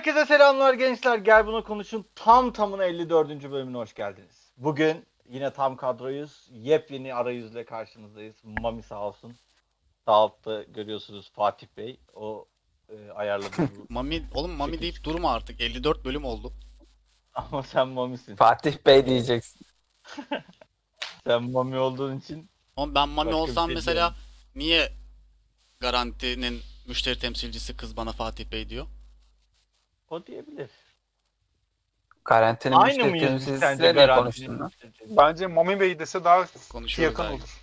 Herkese selamlar gençler. Gel Buna Konuş'un tamına 54. bölümüne hoş geldiniz. Bugün yine tam kadroyuz. Yepyeni arayüzle karşınızdayız. Mami sağ olsun. Sağ altta görüyorsunuz Fatih Bey. O ayarladı bu. Mami deyip durma artık. 54 bölüm oldu. Ama sen Mami'sin. Fatih Bey diyeceksin. Sen Mami olduğun için. Ama ben Mami Başka bir olsam şey mesela niye Garanti'nin müşteri temsilcisi kız bana Fatih Bey diyor? O diyebilir. Karantina Aynı mıyız biz sence müşterisizle ne Garanti'nin konuştun lan? müşterisi? Bence Mami Bey dese daha Konuşuyoruz yakın daha olur.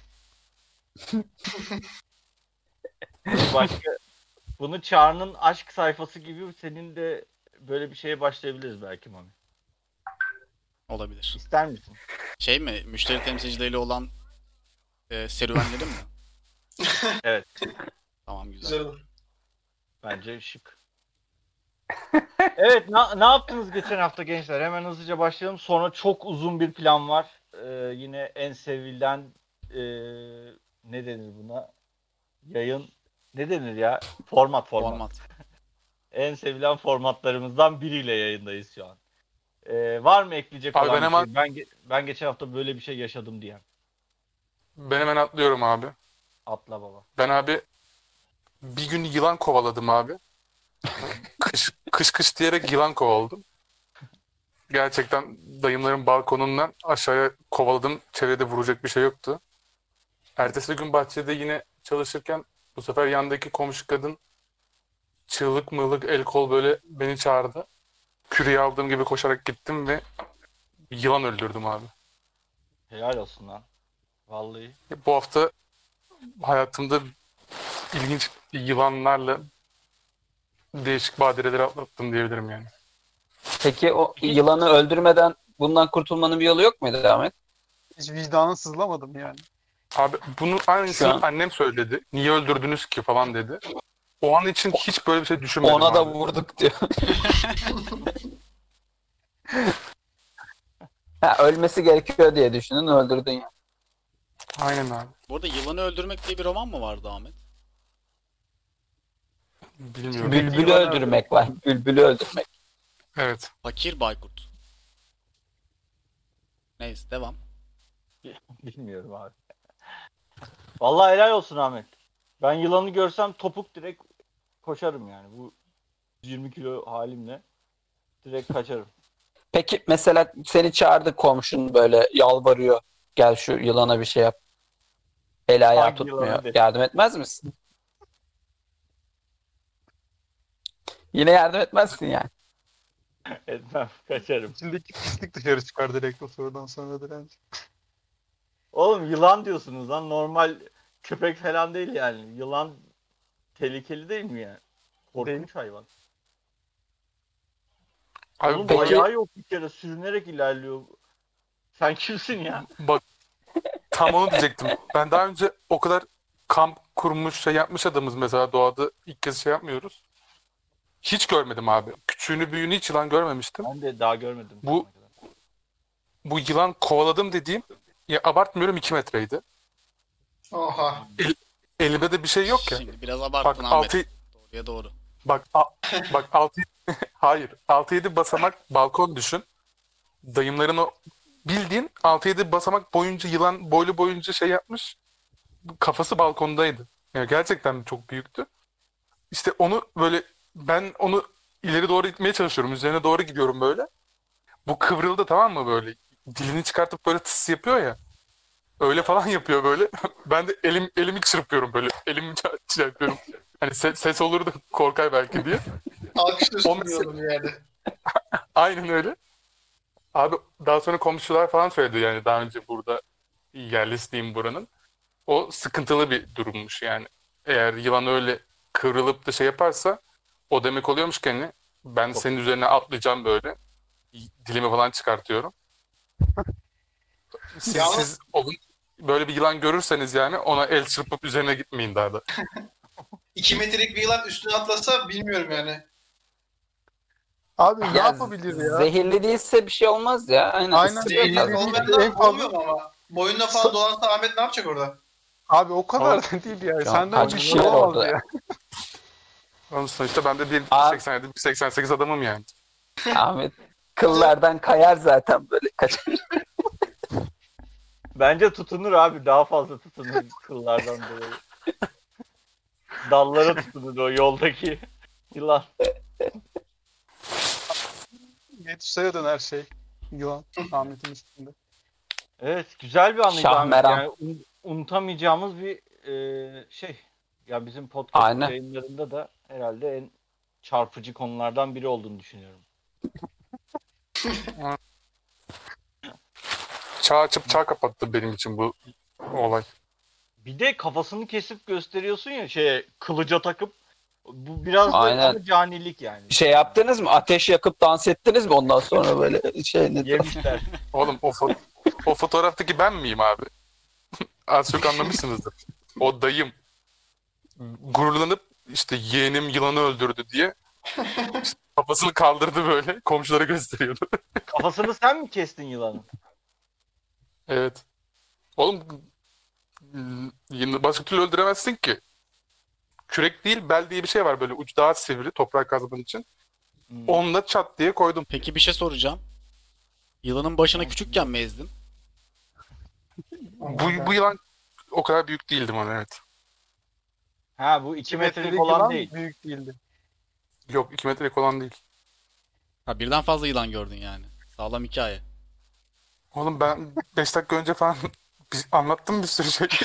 Başka bunu Çağrı'nın aşk sayfası gibi senin de böyle bir şeye başlayabiliriz belki Mami. Olabilir. İster misin? Şey mi? Müşteri temsilcileriyle olan serüvenlerim mi? Evet. Tamam, güzel. Güzel olur. Bence şık. Evet, ne yaptınız geçen hafta gençler? Hemen hızlıca başlayalım. Sonra çok uzun bir plan var. Yine en sevilen ne denir buna? Yayın ne denir ya? Format. En sevilen formatlarımızdan biriyle yayındayız şu an. Var mı ekleyecek Abi olan ben bir şey? Ben geçen hafta böyle bir şey yaşadım diyen. Ben hemen atlıyorum abi. Atla baba. Ben abi bir gün yılan kovaladım abi. Kış diyerek yılan kovaladım. Gerçekten dayımların balkonundan aşağıya kovaladım. Çevrede vuracak bir şey yoktu. Ertesi gün bahçede yine çalışırken bu sefer yandaki komşu kadın çığlık mığlık el kol böyle beni çağırdı. Küreği aldığım gibi koşarak gittim ve bir yılan öldürdüm abi. Helal olsun lan. Vallahi. Bu hafta hayatımda ilginç yılanlarla değişik badireleri atlattım diyebilirim yani. Peki o yılanı öldürmeden bundan kurtulmanın bir yolu yok muydu Ahmet? Hiç vicdanın sızlamadım yani. Abi bunun aynısını Şu an- annem söyledi. Niye öldürdünüz ki falan dedi. O an için hiç böyle bir şey düşünmedim Ona da abi. vurduk diyor. Ha, ölmesi gerekiyor diye düşündün, öldürdün ya. Aynen abi. Bu arada Yılanı Öldürmek diye bir roman mı vardı Ahmet? Bilmiyorum. Bülbülü öldürmek var. Bülbülü öldürmek. Evet. Fakir Baykurt. Neyse, devam. Bilmiyorum abi. Vallahi helal olsun Ahmet. Ben yılanı görsem topuk direkt koşarım yani. Bu 20 kilo halimle direkt kaçarım. Peki mesela seni çağırdı komşun, böyle yalvarıyor. Gel şu yılana bir şey yap. El ayağı Hangi tutmuyor. yılanı de? Yardım etmez misin? Yine yardım etmezsin yani. Etmem, kaçarım. İçindeki pislik dışarı çıkar direkt o sorudan sonra direnç. Oğlum yılan diyorsunuz lan, normal köpek falan değil yani. Yılan tehlikeli değil mi yani? Korkunç hayvan. Abi Oğlum peki- ayağı yok bir kere, sürünerek ilerliyor. Sen kimsin ya? bak tam onu diyecektim. Ben daha önce o kadar kamp kurmuş şey yapmış adamız mesela doğada ilk kez şey yapmıyoruz. Hiç görmedim abi. Küçüğünü büyüğünü hiç yılan görmemiştim. Ben de daha görmedim. Bu- Bu yılan kovaladım dediğim ya abartmıyorum 2 metreydi. Oha. Elimde de bir şey yok ya. Şimdi biraz Bak abarttın Ahmet. 6 Doğruya doğru. bak 6 hayır 6-7 basamak balkon düşün. Dayımların o bildiğin 6-7 basamak boyunca yılan boylu boyunca şey yapmış. Kafası balkondaydı. Yani gerçekten çok büyüktü. İşte onu böyle ben onu ileri doğru gitmeye çalışıyorum. Üzerine doğru gidiyorum böyle. Bu kıvrıldı, tamam mı böyle? Dilini çıkartıp böyle tıs yapıyor ya. Öyle falan yapıyor böyle. Ben de elimi çırpıyorum böyle. Elimi çırpıyorum. Hani ses olur da korkar belki diye. Alkışla O üstünüyorum yani. Aynen öyle. Abi daha sonra komşular falan söyledi yani daha önce burada yerlisiyim buranın. O sıkıntılı bir durummuş yani. Eğer yılan öyle kıvrılıp da şey yaparsa o demek oluyormuş ki hani ben senin üzerine atlayacağım böyle. Dilimi falan çıkartıyorum. Yalnız- Siz böyle bir yılan görürseniz yani ona el çırpıp üzerine gitmeyin daha da. 2 metrelik bir yılan üstüne atlasa bilmiyorum yani. Abi ne Ya yapabilir ya? Zehirli değilse bir şey olmaz ya. Aynen. Aynen, ısırıyor zehirli tabii. değil. Olmayanlar en fazla- olmuyor mu ama? Boyunda falan dolansa Ahmet ne yapacak orada? Abi o kadar da değil yani. Şu an Senden kaç bir kişi şey var olamaz orada? ya. Onun sonuçta ben de Abi- 1.87, 1.88 adamım yani. Ahmet kıllardan kayar zaten böyle kaçar. Bence tutunur abi. Daha fazla tutunur kıllardan dolayı. Dallara tutunur o yoldaki yılan. Metusa'ya döner şey. Yılan. Ahmet'in üstünde. Evet, güzel bir anıydı Ahmet. Şahmeran. Yani unutamayacağımız bir şey. Ya bizim podcast Aynen. yayınlarında da herhalde en çarpıcı konulardan biri olduğunu düşünüyorum. Çağ açıp çağ kapattı benim için bu olay. Bir de kafasını kesip gösteriyorsun ya kılıca takıp, bu biraz da Aynen. ama canilik yani. Bir şey yaptınız mı? Ateş yakıp dans ettiniz mi ondan sonra böyle şey ne Yemişler. Oğlum o fotoğraftaki ben miyim abi? Az çok anlamışsınızdır. O dayım gururlanıp işte yeğenim yılanı öldürdü diye işte kafasını kaldırdı böyle komşulara gösteriyordu. Kafasını sen mi kestin yılanın? Evet. Oğlum başka türlü öldüremezsin ki. Kürek değil bel diye bir şey var böyle uç daha sivri toprak kazman için. Hmm. Onunla çat diye koydum. Peki bir şey soracağım. Yılanın başına küçükken mi ezdin? Bu yılan o kadar büyük değildi bana evet. Ha, bu 2 2 metrelik metrelik olan yılan değil. büyük değildi. Yok 2 metrelik olan değil. Ha, birden fazla yılan gördün yani. Sağlam hikaye. Oğlum ben 5 dakika önce falan anlattım bir sürü şey.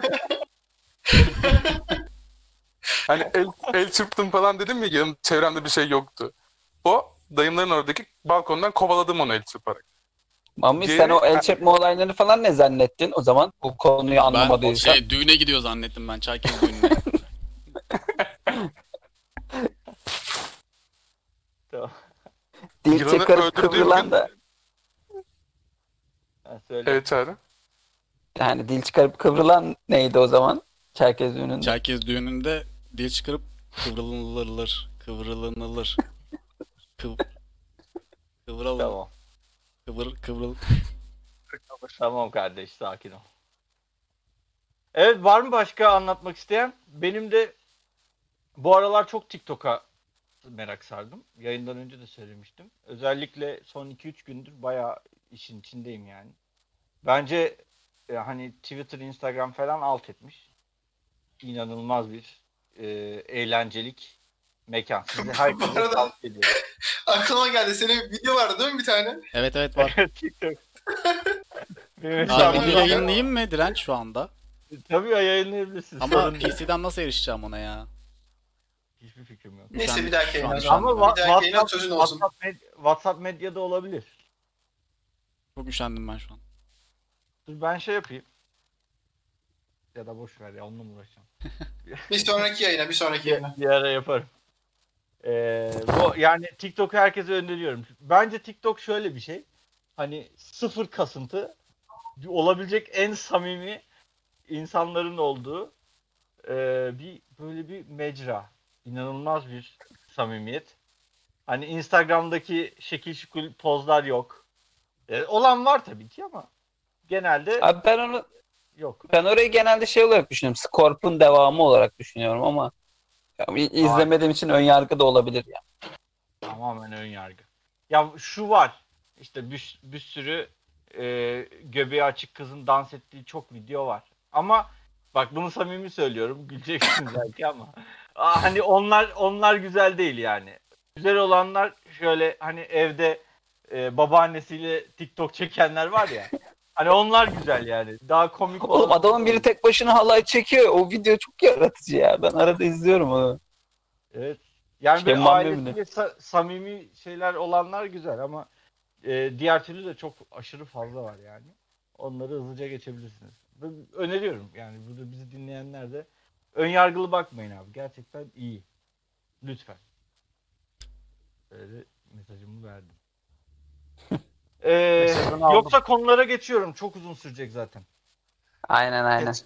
Hani el çırptım falan dedim ya yanım çevremde bir şey yoktu. O dayımların oradaki balkondan kovaladım onu el çırparak. Mami Geri- sen o el çekme olaylarını falan ne zannettin o zaman? Bu konuyu Ben anlamadıysan. düğüne gidiyor zannettim ben. Çerkez düğününe. Tamam. Dil Yılanı çıkarıp öldürdüğüm kıvrılan gün- da Ha, söyle. Evet Çağrı. yani dil çıkarıp kıvrılan neydi o zaman? Çerkez düğününde. Çerkez düğününde dil çıkarıp kıvrılınılır. Kıvrılınılır. Kıvrılın. Tamam. Kıvrıl. Tamam kardeş, sakin ol. Evet, var mı başka anlatmak isteyen? Benim de bu aralar çok TikTok'a merak sardım. Yayından önce de söylemiştim. Özellikle son 2-3 gündür bayağı işin içindeyim yani. Bence hani Twitter, Instagram falan alt etmiş. İnanılmaz bir eğlencelik mekan. Size herkese Bu arada- tavsiye ediyorum. Aklıma geldi. Senin bir video vardı değil mi bir tane? Evet var. TikTok. Benim Abi hesabım video var. yayınlayayım mı Direnç şu anda? Tabii ya, yayınlayabilirsin. Ama Sorun değil. PC'den nasıl erişeceğim ona ya? Hiçbir fikrim yok. Neyse bir dahaki Şu an- yayına. şu an- Ama Bir dahaki yayına sözün olsun. WhatsApp medyada olabilir. Çok üşendim ben şu an. Dur ben şey yapayım. Ya da boş ver ya, onunla mı uğraşacağım? Bir sonraki yayına. Bir ara yaparım. Bu yani TikTok'u herkese öneriyorum. Bence TikTok şöyle bir şey. Hani sıfır kasıntı, olabilecek en samimi insanların olduğu bir böyle bir mecra. İnanılmaz bir samimiyet. Hani Instagram'daki şekil şukul pozlar yok. Olan var tabii ki ama genelde Abi yok. ben orayı genelde şey olarak düşünüyorum. Scorp'un devamı olarak düşünüyorum ama ya, izlemediğim için ön yargı da olabilir ya. Tamamen ön yargı. Ya şu var. İşte bir sürü göbeği açık kızın dans ettiği çok video var. Ama bak, bunu samimi söylüyorum. Güleceksiniz belki ama. Hani onlar güzel değil yani. Güzel olanlar şöyle hani evde babaannesiyle TikTok çekenler var ya. Hani onlar güzel yani. Daha komik Oğlum olan- adamın biri tek başına halay çekiyor. O video çok yaratıcı ya. Ben arada izliyorum onu. Evet. Yani İşte böyle Mami ailesiyle samimi şeyler olanlar güzel ama diğer türlü de çok aşırı fazla var yani. Onları hızlıca geçebilirsiniz. Öneriyorum yani, burada bizi dinleyenler de ön yargılı bakmayın abi. Gerçekten iyi. Lütfen. Böyle mesajımı verdim. Mesajını aldım. Yoksa konulara geçiyorum. Çok uzun sürecek zaten. Aynen. Geç.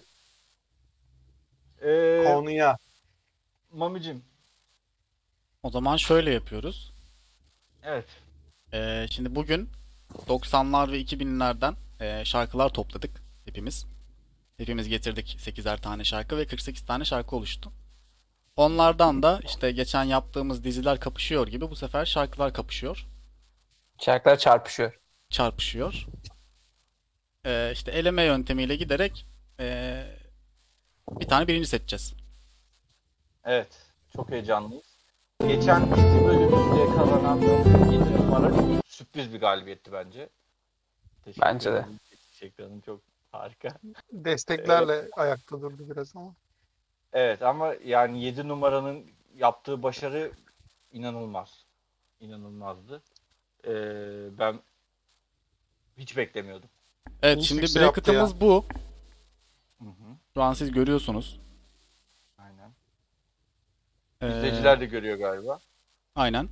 Ee, Konuya. Mamicim. O zaman şöyle yapıyoruz. Evet. Şimdi bugün 90'lar ve 2000'lerden şarkılar topladık hepimiz. Hepimiz getirdik 8'er tane şarkı ve 48 tane şarkı oluştu. Onlardan da işte geçen yaptığımız diziler kapışıyor gibi bu sefer şarkılar kapışıyor, Şarkılar çarpışıyor. çarpışıyor. İşte eleme yöntemiyle giderek bir tane birinci seçeceğiz. Evet. Çok heyecanlıyız. Geçen dizi bölümünde kazanan 7 numara sürpriz bir galibiyetti bence. Teşekkür Bence de. ederim. Teşekkür ederim. Çok harika. Desteklerle ayakta durdu biraz ama. Evet ama yani 7 numaranın yaptığı başarı inanılmaz. İnanılmazdı. Ben hiç beklemiyordum. Evet, İyi şimdi sükse yaptı bracket'ımız bu. Hı hı. Şu an siz görüyorsunuz. Aynen. Ee, İzleyiciler de görüyor galiba. Aynen.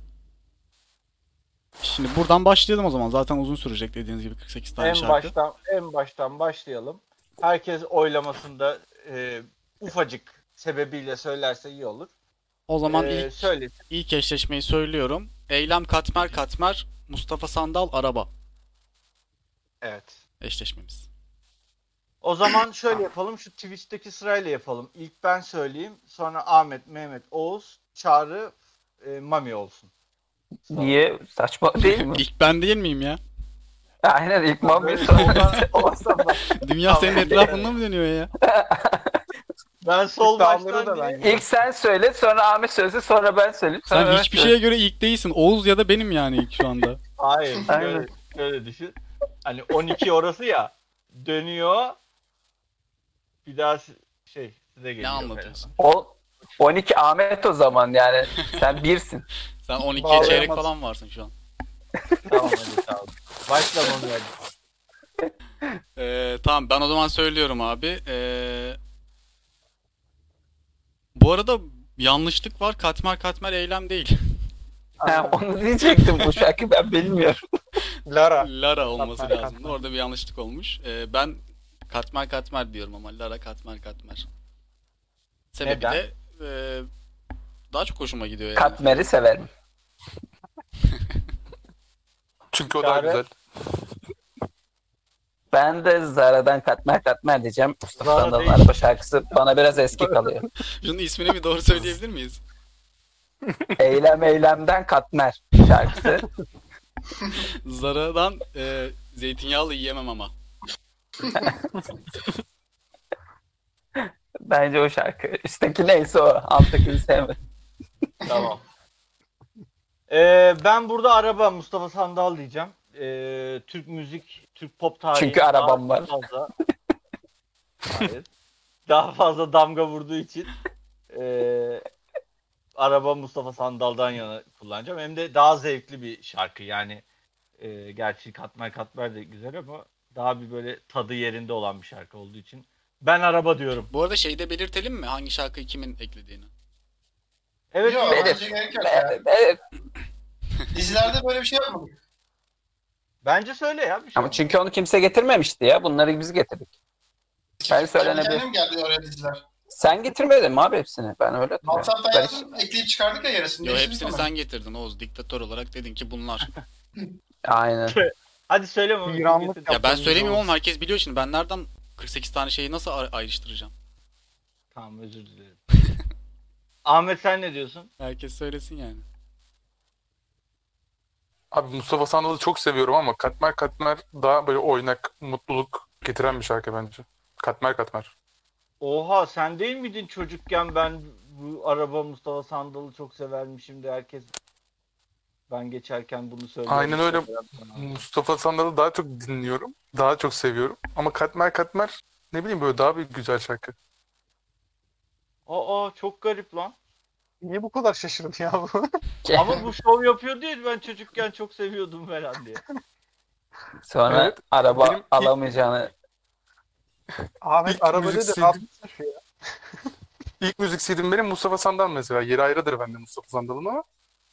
Şimdi buradan başlayalım o zaman. Zaten uzun sürecek dediğiniz gibi 48 tane şarkı. En baştan başlayalım. Herkes oylamasında ufacık sebebiyle söylerse iyi olur. O zaman ilk Söylesin. eşleşmeyi söylüyorum. Eylem Katmer Katmer, Mustafa Sandal Araba Evet. eşleşmemiz. O zaman şöyle yapalım. Şu Twitch'teki sırayla yapalım. İlk ben söyleyeyim. Sonra Ahmet, Mehmet, Oğuz, Çağrı, Mami olsun. Niye? Saçma değil mi? İlk ben değil miyim ya? Aynen ilk Mami Böyle sonra. olmazsa Dünya senin etrafında mı dönüyor ya? ben sol İddiaları baştan da direkt- ben İlk sen söyle, sonra Ahmet söylesin, sonra ben söyleyeyim. Sonra Sen Mehmet hiçbir söylesin. şeye göre ilk değilsin. Oğuz ya da benim yani ilk şu anda. Hayır. Aynen. Şöyle düşün. Hani 12 orası ya. Dönüyor. Bir daha size geliyor. Ne anlatıyorsun? O 12 Ahmet o zaman yani. Sen birsin. Sen 12'ye Bağlayamaz. çeyrek falan varsın şu an. Tamam hadi tamam. Başla Mami hadi. Tamam, ben o zaman söylüyorum abi. Bu arada yanlışlık var. Katmer Katmer eylem değil. Ha, onu diyecektim, bu şarkı ben bilmiyorum. Lara. Lara olması Katmer, lazımdı. Katmer. Orada bir yanlışlık olmuş. Ben Katmer Katmer diyorum ama Lara Katmer Katmer. Sebebi Neden? de daha çok hoşuma gidiyor yani. Katmer'i severim. Çünkü o daha Çare. güzel. Ben de Zara'dan Katmer Katmer diyeceğim. Mustafa Zara Sandal'ın değil. araba şarkısı bana biraz eski kalıyor. Şunun ismini bir doğru söyleyebilir miyiz? Eylem Eylem'den Katmer şarkısı. Zara'dan zeytinyağlı yiyemem ama. Bence o şarkı. Üstteki neyse o. Alttakini sevmedim. Tamam. Ben burada araba Mustafa Sandal diyeceğim. Türk müzik, Türk pop tarihi. Çünkü arabam var. Fazla, hayır, daha fazla damga vurduğu için araba Mustafa Sandal'dan yana kullanacağım. Hem de daha zevkli bir şarkı. Yani gerçi Katmer Katmer de güzel ama daha bir böyle tadı yerinde olan bir şarkı olduğu için ben araba diyorum. Bu arada şeyde belirtelim mi hangi şarkıyı kimin eklediğini? Evet. Yok Benim. bence gerek yok ya. Evet. Dizilerde böyle bir şey yapmadık. Bence söyle ya bir şey. Ama çünkü onu kimse getirmemişti ya. Bunları biz getirdik. Ben Kendi söylenebilir. kendim geldi oraya diziler. Sen getirmedin mi abi hepsini? Ben öyle hatırlıyorum. WhatsApp'tan Ben yazdım, ekleyip çıkardık ya yarısını. Yo, Değiştirdik hepsini onu. sen getirdin Oğuz. Diktatör olarak dedin ki bunlar. Aynen. Hadi söyle Mami. İranlık Getir. Ya ben Yaptığımız söylemiyorum zaman. oğlum, herkes biliyor şimdi. Ben nereden 48 tane şeyi nasıl ayrıştıracağım? Tamam özür dilerim. Ahmet sen ne diyorsun? Herkes söylesin yani. Abi Mustafa Sandal'ı çok seviyorum ama Katmer Katmer daha böyle oynak, mutluluk getiren bir şarkı bence. Katmer Katmer. Oha sen değil miydin çocukken ben bu araba Mustafa Sandal'ı çok severmişim de herkes ben geçerken bunu söylüyor. Aynen öyle. Mustafa Sandal'ı daha çok dinliyorum. Daha çok seviyorum. Ama Katmer Katmer ne bileyim böyle daha bir güzel şarkı. Aa çok garip lan. Niye bu kadar şaşırdın ya bu? Ama bu şov yapıyor değil ben çocukken çok seviyordum falan diye. Sonra Evet, araba benim ilk- alamayacağını. Ahmet İlk araba müzik dedi. CD Rahatsın şu ya. İlk müzik CD'm benim Mustafa Sandal mesela. Yeri ayrıdır bende Mustafa Sandal'ın ama.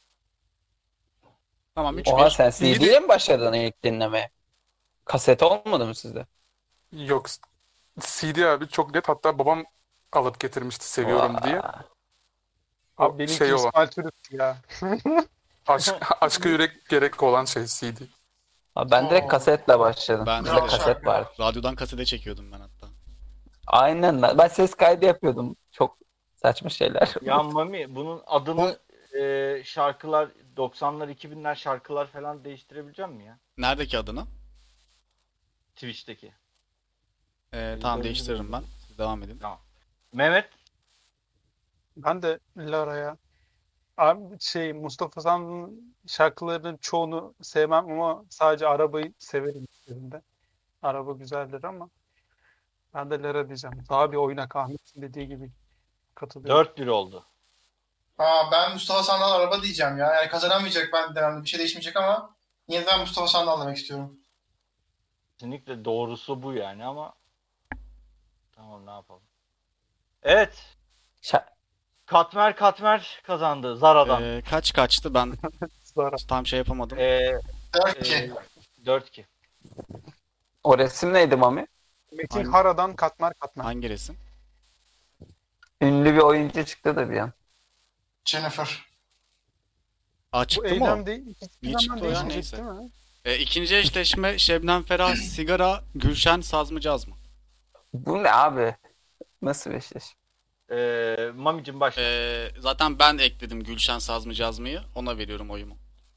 Tamam 3 Oha 1. sen CD ile mi başladın ilk dinlemeye? Kaset olmadı mı sizde? Yok. CD abi çok net. Hatta babam alıp getirmişti seviyorum diye. O Abi benimki şey o. İsmail Türüt ya. Aşka yürek gerek olan şey CD. Abi ben direkt kasetle başladım. Ben Bizde de kaset vardı. Radyodan kasete çekiyordum ben hatta. Aynen. Ben ses kaydı yapıyordum. Çok Saçma şeyler. Ya Mami bunun adını şarkılar 90'lar 2000'ler şarkılar falan değiştirebilecek mi ya? Neredeki adını? Twitch'teki. Tamam değiştiririm ben. Siz devam edin. Mehmet Ben de Lara'ya. Abi Mustafa Sandal'ın şarkılarının çoğunu sevmem ama sadece arabayı severim içlerinde. Araba güzeldir ama ben de Lara diyeceğim. Daha bir oynak Ahmet'in dediği gibi katılıyorum. 4-1 oldu. Ben Mustafa Sandal araba diyeceğim ya. Yani kazanamayacak ben de bir şey değişmeyecek ama yine de ben Mustafa Sandal demek istiyorum. Kesinlikle doğrusu bu yani ama tamam ne yapalım. Evet. Şa- Katmer kazandı Zara'dan. Kaç kaçtı ben Zara. tam şey yapamadım. 4-2. 4-2. O resim neydi Mami? Metin Hangi- Hara'dan Katmer. Hangi resim? Ünlü bir oyuncu çıktı da bir an. Jennifer. Aa Bu çıktı mı o? eylem değil. Niye Hiçbir çıktı zaman o ya? değişmeyecek Neyse. değil mi? İkinci eşleşme Şebnem Ferah sigara, Gülşen saz mı caz mı? Bu ne abi? Nasıl bir şey? Mami'cim başla. Zaten ben ekledim Gülşen saz mı caz mıyı. Ona veriyorum oyumu.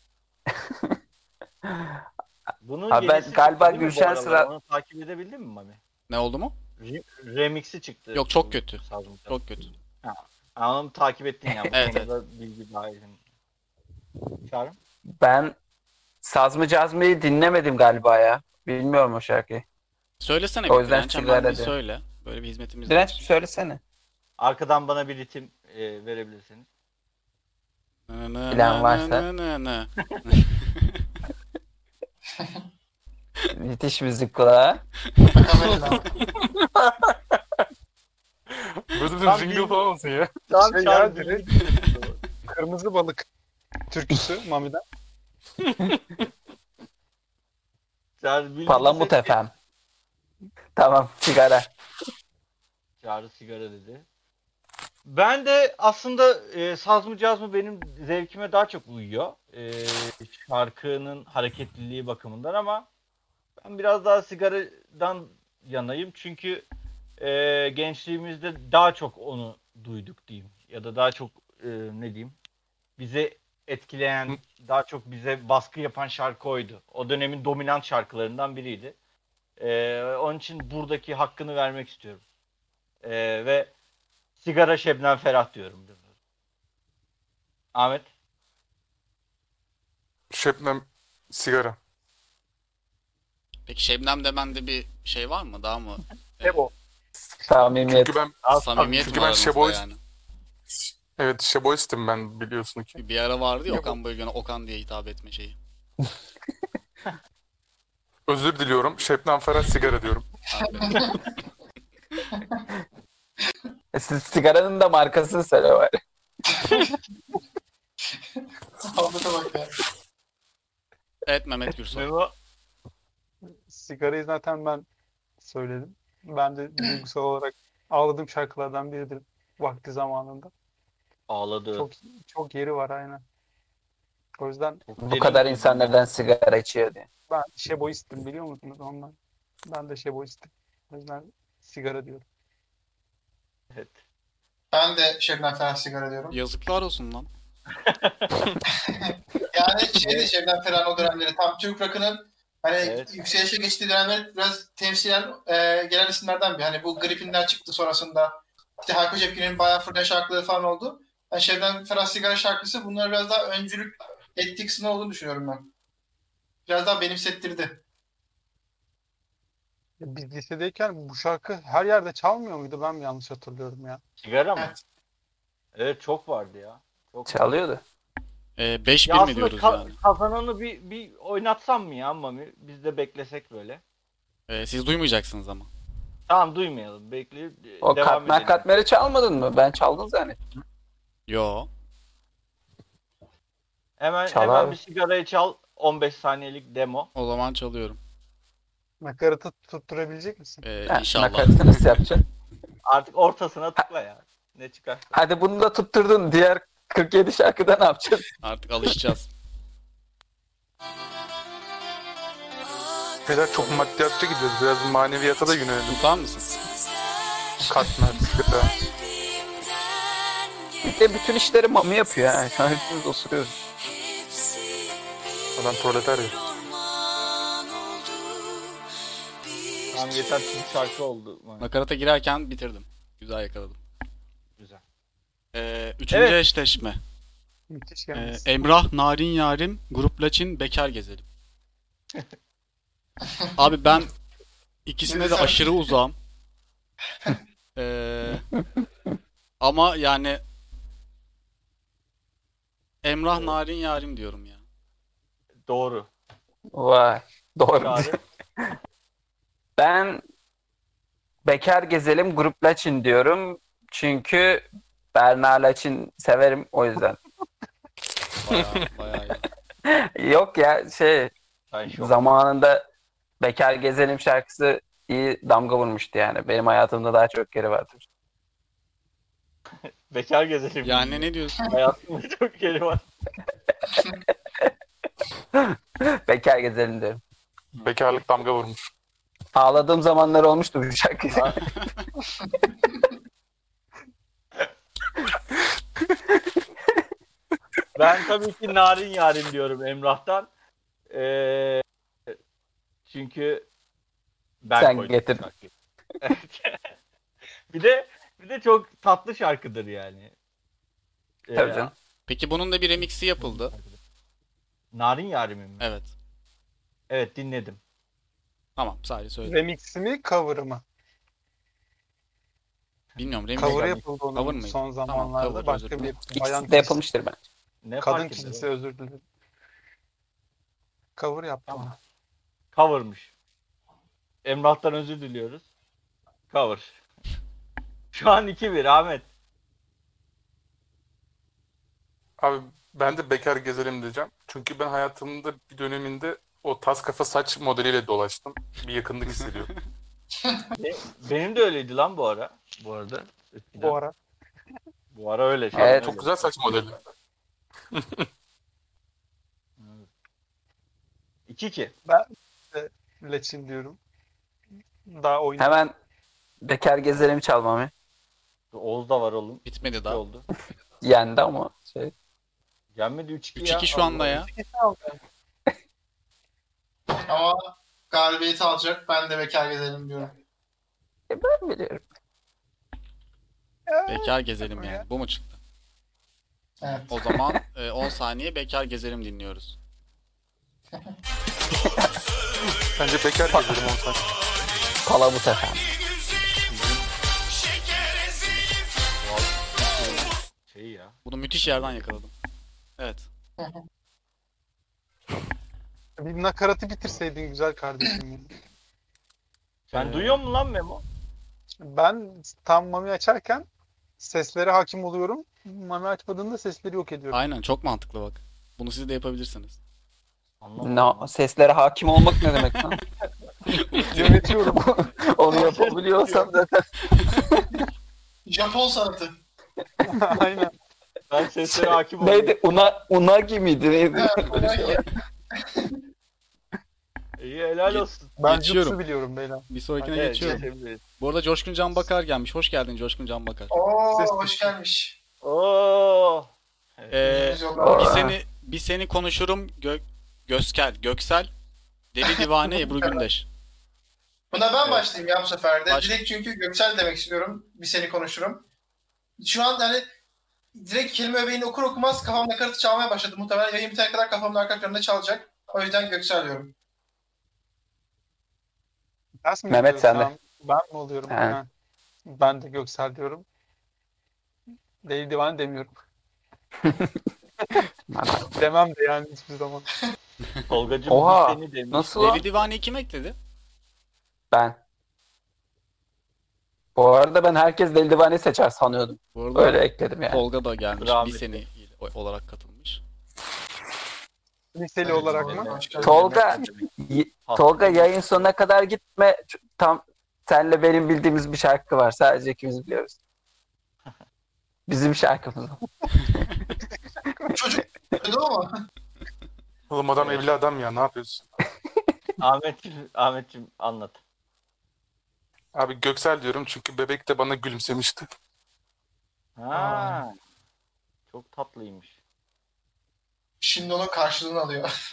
Bunun Abi ben yenisi galiba çıktı değil mi bu Gülşen aralar? Sıra- Onu takip edebildin mi Mami? Ne oldu mu? Remix'i çıktı. Yok, çok Bu kötü. sazın. Çok kötü. Onu takip ettin ya. Bu Evet, konuda bilgi dahilin. Çağrı? Ben Saz mı Caz mı'yı dinlemedim galiba ya. Bilmiyorum o şarkıyı. Söylesene O bir yüzden Direnç, hemen sigara bir diyor. söyle. Böyle bir hizmetimiz Direnç olsun. söylesene. Arkadan bana bir ritim verebilirsiniz. Bilen varsa. Müthiş müzik kulağı. Kamerayla. Böyle bir Tam jingle değil. falan olsun ya. Tam Şey Çağrı ya, direkt- Kırmızı balık türküsü Mami'den. Palamut efem. Tamam sigara. Çağrı sigara dedi. Ben de aslında saz mı caz mı benim zevkime daha çok uyuyor. Şarkının hareketliliği bakımından ama ben biraz daha sigaradan yanayım. Çünkü gençliğimizde daha çok onu duyduk diyeyim. Ya da daha çok ne diyeyim bize etkileyen, daha çok bize baskı yapan şarkı oydu. O dönemin dominant şarkılarından biriydi. Onun için buradaki hakkını vermek istiyorum. Ve sigara Şebnem Ferah diyorum. Ahmet? Şebnem sigara. Peki Şebnem demende bir şey var mı? Daha mı? Ebo. Samimiyet. Çünkü ben Samimiyet çünkü mi ben aranızda şeboist- yani? evet şeboistim ben biliyorsun ki. Bir ara vardı ya Okan Bayülgen'e Okan diye hitap etme şeyi. Özür diliyorum. Şebnem Ferah sigara diyorum. Siz sigaranın da markasını söyle var. Ahmet'e bak ya. Evet Mehmet Gürsoy. Memo? Sigarayı zaten ben söyledim. Ben de duygusal olarak ağladığım şarkılardan biridir vakti zamanında. Ağladı. Çok yeri var aynen. O yüzden Bu kadar insan neden sigara içiyor diye. ben şeboistim biliyor musunuz ondan? Ben de şeboistim. O yüzden sigara diyorum. Evet. Ben de Şebnem Ferah sigara diyorum. Yazıklar olsun lan. Yani Şebnem Ferah'ın o dönemleri tam Türk rock'ının hani Evet. yükselişe geçtiği dönemler biraz temsilen gelen isimlerden bir. Hani bu Gripin'den çıktı sonrasında. İşte Hayko Cepkin'in Bayağı Fırla şarkıları falan oldu. Yani Şebnem Ferah sigara şarkısı bunlar biraz daha öncülük ettiği kısmı olduğunu düşünüyorum ben. Biraz daha benimsettirdi. Biz lisedeyken bu şarkı her yerde çalmıyor muydu? Ben mi yanlış hatırlıyorum ya? Sigara mı? Evet. Evet çok vardı ya. Çok Çalıyordu. 5-1 Ya mi aslında diyoruz yani? kazananı bir oynatsam mı ya Mami? Biz de beklesek böyle. Siz duymayacaksınız ama. Tamam duymayalım. Bekleyip O devam katmer edelim. katmeri çalmadın mı? Ben çaldım zannettim. Yo. Hemen Çal hemen abi. bir sigarayı çal. 15 saniyelik demo. O zaman çalıyorum. Nakaratı tutturabilecek misin? İnşallah. Nakaratı nasıl yapacaksın? Artık ortasına tıkla ya. Ne çıkar? Hadi bunu da tutturdun. Diğer 47 şarkıda ne yapacağız? Artık alışacağız. Beyler çok maddiyatçı gidiyoruz. Biraz maneviyata da yönelelim. Tutar mısın? Katmer sigara. Bir de bütün işleri Mami yapıyor ha. Şu an hepimiz osuruyoruz. Adam proletarya. Tamam yeter çünkü şarkı oldu. Nakarata girerken bitirdim. Güzel yakaladım. Güzel. Üçüncü Evet. eşleşme. Müthiş gelmiş. Emrah, Narin Yarim, Grup Laçin, Bekar Gezelim. Abi ben ikisine de aşırı uzağım. Ama yani Emrah, Narin Yarim diyorum ya. Doğru. Vay. Doğru. Çağrı. Ben Bekar Gezelim Grup Laçin diyorum. Çünkü Berna Laçin severim o yüzden. Bayağı iyi. Yok ya Ben şok. zamanında Bekar Gezelim şarkısı iyi damga vurmuştu yani. Benim hayatımda daha çok yeri vardır. Bekar gezelim. Yani ne diyorsun? Hayatımda çok yeri var. Bekar Gezelim diyorum. Bekarlık damga vurmuş. Ağladığım zamanlar olmuştu bu şarkı. Ben tabii ki Narin Yarim diyorum Emrah'tan. Çünkü ben Sen koydum getirdin. şarkıyı. bir de çok tatlı şarkıdır yani. Tabii canım. Peki bunun da bir remixi yapıldı. Narin Yarim'in mi? Evet. Evet dinledim. Tamam sadece söyledim. Remix'i mi cover'ı mı? Bilmiyorum remix. Cover'ı remix. yapıldı Cover onun mıydı? son Tamam, zamanlarda. cover, Başka özür bir dilerim. bayan İkisi de yapılmıştır bence. Ne kadın fark kişisi eder? özür dilerim. Cover yaptı Tamam. ama. Cover'mış. Emrah'tan özür diliyoruz. Cover. Şu an 2-1 Ahmet. Abi ben de bekar gezelim diyeceğim. Çünkü ben hayatımda bir döneminde o tas kafa saç modeliyle dolaştım. Bir yakınlık hissediyorum. Benim de öyleydi lan bu ara. Bu arada. Eskiden. Bu ara. Bu ara öyle. Şu an Evet. öyle. Çok güzel saç modeli. 2-2. Leçin diyorum. Daha oyun. Hemen Bekar Gezelim çal Mami. Oğuz da var oğlum. Bitmedi Ne daha. oldu? Yendi ama Yenmedi 3-2 ya. 3-2 şu anda Allah ya. Ama galibiyeti alacak. Ben de bekar gezelim diyorum. ben biliyorum. Bekar Gezelim yani. Bu mu çıktı? Evet. O zaman 10 saniye Bekar Gezelim dinliyoruz. Bence bekar gezelim olsa. Palamut efendim. Şey ya. Bunu müthiş yerden yakaladım. Evet. Bir nakaratı bitirseydin güzel kardeşim. Sen duyuyor musun lan Memo? Ben tam Mami açarken seslere hakim oluyorum. Mami açmadığında sesleri yok ediyorum. Aynen çok mantıklı bak. Bunu siz de yapabilirsiniz. Anlamadım. Seslere hakim olmak ne demek lan? Yönetiyorum. Onu yapabiliyorsan zaten. Japon sanatı. Aynen. Ben seslere hakim oldum. Neydi? Unagi miydi? Neydi? Böyle şey var. İyi helal olsun. Ben Geçiyorum. jutsu biliyorum beyler. Bir sonrakine Evet, geçiyorum. geçebiliriz. Bu arada Coşkun Can Bakar gelmiş. Hoş geldin Coşkun Can Bakar. Oo Ses- hoş gelmiş. Oo. Ee, Yollar. bir seni konuşurum Göksel, Deli Divane Ebru Gündeş. Buna ben başlayayım ya bu sefer de. Baş- Direkt çünkü Göksel demek istiyorum. Bir seni konuşurum. Şu an hani direkt kelime öbeğini okur okumaz kafamda nakaratı çalmaya başladı. Muhtemelen yayın bitene kadar kafamın arka planında çalacak. O yüzden Göksel diyorum. Ders mi Mehmet, yapıyoruz sen de. şu an? Ben mi oluyorum? Evet. Ha. Ben de Göksel diyorum. Deli divan demiyorum. Demem de yani hiçbir zaman. Tolgacığım Oha, bir seni demiş. Nasıl lan? Deli Divane'yi kim ekledi? Ben. Bu arada ben herkes Deli Divane seçer sanıyordum. Bu arada Öyle ekledim yani. Tolga da gelmiş. Rahmetli. Bir seni olarak katılmış. Liseli Evet, olarak evet. mı? Tolga, Tolga yayın sonuna kadar gitme. Tam senle benim bildiğimiz bir şarkı var. Sadece ikimiz biliyoruz. Bizim şarkımız. Çocuk dedi ama. Oğlum adam evli adam ya, ne yapıyorsun? Ahmetciğim anlat. Abi Göksel diyorum çünkü bebek de bana gülümsemişti. Ha. Çok tatlıymış. Şimdi onun karşılığını alıyor.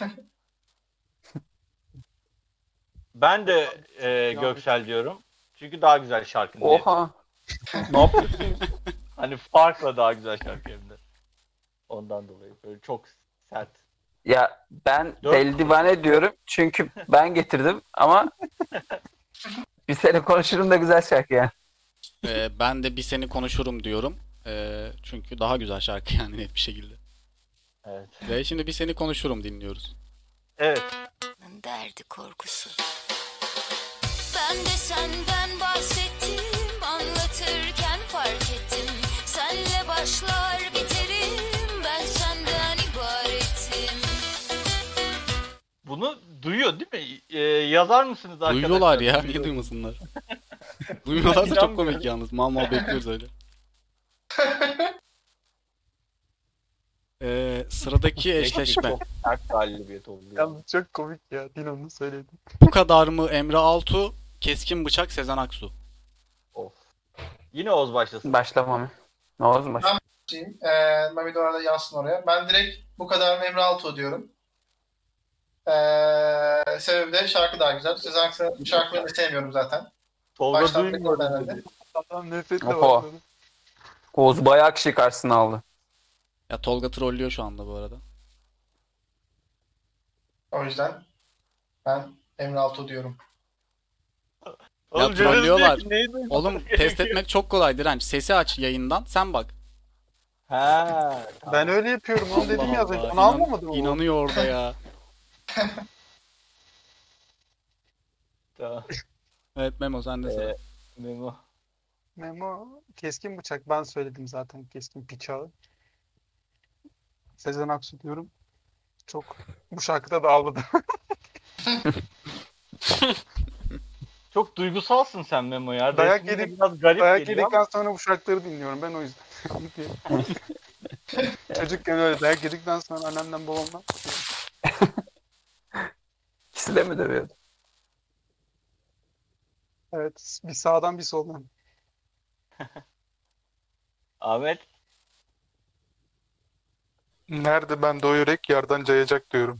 Ben de Göksel diyorum. Çünkü daha güzel şarkı. Oha. Ne yapıyorsun? Hani farkla daha güzel şarkı hem de. Ondan dolayı. Böyle çok sert. Ya ben Dört- Deli Divane diyorum çünkü ben getirdim ama bir sene konuşurum da güzel şarkı yani. Ben de bir seni konuşurum diyorum. Çünkü daha güzel şarkı yani net bir şekilde. Evet. Ve şimdi bir seni konuşurum dinliyoruz. Evet. Derdi korkusu. Ben de senden bahsettim, anlatırken fark ettim. Senle başlar biterim, ben senden ibaretim. Bunu duyuyor değil mi? Yazar mısınız arkadaşlar? Duyuyorlar ya. Niye Duyuyorlar. duymasınlar? Duymuyorlarsa çok İnanmıyorum. komik yalnız. Mal mal bekliyoruz öyle. Sıradaki eşleşme. Çok sert galibiyet oldu. Yani. Yalnız çok komik ya. Dino'nun söyledi. Bu kadar mı Emre Altuğ? Keskin Bıçak Sezen Aksu. Of. Yine Oğuz başlasın. Başlamam. Ne olsun baş. Mami Doğru da yazsın oraya. Ben direkt bu kadar Emre Altuğ diyorum. Sebebi de şarkı daha güzel. Sezen Aksu'nun şarkılarını sevmiyorum zaten. Tolga Baştan duymuyor tekrar dedi. Adam nefretle Oho. başladı. Oğuz bayağı kişi karşısına aldı. Ya Tolga trollüyor şu anda bu arada. O yüzden ben Emre Altuğ diyorum. Oğlum, Ya trollüyorlar. Cevdet neyi duymuyor? Oğlum test etmek çok kolay Direnç. Sesi aç yayından sen bak. Ha. Ben öyle yapıyorum. Onu dedim ya az önce. Allah, Onu almamadım mı? İnanıyor orada ya. Tamam. Evet Memo sen de sıra. Memo. Memo keskin bıçak. Ben söyledim zaten keskin bıçağı. Sezen Aksu diyorum. Çok bu şarkıda da ağladım. Çok duygusalsın sen Memo ya. Dayak Resminde yedik- biraz garip Dayak geliyor yedikten ama. sonra bu şarkıları dinliyorum ben o yüzden. Çocukken öyle dayak yedikten sonra annemden babamdan. İkisi de mi dövüyordu? Evet bir sağdan bir soldan. Ahmet. Nerede bende o yürek yardan cayacak diyorum.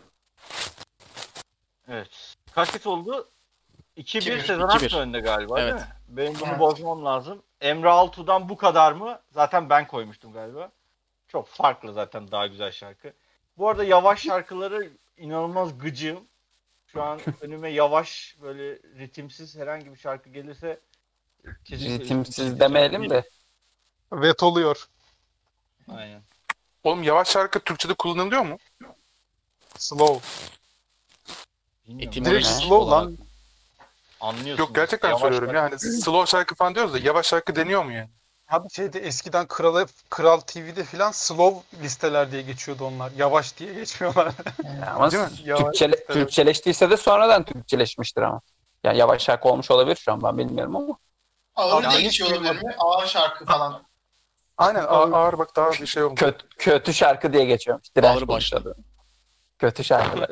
Evet. Kaç oldu? 2-1 2-1. Sezen 2-1. Aksu önde galiba Evet. değil mi? Benim bunu Evet. bozmam lazım. Emre Altuğ'dan bu kadar mı? Zaten ben koymuştum galiba. Çok farklı zaten daha güzel şarkı. Bu arada yavaş şarkıları inanılmaz gıcığım. Şu an önüme yavaş böyle ritimsiz herhangi bir şarkı gelirse kesinlikle Ritimsiz demeyelim de. Vet oluyor. Aynen. Oğlum yavaş şarkı Türkçe'de kullanılıyor mu? Slow. Bilmiyorum. Etimoloji Direkt slow olarak. lan. Anlıyorsun. Yok gerçekten Yavaş soruyorum şarkı. yani slow şarkı falan diyoruz da yavaş şarkı deniyor mu yani? Abi şeyde eskiden Kral TV'de filan slow listeler diye geçiyordu onlar. Yavaş diye geçmiyorlar. Ama Değil mi? Yavaş. Türkçeleştiyse de sonradan Türkçeleşmiştir ama. Yani yavaş şarkı olmuş olabilir şu an ben bilmiyorum ama. Ağır Yani da hiç geçiyor olabilir duymadım. mi? Ağır şarkı falan. Aynen ağır bak daha bir şey oldu. Kötü şarkı diye geçiyormuş. Direnç Ağır başlı. konuşuyordu. Kötü şarkılar.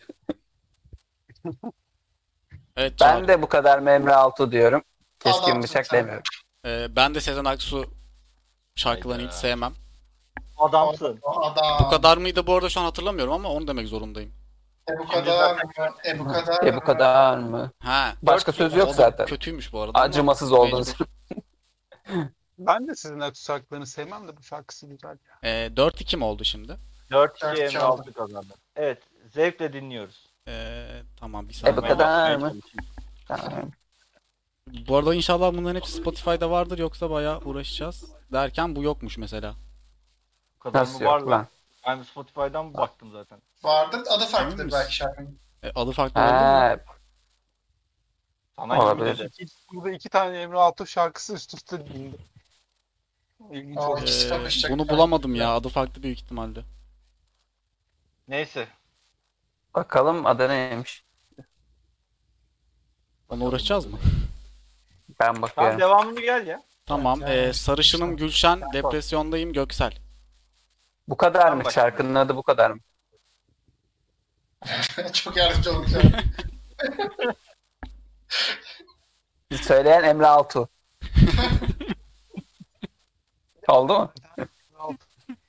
Evet Ben Çağrı. de bu kadar Emre Altuğ diyorum. Keskin Adamsın bıçak sen. demiyorum. Ben de Sezen Aksu şarkılarını Hayda. hiç sevmem. Adamsın. O adam. Bu kadar mıydı bu arada şu an hatırlamıyorum ama onu demek zorundayım. Bu kadar. Bu kadar. Bu kadar mı? Ha. Başka sözü yok O da zaten. Kötüymüş bu arada. ama Acımasız oldun. mecbur. Ben de sizin Aksu şarkılarını sevmem de bu şarkısı güzel ya. 4-2 mi oldu şimdi? 4-2 Dört Emre çaldı. Altuğ kazandı. Evet. Zevkle dinliyoruz. Tamam bir Bu saniye. kadar mı? Tamam. Bu arada inşallah bunların hepsi Spotify'da vardır yoksa bayağı uğraşacağız. Derken bu yokmuş mesela. Bu kadar Nasıl mı var yok lan? lan? Ben Spotify'dan baktım zaten. Vardır. Adı Emin farklıdır misin? belki şarkının. Adı farklı olabilir mi? Ha, Sana gibi Olabilir. dedi. Burada iki tane Emre Altuğ şarkısı üst üste bindi. İlginç Aa, oldu. ikisi kapışacak. Bunu bulamadım ya. Adı farklı büyük ihtimalle. Neyse. bakalım adı neymiş? Ona uğraşacağız mı? Ben Tamam bakıyorum. devamını gel ya. Tamam. Evet. Sarışınım Gülşen, depresyondayım Göksel. Bu kadar Ben mı? bakıyorum. Şarkının adı bu kadar mı? Çok yardımcı olacak. Söyleyen Emre Altuğ. Oldu mu?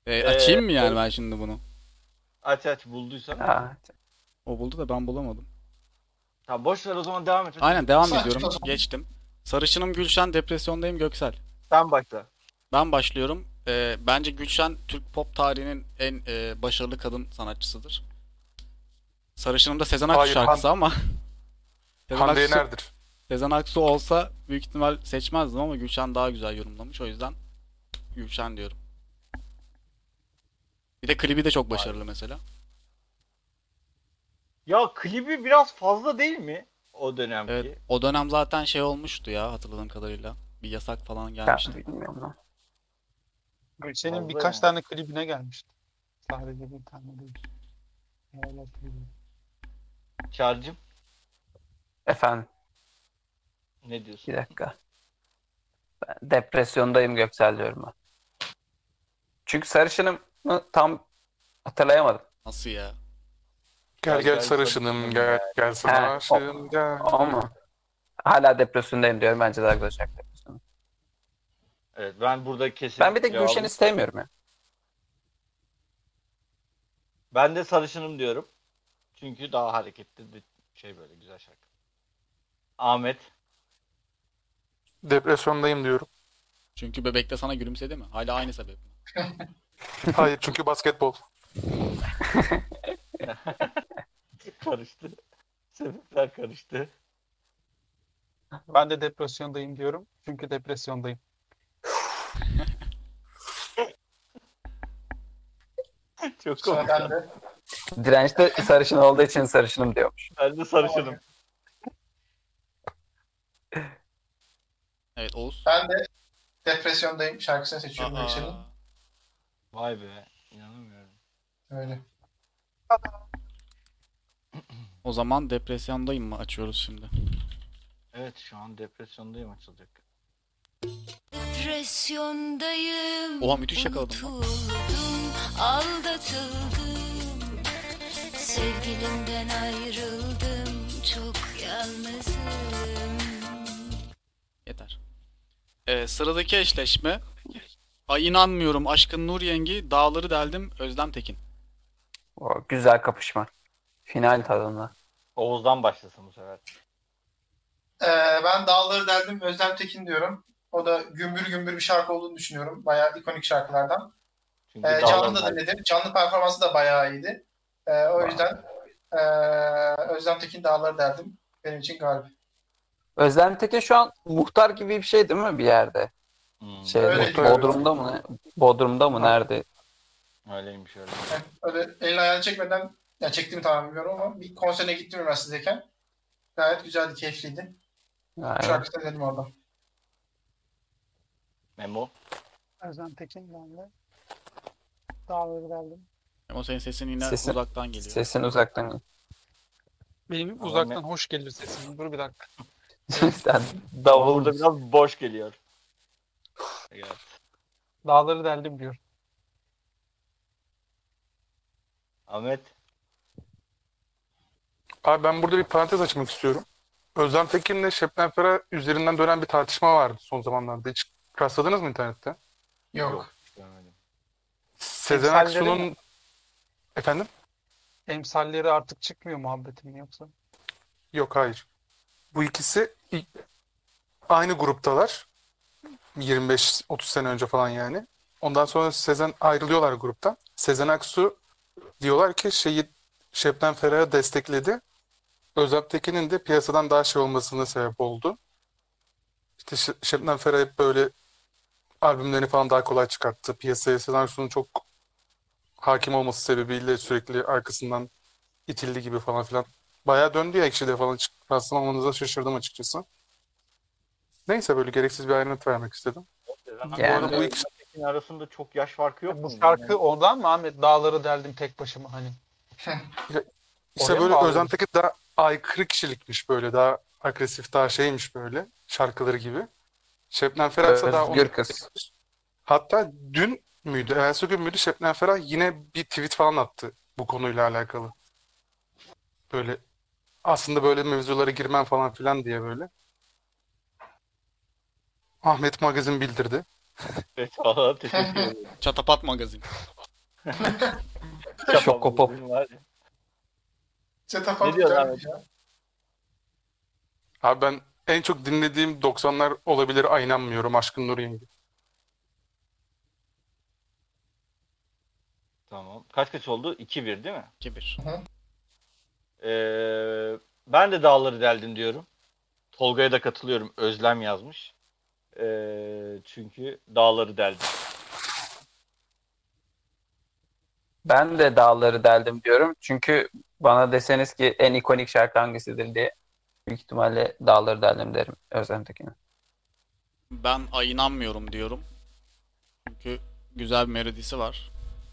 Açayım mı yani ben şimdi bunu? Aç bulduysan. Ha, O buldu da ben bulamadım. Tamam boş ver o zaman devam et. Aynen devam Saçma ediyorum. sapan. Geçtim. Sarışınım Gülşen, depresyondayım Göksel. Sen başla. Ben başlıyorum. Bence Gülşen Türk pop tarihinin en başarılı kadın sanatçısıdır. Sarışınım da Sezen Aksu Hayır, şarkısı ama Sezen Hande Aksu, Yener'dir. Sezen Aksu olsa büyük ihtimal seçmezdim ama Gülşen daha güzel yorumlamış. O yüzden Gülşen diyorum. Bir de klibi de çok başarılı mesela. Ya klibi biraz fazla değil mi? O dönemki. Evet, o dönem zaten şey olmuştu ya hatırladığım kadarıyla. Bir yasak falan ben gelmişti. bilmiyorum lan. Gülşen'in Fazla birkaç ya. tane klibine gelmişti. Sadece bir tane değil. Hala klibi. Çağrı'cığım Efendim ne diyorsun? bir dakika. Ben depresyondayım Göksel diyorum ben. Çünkü sarışınımı tam hatırlayamadım. Nasıl ya? Gel Gel, gel gel sarışınım sarışınım gel. Gel sana Ha, aşığım gel. O mu? Hala depresyondayım diyorum. Bence daha güzel şarkı depresyonda. Evet ben burada kesin Ben bir de cevabım- Gülşen'i sevmiyorum ya. Ben de sarışınım diyorum. Çünkü daha hareketli bir şey böyle güzel şarkı. Ahmet. Depresyondayım diyorum. Çünkü bebekte sana gülümsedi mi? Hala aynı sebep mi? Hayır çünkü basketbol. Karıştı. Sebepler karıştı. Ben de depresyondayım diyorum. Çünkü depresyondayım. Çok Sonra komik. ben de Dirençte sarışın olduğu için sarışınım diyormuş. Ben de sarışınım. Evet Oğuz. ben de depresyondayım şarkısını seçiyorum Aa, Gülşen'in. Vay be. İnanamıyorum. Öyle. o zaman depresyondayım mı açıyoruz şimdi? Evet şu an depresyondayım açılacak. Depresyondayım. Oha, müthiş yakaladım lan. Unutuldum, aldatıldım. Sevgilimden ayrıldım. Çok yalnızım. Yeter. Sıradaki eşleşme. Ay inanmıyorum. Aşkın Nur Yengi, Dağları Deldim, Özlem Tekin. O güzel kapışma. Final tadında. Oğuz'dan başlasın bu sefer. Ben Dağları Deldim Özlem Tekin diyorum. O da gümbür gümbür bir şarkı olduğunu düşünüyorum. Bayağı ikonik şarkılardan. Çünkü Canlı da dinledim. Canlı performansı da bayağı iyiydi. O yüzden Özlem Tekin Dağları Deldim benim için galip. Özlem Tekin şu an muhtar gibi bir şey değil mi bir yerde? Şeyde, Öyle. Bodrum'da mı ne? Bodrum'da mı nerede? Öyleymiş öyle. Yani öyle elini ayağını çekmeden, yani çektiğimi tamam bilmiyorum ama bir konserine gittim üniversitedeyken. Gayet güzeldi, keyifliydi. Ha, evet. Şarkısını dinledim orada. Memo. Özlem Tekin ben de. Dağları geldim. Ama senin sesin yine Sesin- uzaktan geliyor. Sesin uzaktan geliyor. Benim Ama uzaktan hoş gelir sesim. Dur bir dakika. Sen Burada davul biraz boş geliyor. Evet. Dağları deldim diyor. Ahmet. Abi ben burada bir parantez açmak istiyorum. Özlem Tekin'le Şebnem Ferah üzerinden dönen bir tartışma vardı son zamanlarda. Hiç rastladınız mı internette? Yok. Görmedim. Sezen Emsalleri Aksu'nun... Efendim? Emsalleri artık çıkmıyor muhabbetin mi yoksa? Yok hayır. Bu ikisi aynı gruptalar. 25-30 sene önce falan yani. Ondan sonra Sezen ayrılıyorlar gruptan. Sezen Aksu diyorlar ki Şebnem Ferah'ı destekledi. Özlem Tekin'in de piyasadan daha şey olmasına sebep oldu. İşte Şebnem Ferah hep böyle albümlerini falan daha kolay çıkarttı. Piyasaya Sezen Aksu'nun çok hakim olması sebebiyle sürekli arkasından itildi gibi falan filan. Bayağı döndü ya Ekşi'de falan rastlamamanıza şaşırdım açıkçası. Neyse böyle gereksiz bir ayrıntı vermek istedim. Yani- Bu iki İkisinin arasında çok yaş farkı yok Bu mu? şarkı ondan mı Ahmet? Dağları deldim tek başıma hani. İşte Oraya mı böyle bağladın? Özlem Tekin daha aykırı kişilikmiş böyle daha agresif daha şeymiş böyle şarkıları gibi. Şebnem Ferah ise daha Özgür kız. Hatta dün müydü? Evvelsi gün müydü? Şebnem Ferah yine bir tweet falan attı bu konuyla alakalı. Böyle aslında böyle mevzulara girmem falan filan diye böyle. Ahmet Magazin bildirdi. Evet, valla teşekkür ederim. Çatapat Magazin. Şokopop. Var ya. Setup'a Ne diyorsun güzelmiş ya. Abi ben en çok dinlediğim 90'lar olabilir. Ay inanmıyorum. Aşkın Nuru Yenge. Tamam. Kaç oldu? 2-1 değil mi? 2-1. Ben de Dağları Deldim diyorum. Tolga'ya da katılıyorum. Özlem yazmış. Çünkü Dağları Deldim. Ben de Dağları Deldim diyorum. Çünkü bana deseniz ki en ikonik şarkı hangisidir diye büyük ihtimalle Dağları Deldim derim Özlem Tekin'e. Ben Ay inanmıyorum diyorum. Çünkü güzel bir melodisi var.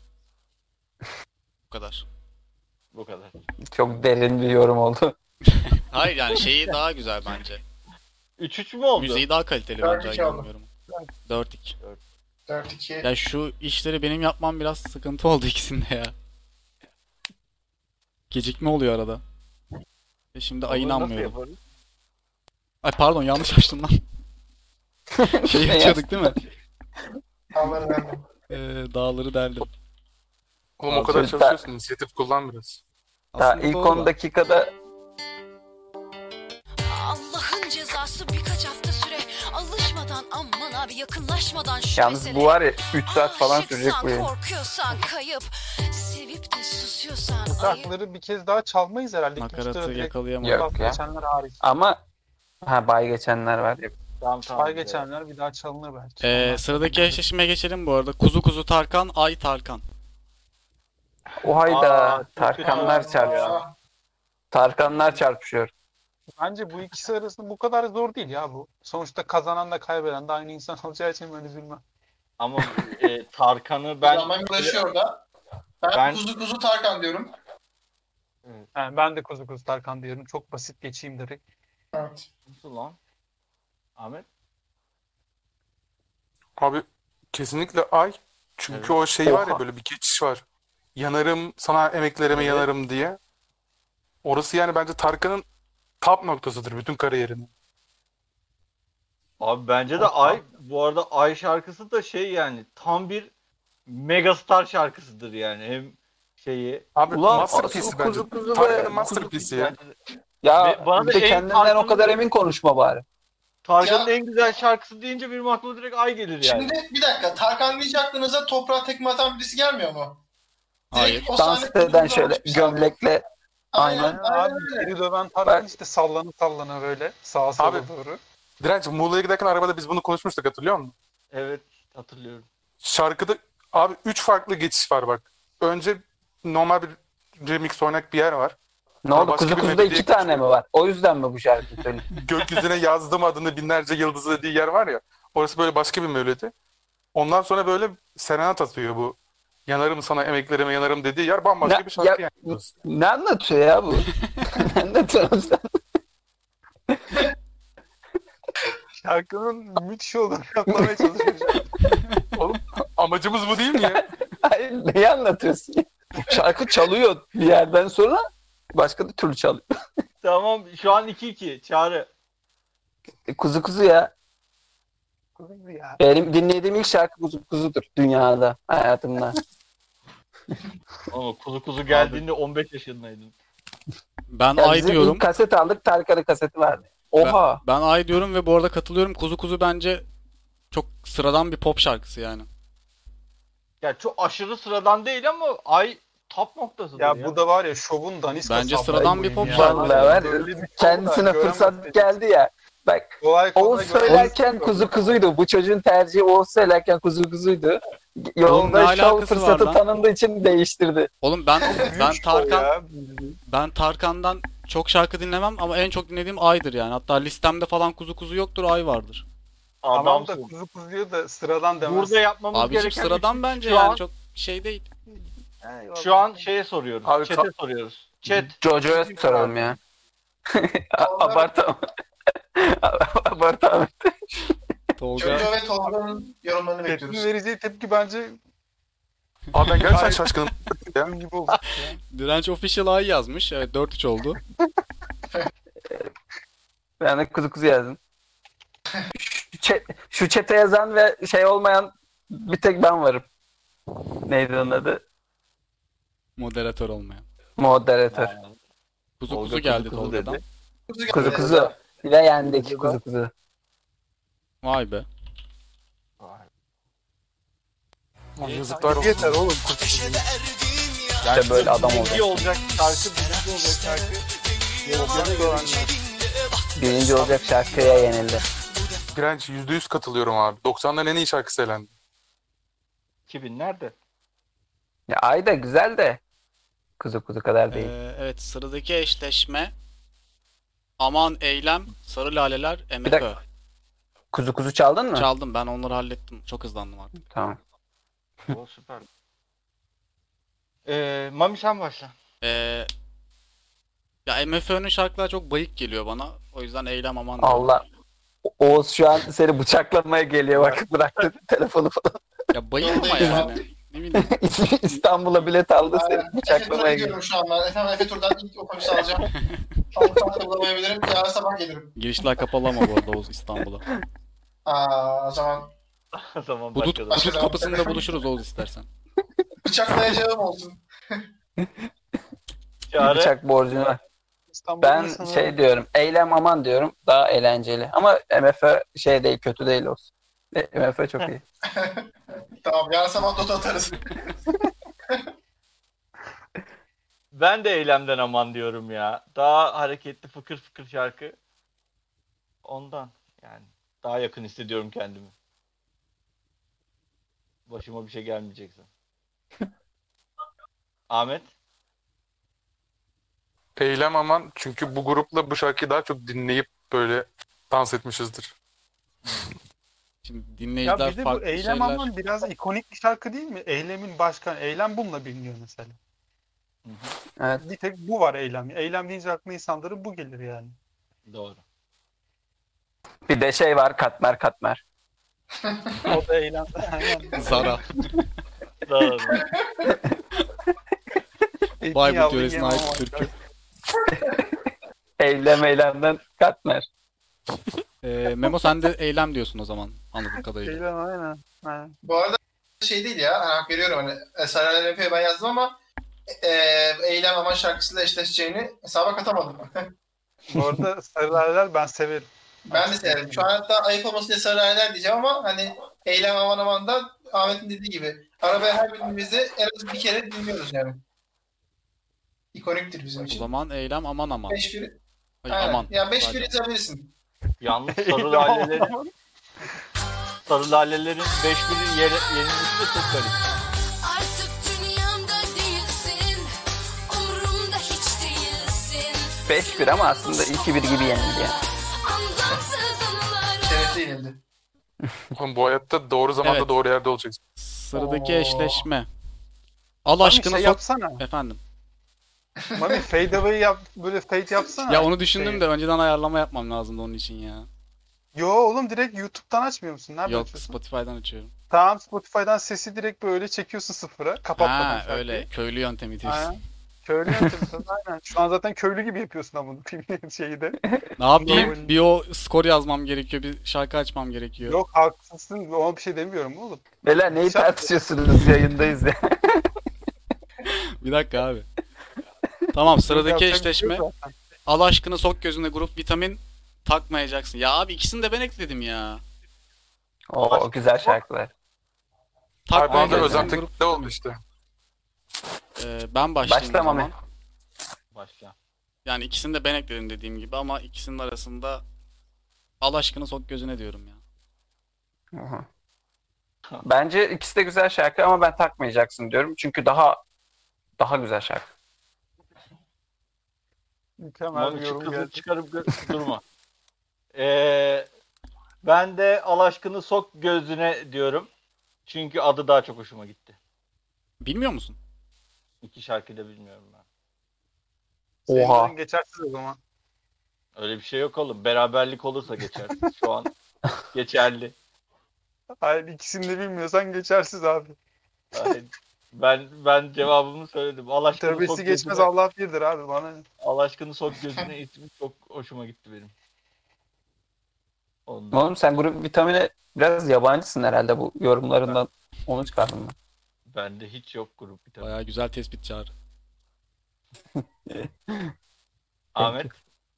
Bu kadar. Bu kadar. Çok derin bir yorum oldu. Hayır yani şeyi daha güzel bence. 3-3 mü oldu? Müziği daha kaliteli 4-2 bence Ay oldu. inanmıyorum. 4-2. 4-2. Ya şu işleri benim yapmam biraz sıkıntı oldu ikisinde ya. Gecikme oluyor arada. Şimdi Ay Onu nasıl inanmıyorum. yaparız? Ay pardon yanlış açtım lan. Şey yapıyorduk değil mi? Dağları Deldim. Dağları deldim. Oğlum o kadar Abi, çalışıyorsun. İnisiyatif kullan biraz. Daha Aslında ilk doğru 10 da. dakikada Allah'ın cezası birkaç hafta süre. Alışmadan aman abi yakınlaşmadan şu yalnız mesele. bu var ya 3 saat falan sürecek Aşıksan, bu yayın. korkuyorsan kayıp. Sevip de susuyorsan Bu ayıp. şarkıları bir kez daha çalmayız herhalde. İlk Nakaratı üçte direkt yakalayamadım. Yok ya. geçenler hariç. Ama bay geçenler var ya. Tamam. Bay geçenler bir daha çalınır belki. Ondan Sıradaki sonra- eşleşmeye geçelim bu arada. Kuzu Kuzu Tarkan, Ay Tarkan. O hayda Aa, çok Tarkanlar kötü oldu ya. çarpışıyor. Tarkanlar çarpışıyor. Bence bu ikisi arasında bu kadar zor değil ya bu. Sonuçta kazanan da kaybeden de aynı insan olacağı için ben üzülmem. Ama Tarkan'ı Ben... ben Zaman ulaşıyor da. Ben, Ben- kuzu kuzu Tarkan diyorum. Yani ben de kuzu kuzu Tarkan diyorum. Çok basit geçeyim direkt. Evet. nasıl lan? Ahmet? Abi kesinlikle Ay. Çünkü Evet. o şey var ya Oha. böyle bir geçiş var. Yanarım sana emeklerime Evet. yanarım diye. Orası yani bence Tarkan'ın top noktasıdır bütün kariyerinin. Abi bence de Ay, bu arada Ay şarkısı da şey yani tam bir megastar şarkısıdır yani. Hem şeyi. Abi Ulan masterpiece asıl bence. kuzu kuzu Tarkan'ın ve masterpiece'i ya. Bence de- Ya Ve bana bir da de en kendinden o Tarkan'ın- kadar emin konuşma bari. Tarkan'ın Ya- en güzel şarkısı deyince benim aklıma direkt Ay gelir yani. Şimdi bir dakika. Tarkan deyince aklınıza toprağa tekme atan birisi gelmiyor mu? Hayır. Direkt o Dans sahne eden şöyle kullanılmış bir sahne. gömlekle Aynen, aynen. aynen Abi öyle. geri döven Tarkan Ben- işte sallana böyle sağa sola Abi- doğru. Direnç Muğla'ya giderken arabada biz bunu konuşmuştuk hatırlıyor musun? Evet, hatırlıyorum. Şarkıda abi 3 farklı geçiş var bak. Önce normal bir remix oynak bir yer var. Ne oldu? Başka Kuzu bir kuzuda melodiye 2 tane mi var? O yüzden mi bu şarkı söylüyor? Gökyüzüne yazdım adını binlerce yıldız dediği yer var ya. Orası böyle başka bir melodi. Ondan sonra böyle serenat atıyor bu. Yanarım sana emeklerime yanarım dediği yer bambaşka Ne- bir şarkı ya- yani. Ne anlatıyor ya bu? Ne anlatıyorsun sen? Şarkının müthiş olduğunu yapmaya çalışıyor. Oğlum amacımız bu değil mi ya? Hayır, neyi anlatıyorsun ya? Şarkı çalıyor bir yerden sonra başka bir türlü çalıyor. Tamam, şu an 2-2. Çağrı. Kuzu kuzu ya. Kuzu ya. Benim dinlediğim ilk şarkı kuzu kuzudur dünyada, hayatımda. Ama kuzu kuzu geldiğinde 15 yaşındaydım. Ben Ya Ay bizim diyorum. ilk kaset aldık, Tarkan'ın kaseti vardı. Oha. Ben Ay diyorum ve bu arada katılıyorum. Kuzu Kuzu bence çok sıradan bir pop şarkısı yani. Ya çok aşırı sıradan değil ama Ay top noktasıdır ya. Ya bu da var ya şovun daniskası. Bence amına sıradan bir koyayım pop ya. şarkısı. Vallahi var. Böyle bir şov da Kendisine göremezsin. fırsat geldi ya. Bak Kolay kolay Oğuz göremezsin. söylerken kuzu kuzuydu. Bu çocuğun tercihi Oğuz söylerken kuzu kuzuydu. Oğlum ne Yolda şov alakası var fırsatı lan? tanındığı için değiştirdi. Oğlum ben Büyük şov Tarkan ya. ben Tarkan'dan çok şarkı dinlemem ama en çok dinlediğim Ay'dır yani. Hatta listemde falan Kuzu Kuzu yoktur, Ay vardır. Tamam da Adamsın. kuzu kuzuyor da sıradan demez. Burada yapmamız Abiciğim gereken sıradan bence şu yani an, çok şey değil. şu an şeye soruyoruz. Abi Chat'e soruyoruz. Chat. Jojo'ya soralım ya. Abartamam. Abartamam. Tolga Jojo ve Tolga'nın yorumlarını Tepkin bekliyoruz. vereceği tepki bence Abi ben gerçekten şaşkınım. Ya. bunun gibi oldu. Direnç Official Ay yazmış. Evet 4-3 oldu. Ben de kuzu kuzu yazdım. Şu çete yazan ve şey olmayan bir tek ben varım. Neydi onun adı? Moderatör olmayan. Moderatör. Yani, Kuzu Tolga kuzu geldi kuzu Tolga'dan. dedi. Kuzu kuzu. Leyen'deki Kuzu kuzu da- kuzu. Vay be. Yazıklar olsun. Yeter oğlum. Yani İşte böyle adam birinci olacak. birinci olacak şarkı. Birinci olacak şarkıya yenildi. Direnç %100 katılıyorum abi. 90'ların en iyi şarkısı elendi. 2000 nerede? Ya Ayda güzel de kuzu kuzu kadar değil. Evet, sıradaki eşleşme Aman Eylem, Sarı Laleler, MFÖ. dakika. Kuzu kuzu çaldın mı? Çaldım, ben onları hallettim. Çok hızlandım artık. Tamam. O süper. Mami sen başla. Ee, Ya MFÖ'nün şarkıları çok bayık geliyor bana. O yüzden Eylem Aman diyorum. Allah. Oğuz şu an seni bıçaklamaya geliyor. Bak bıraktı telefonu falan. Ya bayık ama Yoldayım yani. Ne bileyim. İstanbul'a bilet aldı seni Efe bıçaklamaya Tur'a geliyor. gidiyorum şu an ben. Efendim Efe Tur'dan ilk otobüs alacağım. Avukat bulamayabilirim. Yarın sabah gelirim. Girişler kapalı ama bu arada Oğuz İstanbul'a. O zaman O zaman Hudut, başka da. Başka hudut kapısında buluşuruz Oğuz istersen. bıçaklayacağım olsun. Çare. Bıçak borcunu var. İstanbul'un Ben insanı- şey diyorum. Eylem aman diyorum. Daha eğlenceli. Ama MFÖ şey değil. Kötü değil olsun. MFÖ çok iyi. Tamam yarın sabah Dota atarız. Ben de Eylem'den aman diyorum ya. Daha hareketli fıkır fıkır şarkı. Ondan yani. Daha yakın hissediyorum kendimi. Başıma bir şey gelmeyecekse. Ahmet? Eylem aman çünkü bu grupla bu şarkıyı daha çok dinleyip böyle dans etmişizdir. Şimdi Ya dinleyiciler bir de bu farklı Eylem şeyler... Aman biraz ikonik bir şarkı değil mi? Eylem'in başkanı. Eylem bununla biliniyor mesela. Evet. Bir tek bu var Eylem. Eylem deyince aklına insanların bu gelir yani. Doğru. Bir de şey var. Katmer katmer. O da Eylem. Aynen. Zara. Doğru. Bayburt Yavru yöresine yemem ait ama. türkü. Eylemden katmer. Memo sen de Eylem diyorsun o zaman anladığım kadarıyla. Eylem aynen. Aynen. Bu arada şey değil ya. Hak veriyorum hani. Saraylar Efe'ye ben yazdım ama Eylem Aman şarkısıyla eşleşeceğini hesaba katamadım. Bu arada Sarılarlar ben severim. Ben de severim. Şu an hatta ayıp olmasın diye Saraylar diyeceğim ama hani Eylem Aman Aman da Ahmet'in dediği gibi. Arabaya her bindiğimizde en az bir kere dinliyoruz yani. İkoniktir bizim O için. zaman Eylem aman aman. 5-1. Ay, Aynen. aman. Ya 5-1 Zaten. yazabilirsin. Yalnız sarı lalelerin sarı lalelerin 5-1'in yenilmesi de çok garip. Artık dünyamda değilsin, umurumda hiç değilsin. 5-1 ama aslında 2-1 gibi yenildi yani. Anlamsız anılar. Şerefli yenildi. Oğlum bu hayatta doğru zamanda Evet. doğru yerde olacaksın. Sıradaki Oo. eşleşme. Allah Mami aşkına şey sok... yapsana. Efendim. Mami fade away yap. Böyle fade yapsana. Ya onu düşündüm Şey- de önceden ayarlama yapmam lazımdı onun için ya. Yo oğlum direkt YouTube'dan açmıyor musun? Nereden Yok, açıyorsun? Spotify'dan açıyorum. Tamam Spotify'dan sesi direkt böyle çekiyorsun sıfıra. Kapatmadan Ha şarkıyı. öyle köylü yöntemi diyorsun. Aynen. Köylü yöntemi. Aynen. Şu an zaten köylü gibi yapıyorsun ama bunu şeyi de. Ne yapayım? Normal. Bir o skor yazmam gerekiyor, bir şarkı açmam gerekiyor. Yok haklısın. Ona bir şey demiyorum oğlum. Beyler neyi Şarkı- tartışıyorsunuz yayındayız ya. Bir dakika abi. Tamam, sıradaki Yapacak bir şey eşleşme. yok zaten. Allah aşkına sok gözüne grup vitamin takmayacaksın. Ya abi ikisini de ben ekledim ya. Oo güzel şarkılar. Abi bana da Takmayacaksın. özel Grup teknikte oldu vitamin. işte. Ben başlayayım Başla o zaman. Mami. Başla. Yani ikisini de ben ekledim dediğim gibi ama ikisinin arasında Allah aşkına sok gözüne diyorum ya. Aha. Bence ikisi de güzel şarkı ama ben takmayacaksın diyorum. Çünkü daha güzel şarkı. Mükemmel Mami bir yorum çıkıp geldi. çıkarıp durma. Ben de al aşkını sok gözüne diyorum. Çünkü adı daha çok hoşuma gitti. Bilmiyor musun? İki şarkıyı da bilmiyorum ben. Oha. Senin geçersiz o zaman. Öyle bir şey yok oğlum. Beraberlik olursa geçer. Şu an geçerli. Hayır ikisini de bilmiyorsan geçersiz abi. Yani ben cevabımı söyledim. Al aşkını sok Tövbesi geçmez gözüne. Allah birdir abi bana. Ne? Al aşkını sok gözüne ismi çok hoşuma gitti benim. Ondan. Oğlum sen grup vitamine biraz yabancısın herhalde bu yorumlarından. Onu çıkardım ben. Bende hiç yok grup bir tane. Bayağı güzel tespit Çağrı. Ahmet.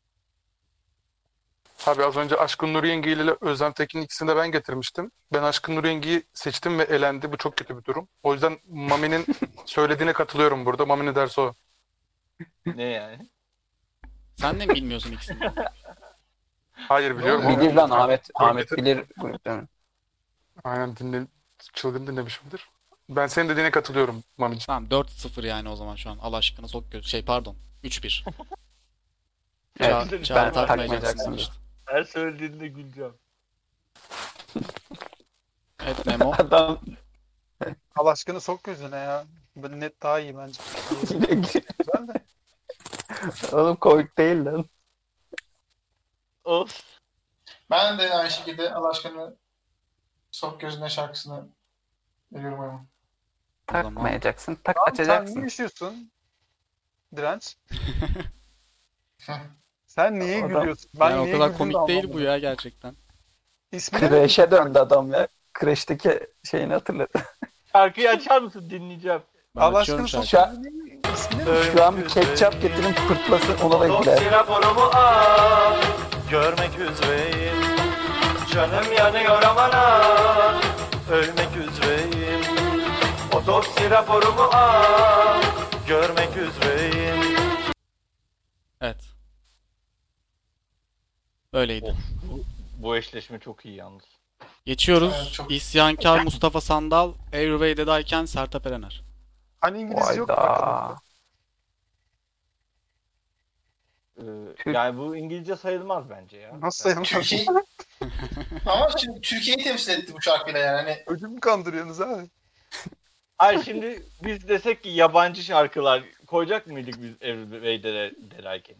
Abi az önce Aşkın Nur Yengi ile Özlem Tekin'in ikisini de ben getirmiştim. Ben Aşkın Nur Yengi'yi seçtim ve elendi. Bu çok kötü bir durum. O yüzden Mami'nin söylediğine katılıyorum burada. Mami ne derse o. Ne yani? Sen de mi bilmiyorsun ikisini? Hayır biliyorum. Bilir lan Ahmet. Gol Ahmet getir- bilir. Muhtemelen. Aynen çılgın dinlemişimdir. Ben senin dediğine katılıyorum Mami'ciğim. Tamam 4-0 yani o zaman şu an. Allah aşkına sok göz. Pardon. 3-1. Evet, Çağrı ben takmayacaksın takmayacaksın. işte. Her söylediğinde güleceğim. Evet Memo. Adam Allah aşkına sok gözüne ya. Böyle net daha iyi bence. yine Güzel de. oğlum komik değil lan. Of. Ben de aynı şekilde Allah aşkına Sok Gözüne şarkısını veriyorum ama. Takmayacaksın. Tak Tamam, sen niye açacaksın. yaşıyorsun? Direnç. Sen niye Adam- gülüyorsun? Ben Yani o niye kadar güldüğümü komik de değil bu anlamadım. ya gerçekten. İsmini mi? Crash'e döndü adam ya. Crash'teki şeyini hatırladı. Şarkıyı açar mısın? Dinleyeceğim. Ben Allah açıyorum aşkına sok şarkıyı. gözüne ismini mi? Şu an bir ketçap getirin pırtlasın ona da güler. Otopsi raporumu al, görmek üzereyim. Canım yanıyor aman ha, ölmek üzereyim. Otopsi raporumu al, görmek üzereyim. Evet. Böyleydi. Of. Bu eşleşme çok iyi yalnız. Geçiyoruz. Evet, çok- İsyankar Mustafa Sandal, Airway'deyken Sertab Erener. Hani İngilizce yok mu Hayda. arkadaşlar? Yani bu İngilizce sayılmaz bence ya. Nasıl sayılmaz? Türkiye... Ama şimdi Türkiye'yi temsil etti bu şarkıyla yani. Hani Ödümü kandırıyorsunuz abi. Hayır şimdi biz desek ki yabancı şarkılar koyacak mıydık biz Everyway'de derken?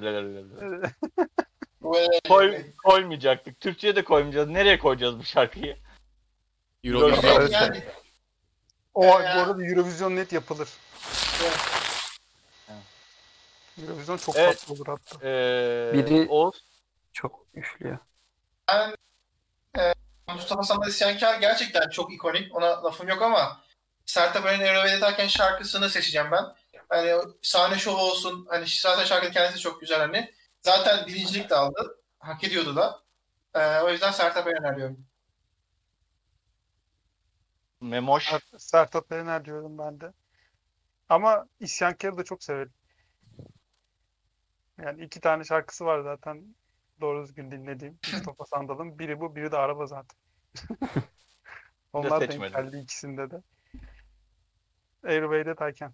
Koymayacaktık. Türkçe'ye de koymayacağız. Nereye koyacağız bu şarkıyı? Eurovision. Evet, yani O bu arada Eurovision net yapılır. Evet. Eurovision çok Evet. tatlı olur hatta. Biri- Oğuz. Çok üflüyor. Mustafa Sandal İsyankar gerçekten çok ikonik. Ona lafım yok ama Sertab Erener'in Ereğli ederken şarkısını seçeceğim ben. Hani o sahne şovu olsun. Hani zaten şarkının kendisi çok güzel hani. Zaten birincilik de aldı. Hak ediyordu da. O yüzden Sertab Erener diyorum. Memoş. Sertab Erener diyorum ben de. Ama İsyankar'ı da çok severim. Yani 2 tane şarkısı var zaten doğru düzgün dinlediğim Mustafa Sandal'ın. Biri bu, biri de Araba zaten. Onlar denk seçmedim. geldi ikisinde de. Airway'de Taycan.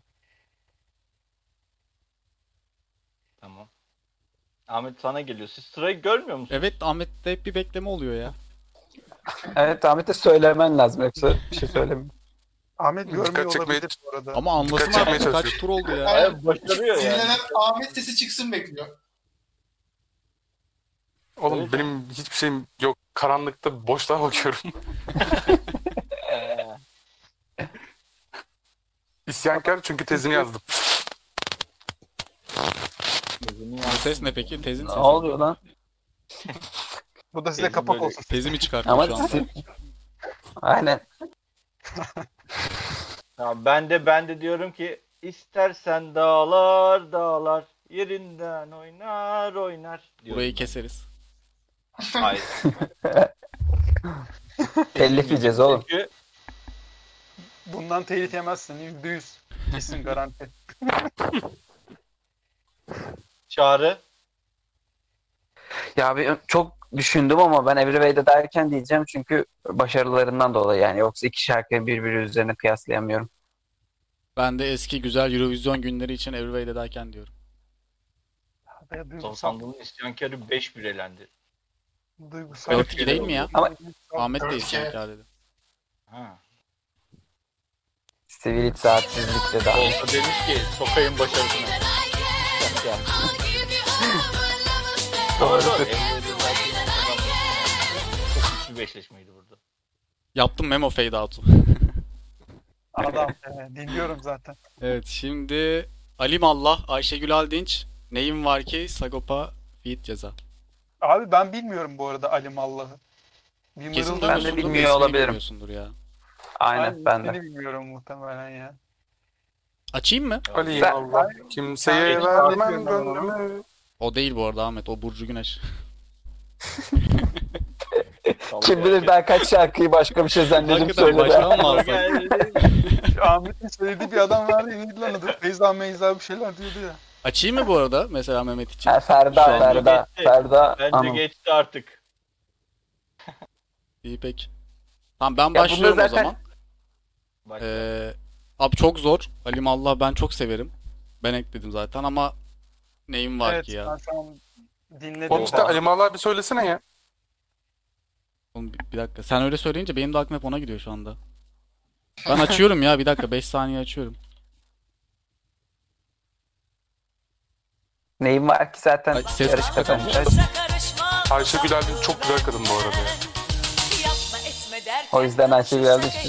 Tamam. Ahmet sana geliyor. Siz sırayı görmüyor musunuz? Evet Ahmet'te hep bir bekleme oluyor ya. Evet Ahmet'e söylemen lazım yoksa bir şey söylemiyor. Ahmet Dikkat görmüyor çekmeye- olabilir bu arada. Ama anlasın çekmeye artık kaç çalışıyor. tur oldu ya. Hayır, başarıyor yani. Dinlenen Ahmet sesi çıksın bekliyor. Oğlum Evet. benim hiçbir şeyim yok. Karanlıkta boşluğa bakıyorum. İsyankar çünkü tezini yazdım. Bu ses ne peki? Tezin Ne sesi. oluyor lan? Bu da size Teyze kapak böyle- olsun. Tezimi çıkarttım Ama şu an. aynen. Ya ben de diyorum ki istersen dağlar dağlar yerinden oynar oynar diyorum. Burayı keseriz. Hayır. Telif yiyeceğiz oğlum. Çünkü Bundan telif yemezsin %100. Kesin garanti. Çağrı Ya bir çok düşündüm ama ben Everyway'de derken diyeceğim çünkü başarılarından dolayı yani yoksa iki şarkıyı birbiri üzerine kıyaslayamıyorum. Ben de eski güzel Eurovision günleri için Everyway'deyken diyorum. Son sandığın isyankarı 5-1 elendi. Duygusal. 4-2 değil mi ya? Ama- Ahmet de 4-2. isyankar dedi. Ha. Sivil saatsizlikte daha. Olsa demiş ki sokayım başarısına. Ya. Doğru. Çok güçlü bir eşleşmeydi burada. Yaptım Memo fade out'u. Adam. Dinliyorum zaten. Evet şimdi Ali Mallah, Ayşegül Aldinç, Neyim Var Ki, Sagopa, Feat Ceza. Abi ben bilmiyorum bu arada Ali Mallah'ı. Bir Kesin mırıldan- Ben de duymuyorsundur da bilmiyor ismini olabilirim. bilmiyorsundur ya. Aynen ben de. ismini bilmiyorum muhtemelen ya. Açayım mı? Ali Ben- Allah. Kimseye Ben- vermem Ben- gönlümü. O değil bu arada Ahmet. O Burcu Güneş. Kim bilir daha kaç şarkıyı başka bir şey zannedip Hakikaten söyledi. baştan mı alsak? Şu Ahmet'in söylediği bir adam vardı. Neydi lan adı? Feyza Meyza bir şeyler diyordu ya. Açayım mı bu arada? Mesela Mehmet için. Ha, Şu Ferda, anda Ferda, geçti. Ferda. Bence Anam. geçti artık. İyi peki. Tamam ben Ya başlıyorum bunda o zaten- zaman. Bak, Abi çok zor. Alimallah ben çok severim. Ben ekledim zaten ama neyim var Evet, ki ya? ben şu an dinledim. Oğlum işte Ali Mallah bir söylesene ya. Oğlum bir dakika. Sen öyle söyleyince benim de aklım hep ona gidiyor şu anda. Ben açıyorum ya bir dakika. 5 saniye açıyorum. Neyim var ki zaten Ay, ses yarış kısık kazanacağız. Ayşe Gülal'in çok güzel kadın bu arada ya. O yüzden Ayşe Gülal'de işte.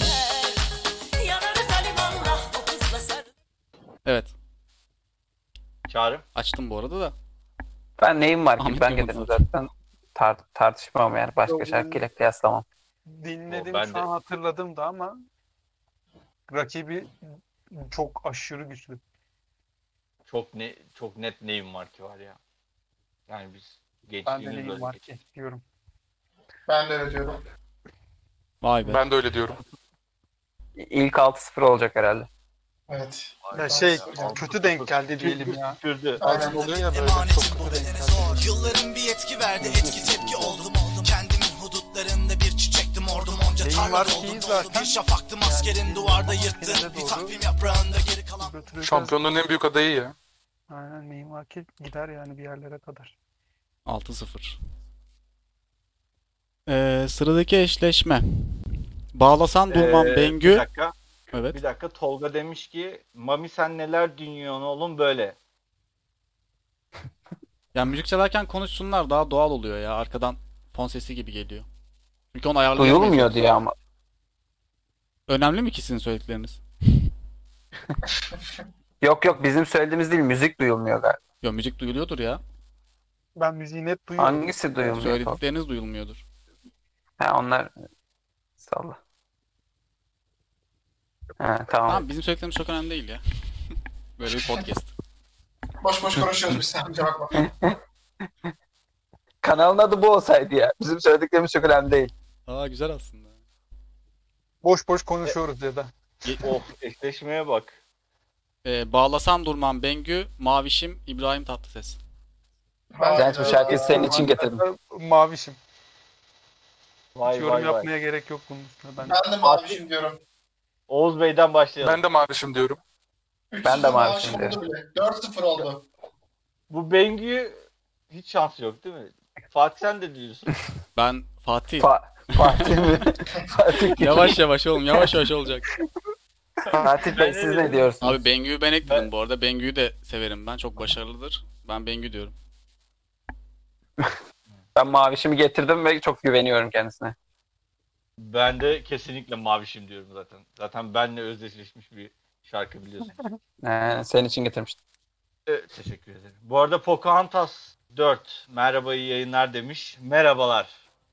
Evet. Çağrı. Açtım bu arada da. Ben neyim var ki Ahmet ben duymadı getirdim zaten. zaten. Tartışmam yani başka Yok, ben- şarkıyla kıyaslamam. Dinledim Ben şu de. an hatırladım da ama rakibi çok aşırı güçlü. Çok net neyim var ki var ya. Yani biz Ben de gençliğimiz neyim böyle var geçti. ki diyorum. Ben de öyle diyorum. Vay be. Ben de öyle diyorum. İlk 6-0 olacak herhalde. Evet. Ya şey kötü denk geldi diyelim ya. Kürdü. Bazen oluyor ya böyle çok kötü denk geldi. Yılların bir etki verdi, etki tepki oldum. Kendimin hudutlarında bir çiçektim ordum. Onca Neyin tarla var ki doldum. zaten? Bir şafaktım askerin duvarda yırttı. Yine de Bir doğru. takvim yaprağında geri kalan. Götüreceğiz. Şampiyonluğun en büyük adayı ya. Aynen neyim var ki gider yani bir yerlere kadar. 6-0. Sıradaki eşleşme. Bağlasan Durmam Bir Bengü. dakika. Evet. Bir dakika. Tolga demiş ki Mami sen neler dinliyorsun oğlum böyle. Yani müzik çalarken konuşsunlar daha doğal oluyor ya. Arkadan fon sesi gibi geliyor. Çünkü onu ayarlayamayız. Duyulmuyor diye ama. Önemli mi ki sizin söyledikleriniz? Yok bizim söylediğimiz değil müzik duyulmuyor galiba. Yok müzik duyuluyordur ya. Ben müziği net duyuyorum. Hangisi duyulmuyor? Söyledikleriniz duyulmuyordur. Ha onlar salla. Ha tamam. Tamam bizim söylediklerimiz çok önemli değil ya. Böyle bir podcast. Boş boş konuşuyoruz biz sen. Bakma. Kanalın adı bu olsaydı ya. Bizim söylediklerimiz çok önemli değil. Aa güzel aslında. Boş boş konuşuyoruz ya da. Oh eşleşmeye bak. Bağlasam Durmam Bengü, Mavişim, İbrahim Tatlıses. Ben bu şarkıyı senin için getirdim. Mavişim. Hiç Vay yorum vay vay. yapmaya gerek yok bunun üstüne. Ben Ben de mavişim diyorum. Oğuz Bey'den başlayalım. Ben de mavişim diyorum. 3-0 Ben de mavişim mavişim oldu bile. 4-0 oldu. Bu Bengü hiç şansı yok değil mi? Fatih sen de diyorsun. Ben Fatih. Fatih mi? Fatih kim? Yavaş yavaş oğlum yavaş yavaş olacak. Fatih Bey siz ne diyorsunuz? Abi Bengü'yü ben ekledim bu arada. Bengü'yü de severim ben. Çok başarılıdır. Ben Bengü diyorum. Ben Mavişim'i getirdim ve çok güveniyorum kendisine. Ben de kesinlikle Mavişim diyorum zaten. Zaten benle özdeşleşmiş bir şarkı biliyorsun. Senin için getirmiştim. Evet, teşekkür ederim. Bu arada Pocahontas 4 merhaba iyi yayınlar demiş. Merhabalar.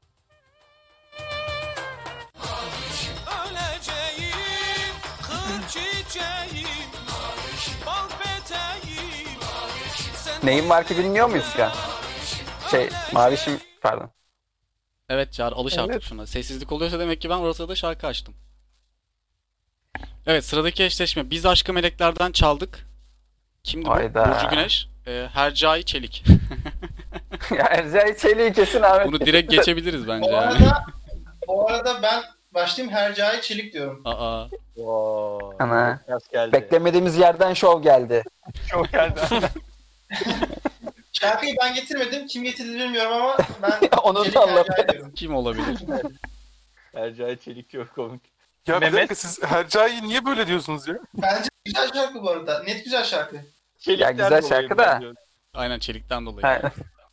Öleceğim, kır çiçeğim, bal peteğim. Neyim var ki bilmiyor muyuz şu an? Mavişim pardon. Evet Çağrı alış artık Evet. şuna. Sessizlik oluyorsa demek ki ben orada da şarkı açtım. Evet sıradaki eşleşme. Biz Aşkı Meleklerden çaldık. Kimdi bu? Hayda. Burcu Güneş. Hercai Çelik. Ya Erzai Çelik'i kesin Ahmet. Bunu direkt geçebiliriz bence Bu yani. arada, bu arada ben başlayayım Hercai Çelik diyorum. Aa. Wow. Ana. Biraz geldi. Beklemediğimiz yerden şov geldi. çok geldi. Şarkıyı ben getirmedim. Kim getirdi bilmiyorum ama ben Onu da Çelik Allah Hercai diyorum. Kim olabilir? Ercai Çelik çok komik. Ya bir Mehmet? dakika siz Hercai'yi niye böyle diyorsunuz ya? Bence güzel şarkı bu arada. Net güzel şarkı. Çelik'ten güzel dolayı şarkı ben da. diyorum. Aynen Çelik'ten dolayı. Ha,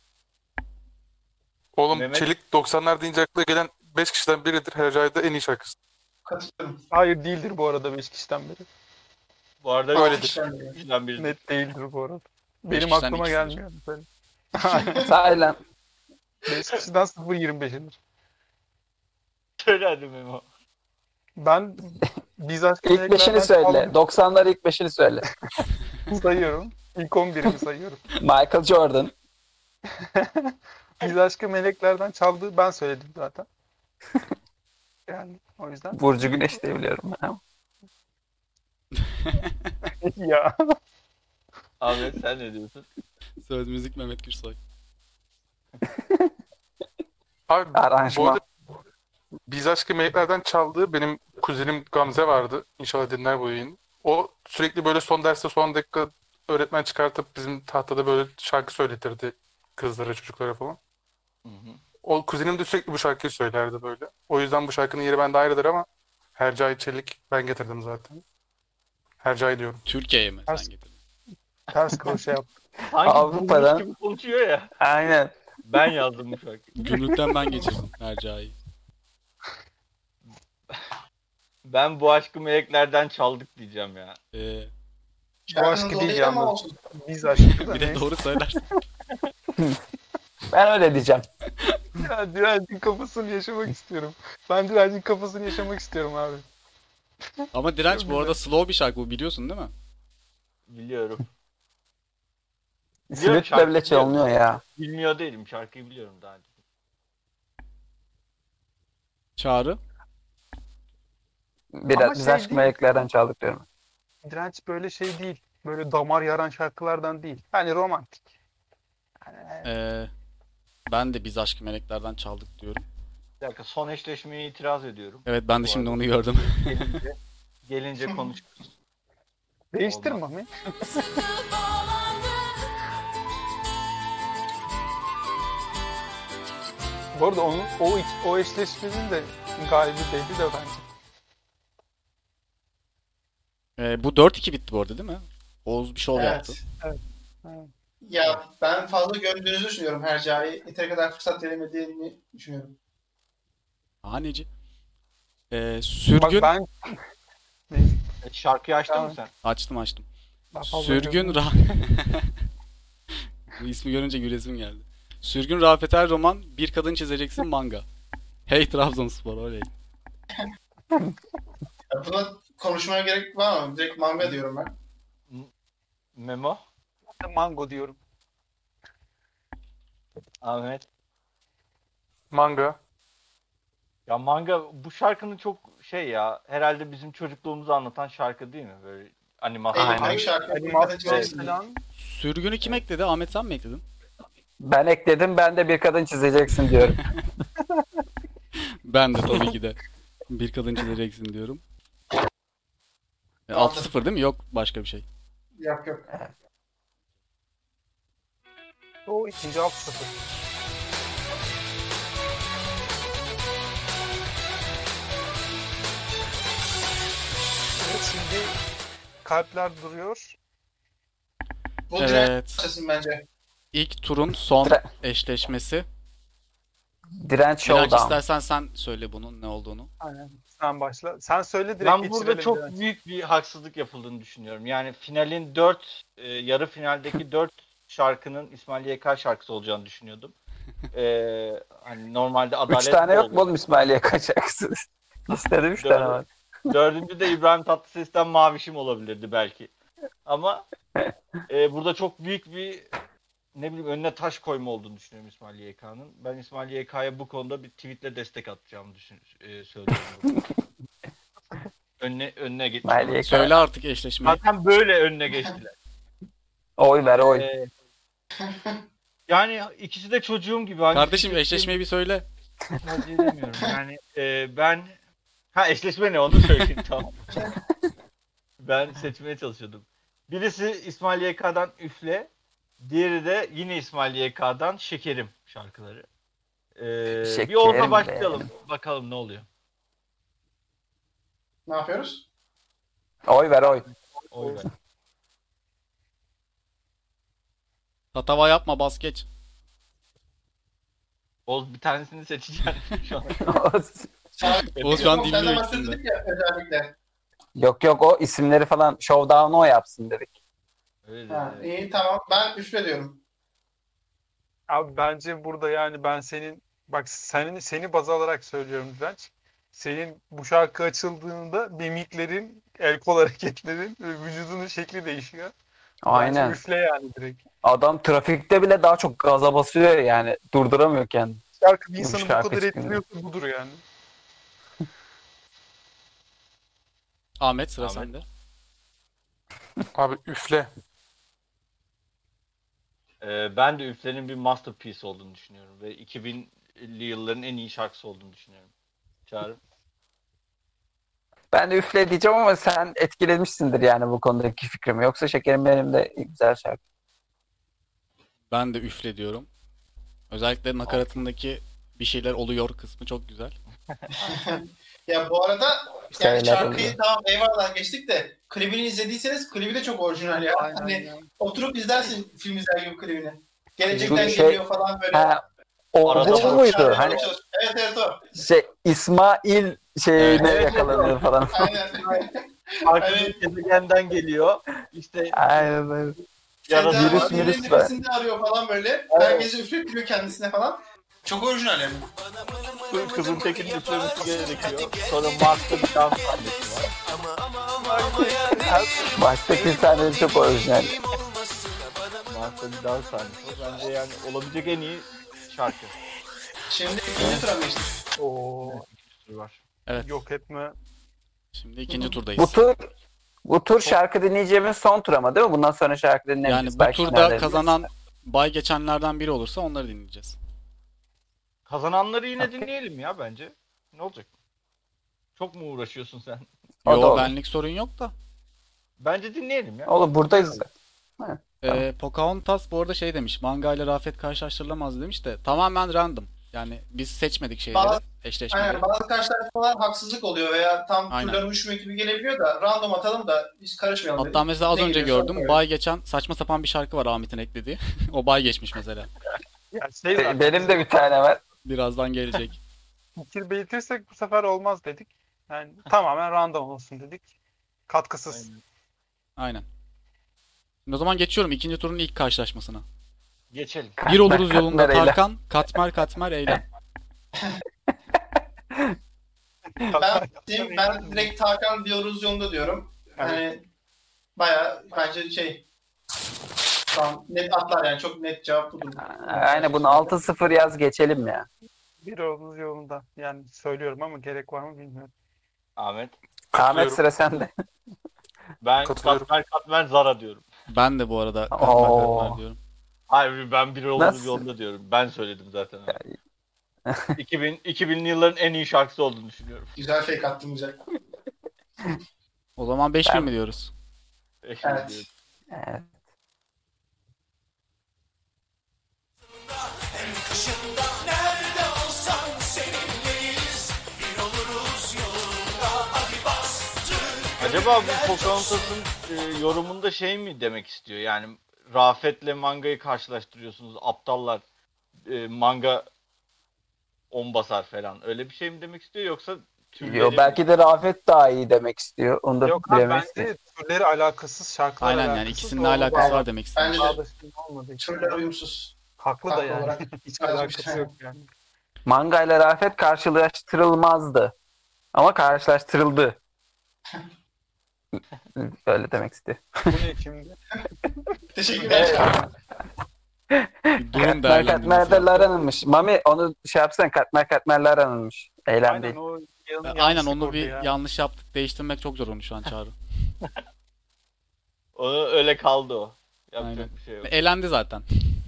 Oğlum Mehmet? Çelik 90'lar deyince akla gelen 5 kişiden biridir. Hercai'de en iyi şarkısı. Katılıyorum. Hayır değildir bu arada 5 kişiden biri. Bu arada Öyledir. kişiden biri. Net değildir bu arada. Beş Benim kişiden aklıma ikisidir. gelmiyor. Böyle. Sahiden. 5 kişiden 0.25'idir. Söyle hadi Memo. Ben Biz Aşkı İlk 5'ini Meleklerden söyle. 90'lar ilk 5'ini söyle. sayıyorum. İlk 11'imi sayıyorum. Michael Jordan. Biz Aşkı Meleklerden çaldığı ben söyledim zaten. Yani o yüzden. Burcu Güneş diye biliyorum ben ama. Ya. Ahmet sen ne diyorsun? Söz müzik Mehmet Gürsoy. Abi bu Aranjman. arada Biz Aşkı Meleklerden çaldığı benim kuzenim Gamze vardı. İnşallah dinler bu yayını. O sürekli böyle son derste son dakika öğretmen çıkartıp bizim tahtada böyle şarkı söyletirdi kızlara, çocuklara falan. Hı hı. O kuzenim de sürekli bu şarkıyı söylerdi böyle. O yüzden bu şarkının yeri bende ayrıdır ama Hercai Çelik ben getirdim zaten. Hercai diyorum. Türkiye'ye mi sen Ters- getirdin? Ters kroşe yaptım. Sanki Avrupa'dan- bulmuş gibi konuşuyor ya. Aynen. Ben yazdım bu şarkıyı. Gümrükten ben geçirdim Hercai'yi. Ben bu aşkı meleklerden çaldık diyeceğim ya. Bu aşkı Şarkının değil dolayı ama yalnız. olsun. Biz Aşkı da Bir de ne? doğru söylersin. Ben öyle diyeceğim. Ya Direncin kafasını yaşamak istiyorum. Ben Direncin kafasını yaşamak istiyorum abi. Ama Direnç bu arada slow bir şarkı bu, biliyorsun değil mi? Biliyorum. Flütle şarkı bile çalınıyor ya. Bilmiyor değilim. Şarkıyı biliyorum daha önce. Çağrı. Ama Biraz biz şey Aşkı değil. Meleklerden çaldık diyorum. Direnç böyle şey değil. Böyle damar yaran şarkılardan değil. Yani romantik. Ben de Biz Aşkı Meleklerden çaldık diyorum. Bir dakika, son eşleşmeye itiraz ediyorum. Evet, ben de Bu şimdi arada. onu gördüm. Gelince konuşuruz. Değiştir Olmaz. Mami. Bu arada o eşleşmenin de galibi belli de bence. Bu 4-2 bitti bu arada değil mi? Oğuz bir şov Evet. yaptı. Ya ben fazla gördüğünüzü düşünüyorum Hercai. Yeteri kadar fırsat verilmediğini düşünüyorum. Haneci. Bak Sürgün. ben Şarkıyı açtın Tamam. mı sen? Açtım. ben fazla Sürgün gördüm. Bu ismi görünce gülesim geldi. Sürgün Rafet Er roman, bir kadın çizeceksin manga. Hey Trabzonspor, oley. Ya buna konuşmaya gerek var mı? Direkt manga diyorum ben. Memo, Mango diyorum. Ahmet. Manga. Ya manga bu şarkının çok şey ya. Herhalde bizim çocukluğumuzu anlatan şarkı değil mi? Böyle animasyon. Eylül hangi şarkı? Animasyon Evet. falan. Sürgünü kim ekledi? Ahmet sen mi ekledin? Ben ekledim, ben de bir kadın çizeceksin diyorum. Ben de tabii ki de bir kadın çizeceksin diyorum. 6-0 değil mi? Yok başka bir şey. Yok yok. O ikinci 6-0. Evet, şimdi kalpler duruyor. Bu direnç Evet. parçasın bence. İlk turun son Tre- eşleşmesi. Direnç Direnç, Showdown. istersen sen söyle bunun ne olduğunu. Aynen. Sen başla. Sen söyle direkt Ben burada geçirelim çok Direnç. büyük bir haksızlık yapıldığını düşünüyorum. Yani finalin yarı finaldeki 4 şarkının İsmail YK şarkısı olacağını düşünüyordum. Hani normalde 3 adalet tane bu yok mu oluyor. oğlum İsmail'e kaçacaksınız? Listede 3 tane var. Dördüncü de İbrahim Tatlıses'ten Mavişim olabilirdi belki. Ama burada çok büyük bir ne bileyim önüne taş koyma olduğunu düşünüyorum İsmail YK'nın. Ben İsmail YK'ya bu konuda bir tweetle destek atacağımı söylüyorum. önüne geçtiler. İsmail YK. Söyle artık eşleşmeyi. Zaten böyle önüne geçtiler. Oy ver oy. Ee, yani ikisi de çocuğum gibi. Kardeşim eşleşmeyi bir söyle. tercih edemiyorum. Yani ben eşleşme ne onu söyleyeyim tamam. Ben seçmeye çalışıyordum. Birisi İsmail YK'dan Üfle, diğeri de yine İsmail YK'dan Şekerim şarkıları. Bir Şekerim orada be. başlayalım. Bakalım ne oluyor. Ne yapıyoruz? Oy ver oy. Oy ver. Tatava yapma, bas geç. Oğuz bir tanesini seçeceğim şu an. Oğuz şu an Senden dinliyor bahsettik ikisini de. ya özellikle. Yok yok, o isimleri falan Showdown'u o yapsın dedik. Öyle Ha, dedi. iyi tamam. Ben üfle diyorum. Abi bence burada yani ben senin bak seni baz alarak söylüyorum Direnç. senin bu şarkı açıldığında mimiklerin, el kol hareketlerin ve vücudunun şekli değişiyor. Bence Aynen. üfle yani direkt. Adam trafikte bile daha çok gaza basıyor yani. Durduramıyor kendini. Şarkı bir Bu insanı bu şarkı kadar çıkınca. etkiliyorsa budur yani. Ahmet sıra Ahmet. sende. Abi üfle. Ben de Üfle'nin bir masterpiece olduğunu düşünüyorum ve 2000'li yılların en iyi şarkısı olduğunu düşünüyorum. Çağrı. Ben de üfle diyeceğim ama sen etkilemişsindir yani bu konudaki fikrimi. Yoksa Şekerim Benim de güzel şarkı. Ben de üfle diyorum. Özellikle nakaratındaki bir şeyler oluyor kısmı çok güzel. Ya bu arada Şeyler yani şarkıyı oluyor. tamam eyvallah geçtik de klibini izlediyseniz klibi de çok orijinal ya. Aynen Hani ya. oturup izlersin film izler gibi klibini. Gelecekten Şu geliyor falan böyle. Ha, o Arada bu çalıyor, muydu? Çalmaya Hani çalışıyor. Evet evet o. İsmail şeyine Evet. yakalanıyor falan. Aynen. Şarkı gezegenden geliyor. İşte Aynen öyle. Ya da virüs birinin virüs var. nefesinde arıyor falan böyle. Herkesi üfletiyor kendisine falan. Çok orijinal yani. kızın tekini üflemesi gerekiyor. Sonra Mars'ta bir dans sahnesi var. Baştaki sahneleri çok orijinal. Mars'ta bir dans sahnesi var. Bence yani olabilecek en iyi şarkı. Şimdi ikinci tura mı geçtik? Oo, Var. Evet. yok etme. Şimdi ikinci Bu turdayız. tur şarkı dinleyeceğimiz son tur ama değil mi? Bundan sonra şarkı dinlemeyeceğiz. Yani bu Belki turda nerede kazanan bay geçenlerden biri olursa onları dinleyeceğiz. Kazananları yine Okey. dinleyelim ya bence. Ne olacak? Çok mu uğraşıyorsun sen? O da Yo olur. benlik sorun yok da. Bence dinleyelim ya. Oğlum buradayız. Tamam. Pocahontas bu arada şey demiş. Manga ile Rafet karşılaştırılamaz demiş de tamamen random. Yani biz seçmedik şeyleri, Bazı- eşleşmeleri. Aynen bazı karşılaşmalar haksızlık oluyor veya tam Aynen. türden uyuşmuyor gibi gelebiliyor da random atalım da biz karışmayalım Hatta dedik. mesela az Ne önce geliyorsa gördüm. öyle. Bay geçen saçma sapan bir şarkı var Ahmet'in eklediği. O bay geçmiş mesela. Ya şey zaten, Benim de bir tane var. Birazdan gelecek. fikir belirtirsek bu sefer olmaz dedik. Yani tamamen random olsun dedik. Katkısız. Aynen. Aynen. Şimdi o zaman geçiyorum ikinci turun ilk karşılaşmasına. Geçelim. Bir oluruz yolunda Katmer eyle. Tarkan, Katmer Eylem. Ben direkt Tarkan diyoruz yolunda diyorum. Yani bayağı bence şey tam net atlar yani çok net cevap budur. Aynen bunu 6-0 yaz geçelim ya. Bir olduğunuz yolunda. Yani söylüyorum ama gerek var mı bilmiyorum. Ahmet. Ahmet sıra sende. Ben Katılıyorum. Katmer Zara diyorum. Ben de bu arada Oo. Katmer diyorum. Hayır ben bir oluruz Nasıl? yolunda diyorum. Ben söyledim zaten. 2000'li yılların en iyi şarkısı olduğunu düşünüyorum. Güzel fake attım güzel. O zaman 5-1 Ben- mi diyoruz? Evet. Diyorum. Evet. Nerede olsam seninleyiz. Bir oluruz yolunda hadi bas. Acaba bu Pocahontas'ın yorumunda şey mi demek istiyor? Yani Rafet'le mangayı karşılaştırıyorsunuz. Aptallar manga 10 basar falan. Öyle bir şey mi demek istiyor yoksa türleri Yo, mi? belki de Rafet daha iyi demek istiyor. Onu da Yok abi bilemeyiz. bence türleri alakasız, şarkılar Aynen alakasız. yani ikisinin O alakası bağlı- var demek istedim. Bence de Bağdaşım olmadığı için. türler uyumsuz. Haklı da Haklı yani. olarak. Hiç Biraz alakası bir şey. yok yani. Manga ile Rafet karşılaştırılmazdı. Ama karşılaştırıldı. Öyle demek istiyor. Bu ne şimdi? Teşekkürler. Bir durum Katmer değerlendirmesi. Katmer'ler anılmış. Mami onu şey yapsana Katmer'ler anılmış. Eylem Aynen değil. o Aynen yanlışlık onu orada bir ya. yanlış yaptık. Değiştirmek çok zor olmuş şu an Çağrı. O öyle kaldı o. Yapacak Aynen. bir şey yok. Elendi zaten.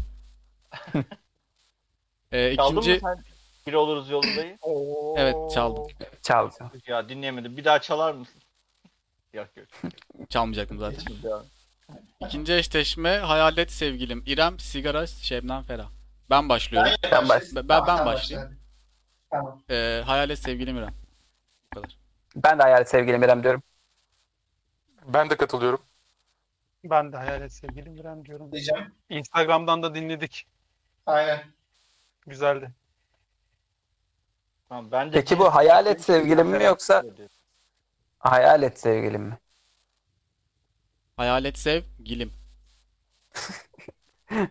Çaldın İkinci mı sen bir oluruz yolundayı? Oo. Evet, çaldım. Çalacağım. Ya dinleyemedim. Bir daha çalar mısın? Yok yok. çalmayacaktım zaten. Geçtim devam. İkinci eşleşme Hayalet Sevgilim İrem Sigara Şebnem Ferah. Ben başlıyorum. Ben baş- Ben Tamam, başlayayım. Tamam. Hayalet Sevgilim İrem. Bu kadar. Ben de hayal sevgilim İrem diyorum. Ben de katılıyorum. Ben de Hayalet Sevgilim İrem diyorum. Diyeceğim. Instagram'dan da dinledik. Aynen. Güzeldi. Tamam, ben de Peki bu hayalet sevgilim mi yoksa hayalet sevgilim mi? Hayalet Sevgilim.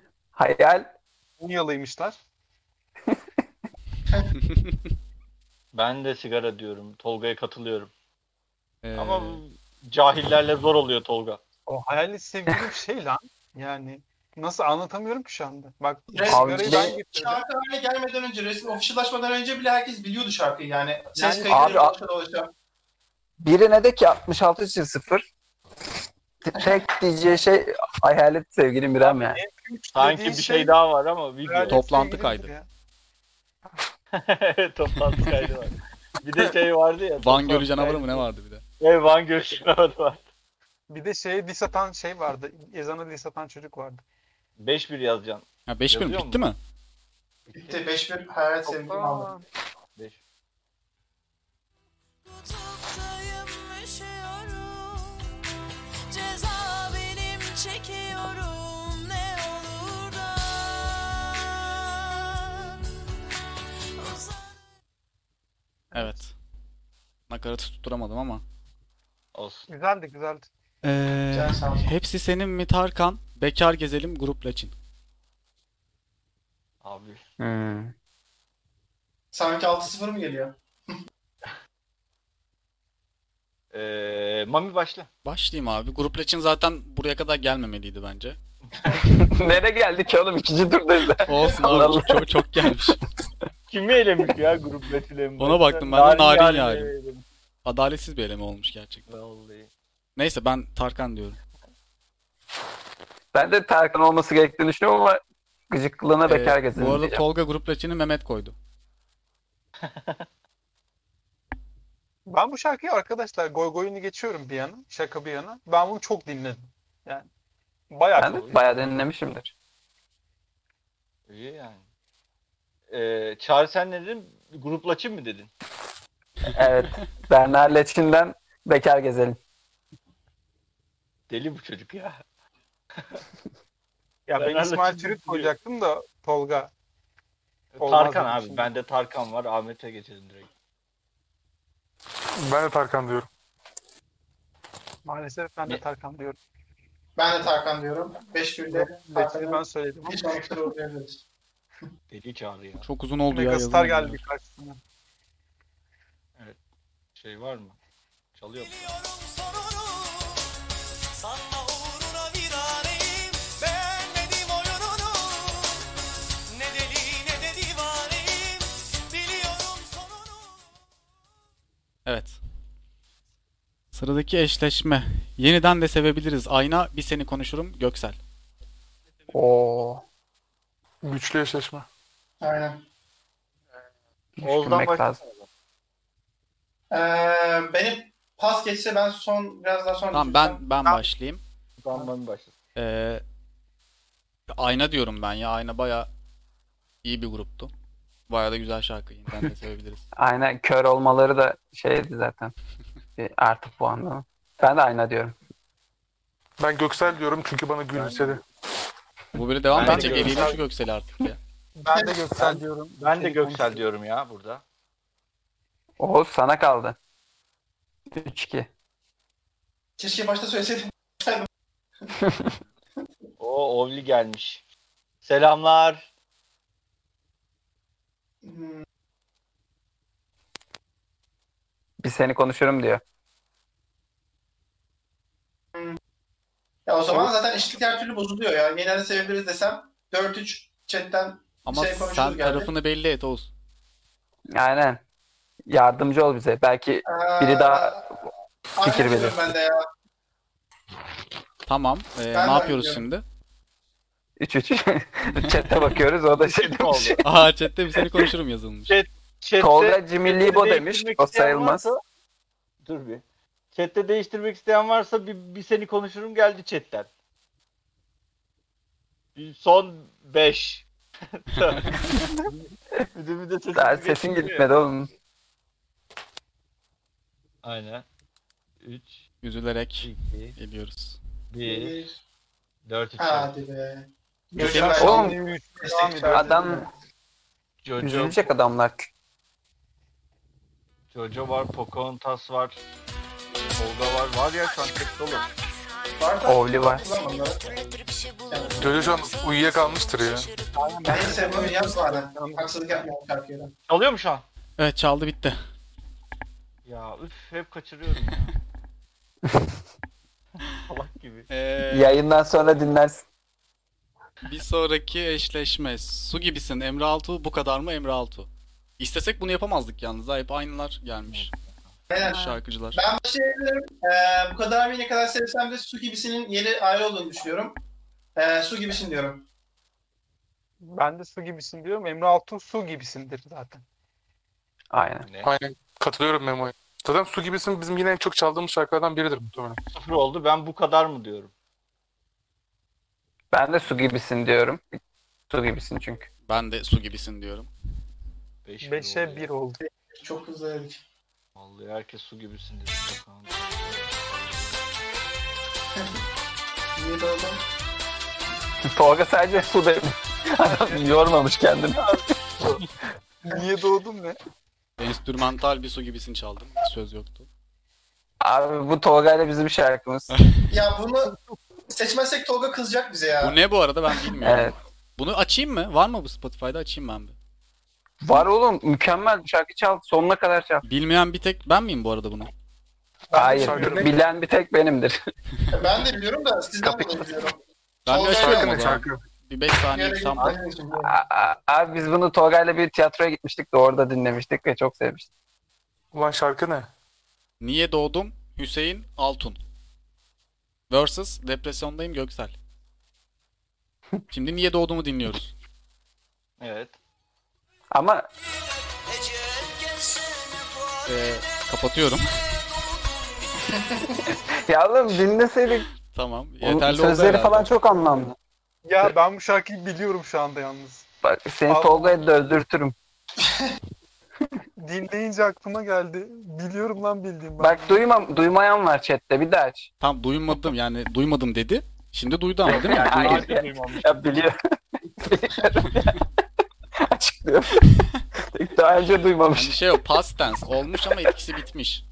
Hayal Unyalıymışlar. Ben de sigara diyorum. Tolga'ya katılıyorum. Ee, Ama cahillerle zor oluyor Tolga. O hayali sevgilim şey lan. Yani nasıl anlatamıyorum ki şu anda. Bak Resmen sigarayı ben getirdim. şarkı haline gelmeden önce, resmi officiallaşmadan önce bile herkes biliyordu şarkıyı yani. Ses Yani- kayıtları Abi, dolaşa. Birine de ki 66/0 tek diyeceği şey hayalet sevgilim İrem yani. Sanki Dediği bir şey daha var ama video. hayalet Toplantı sevgilimdir kaydı. ya. Evet, toplantı kaydı var. Bir de şey vardı ya. Van Gölü canavarı mı ne vardı bir de? Evet, Van Gölü canavarı var. Bir de şeye diss atan şey vardı. Ezan'a diss atan çocuk vardı. 5-1 yazacaksın. Ha 5 bölüm Yazıyor bitti mi? Bitti 5-1 hayalet sevgilim aldı. 5. Tutuktayım, üşüyorum. Ceza benim, çekiyorum. Ne olur da uzak. Evet. Nakaratı tutturamadım ama. Olsun. Güzeldi güzeldi. Can sağ olsun. Hepsi senin mi Tarkan? Bekar gezelim grup Laçin. Abi. Sanki 6-0 mı geliyor? Mami başla. Başlayayım abi. Grup Laçin zaten buraya kadar gelmemeliydi bence. Nereye geldik ki oğlum? 2. turdayız. Olsun Allah abi Allah. çok, çok gelmiş. Kimi elemiş ya grup betülerini? Ona baktım, ben de narin yani. Adaletsiz bir eleme olmuş gerçekten. Vallahi. Neyse ben Tarkan diyorum. Ben de Tarkan olması gerektiğini düşünüyorum ama gıcıklığına bekar gezelim Bu arada diyeceğim. Tolga grup Laçin'i Mehmet koydu. Ben bu şarkıyı arkadaşlar goygoyunu geçiyorum bir yana. Şaka bir yana. Ben bunu çok dinledim. Yani bayağı Ben çok de bayağı dinlemişimdir. İyi yani. Çağrı sen ne dedin? Grup Laçin mi dedin? Evet. Bernard Leçkin'den bekar gezelim. Deli bu çocuk ya. Ya ben Ben İsmail Laçin Türk diyor. koyacaktım da Tolga. Olmaz Tarkan dedim abi. şimdi. Bende Tarkan var. Ahmet'e geçelim direkt. Ben de Tarkan diyorum. Maalesef ben de Ne? Tarkan diyorum. Ben de Tarkan diyorum. 5-1'de Leçkin'i Tarkan'ı ben söyledim bir ama sonraki tura uğrayabiliriz. Deli Çağrı ya. Çok uzun oldu ya. Megastar yazılmadı geldi ya. karşısına. Şey var mı? Çalıyor mu? Sanma uğruna viraneyim. Beğenmedim oyununu. Ne deli ne de divaneyim. Biliyorum sonunu. Evet. Sıradaki eşleşme. Yeniden de sevebiliriz. Ayna bir seni konuşurum Göksel. Oo. Güçlü eşleşme. Aynen. Oğuz'dan Düşünmek başla. lazım. Benim pas geçse ben biraz daha sonra Tamam düşüneceğim. ben başlayayım. Tamam Mami başla. Ayna diyorum ben ya. Ayna baya iyi bir gruptu. Baya da güzel şarkı. Yeniden de sevebiliriz. Aynen kör olmaları da şeydi zaten. Bir artı puanlı. Ben de ayna diyorum. Ben Göksel diyorum çünkü bana gülümsedi. Bu böyle devam Ben de edecek. Göksel- Eleyelim şu Göksel'i artık ya. Ben de Göksel diyorum. Ben de Seni Göksel konuşuyorum. diyorum ya burada. Oğuz sana kaldı. 3-2. Keşke başta söyleseydim. O Ovli gelmiş. Selamlar. Hmm, Bir seni konuşurum diyor. Ya o zaman zaten eşitlik her türlü bozuluyor ya. Yeniden de sevebiliriz desem 4-3 chatten Ama şey konuşuruz sen geldi. tarafını belli et Oğuz. Aynen. Yardımcı ol bize. Belki biri daha Aynen fikir verir. diyorum ben de ya. Tamam. Ben Ne de yapıyoruz oynuyorum. şimdi? 3-3. Chat'e bakıyoruz. O da şey Oldu. demiş. Aha chatte bir seni konuşurum yazılmış. Chat'te Tolga Jimmy Libo demiş. değiştirmek O isteyen sayılmaz. varsa- Dur bir. Chat'te değiştirmek isteyen varsa bir seni konuşurum geldi chat'ten. Son 5. bir de sesin Daha sesin gitmedi oğlum. Aynen. 3, Üzülerek 2, geliyoruz. 1, 4, 2. Hadi be. Gökhan- Gökhan- Oğlum, Destek şarkı. Adam Jojo, üzülecek adamlar. Jojo var, Pocahontas var. Tolga var. Var ya şu an tek dolu. Var da- Ovli var. Kullanmadılar. Jojo şu an uyuyakalmıştır ya. Ben de sevmemi yaz bari. Haksızlık yapmayalım şarkıya. Çalıyor mu şu an? Evet, çaldı bitti. Ya üf, hep kaçırıyorum ya. Salak gibi. Ee, Yayından sonra dinlersin. Bir sonraki eşleşme. Su gibisin Emre Altuğ, bu kadar mı Emre Altuğ? İstesek bunu yapamazdık yalnız. Hep aynılar gelmiş. Aynen. Şarkıcılar. Ben başlayabilirim. Bu kadar bir ne kadar sevsem de Su Gibisi'nin yeri ayrı olduğunu düşünüyorum. Su Gibisin diyorum. Ben de su gibisin diyorum. Emre Altuğ su gibisindir zaten. Aynen. Ne? Aynen. Katılıyorum Memo'ya. Zaten Su Gibisin bizim yine en çok çaldığımız şarkılardan biridir muhtemelen. 0 oldu. Ben bu kadar mı diyorum? Ben de su gibisin diyorum. Su gibisin çünkü. Ben de su gibisin diyorum. 5'e 1 oldu. Çok hızlı dedik. Vallahi herkes su gibisin dedi. Bakalım. Niye doğdum? Tolga sadece su demiş. Adam yormamış kendini. Niye doğdum ne? Enstrümantal bir su gibisin çaldım. Hiç söz yoktu. Abi bu Tolga ile bizim şarkımız. Ya bunu seçmezsek Tolga kızacak bize ya. Bu ne bu arada, ben bilmiyorum. Evet. Bunu açayım mı? Var mı bu Spotify'da? Açayım ben bir. Var oğlum, mükemmel bir şarkı çal. Sonuna kadar çal. Bilmeyen bir tek ben miyim bu arada bunu? Hayır. şarkı- Bilen bir tek benimdir. Ben de biliyorum da sizden dolayı biliyorum. Ben bir Tolga açıyorum Şarkı o ne zaman. şarkı? Bir 5 saniye Yere sample. gitmediğim için biliyorum. Abi biz bunu Tolga ile bir tiyatroya gitmiştik de orada dinlemiştik ve çok sevmiştik. Ulan şarkı ne? Niye doğdum? Hüseyin Altun. Versus Depresyondayım Göksel. Şimdi niye doğduğumu dinliyoruz. Evet. Ama Kapatıyorum. ya oğlum dinleseydik. Tamam. Onun Yeterli oldu sözleri herhalde. falan çok anlamlı. Ya ben bu şarkıyı biliyorum şu anda yalnız. Bak seni Abi- Tolga'ya da öldürtürüm. Dinleyince aklıma geldi. Biliyorum lan bildiğim ben. Bak duymayan var chatte, bir daha aç. Tam duymadım, yani duymadım dedi. Şimdi duydu ama değil mi? Hayır. Duydu. Ya biliyor. Açıklıyorum. Daha önce Hani duymamış. şey o past tense olmuş ama etkisi bitmiş.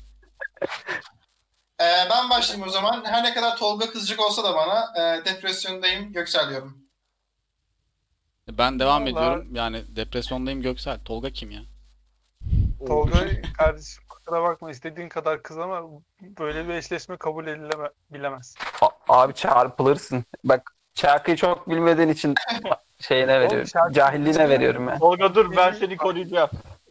Ben başlayayım o zaman. Her ne kadar Tolga kızacak olsa da bana depresyondayım Göksel diyorum. Ben devam Vallahi- ediyorum. Yani depresyondayım Göksel. Tolga kim ya? Tolga kardeşim kusura bakma, istediğin kadar kız ama böyle bir eşleşme kabul bilemez. Abi çarpılırsın. Bak şarkıyı çok bilmediğin için şeyine veriyorum. şarkı- Cahilliğine veriyorum ben. Tolga dur, ben seni koruyacağım.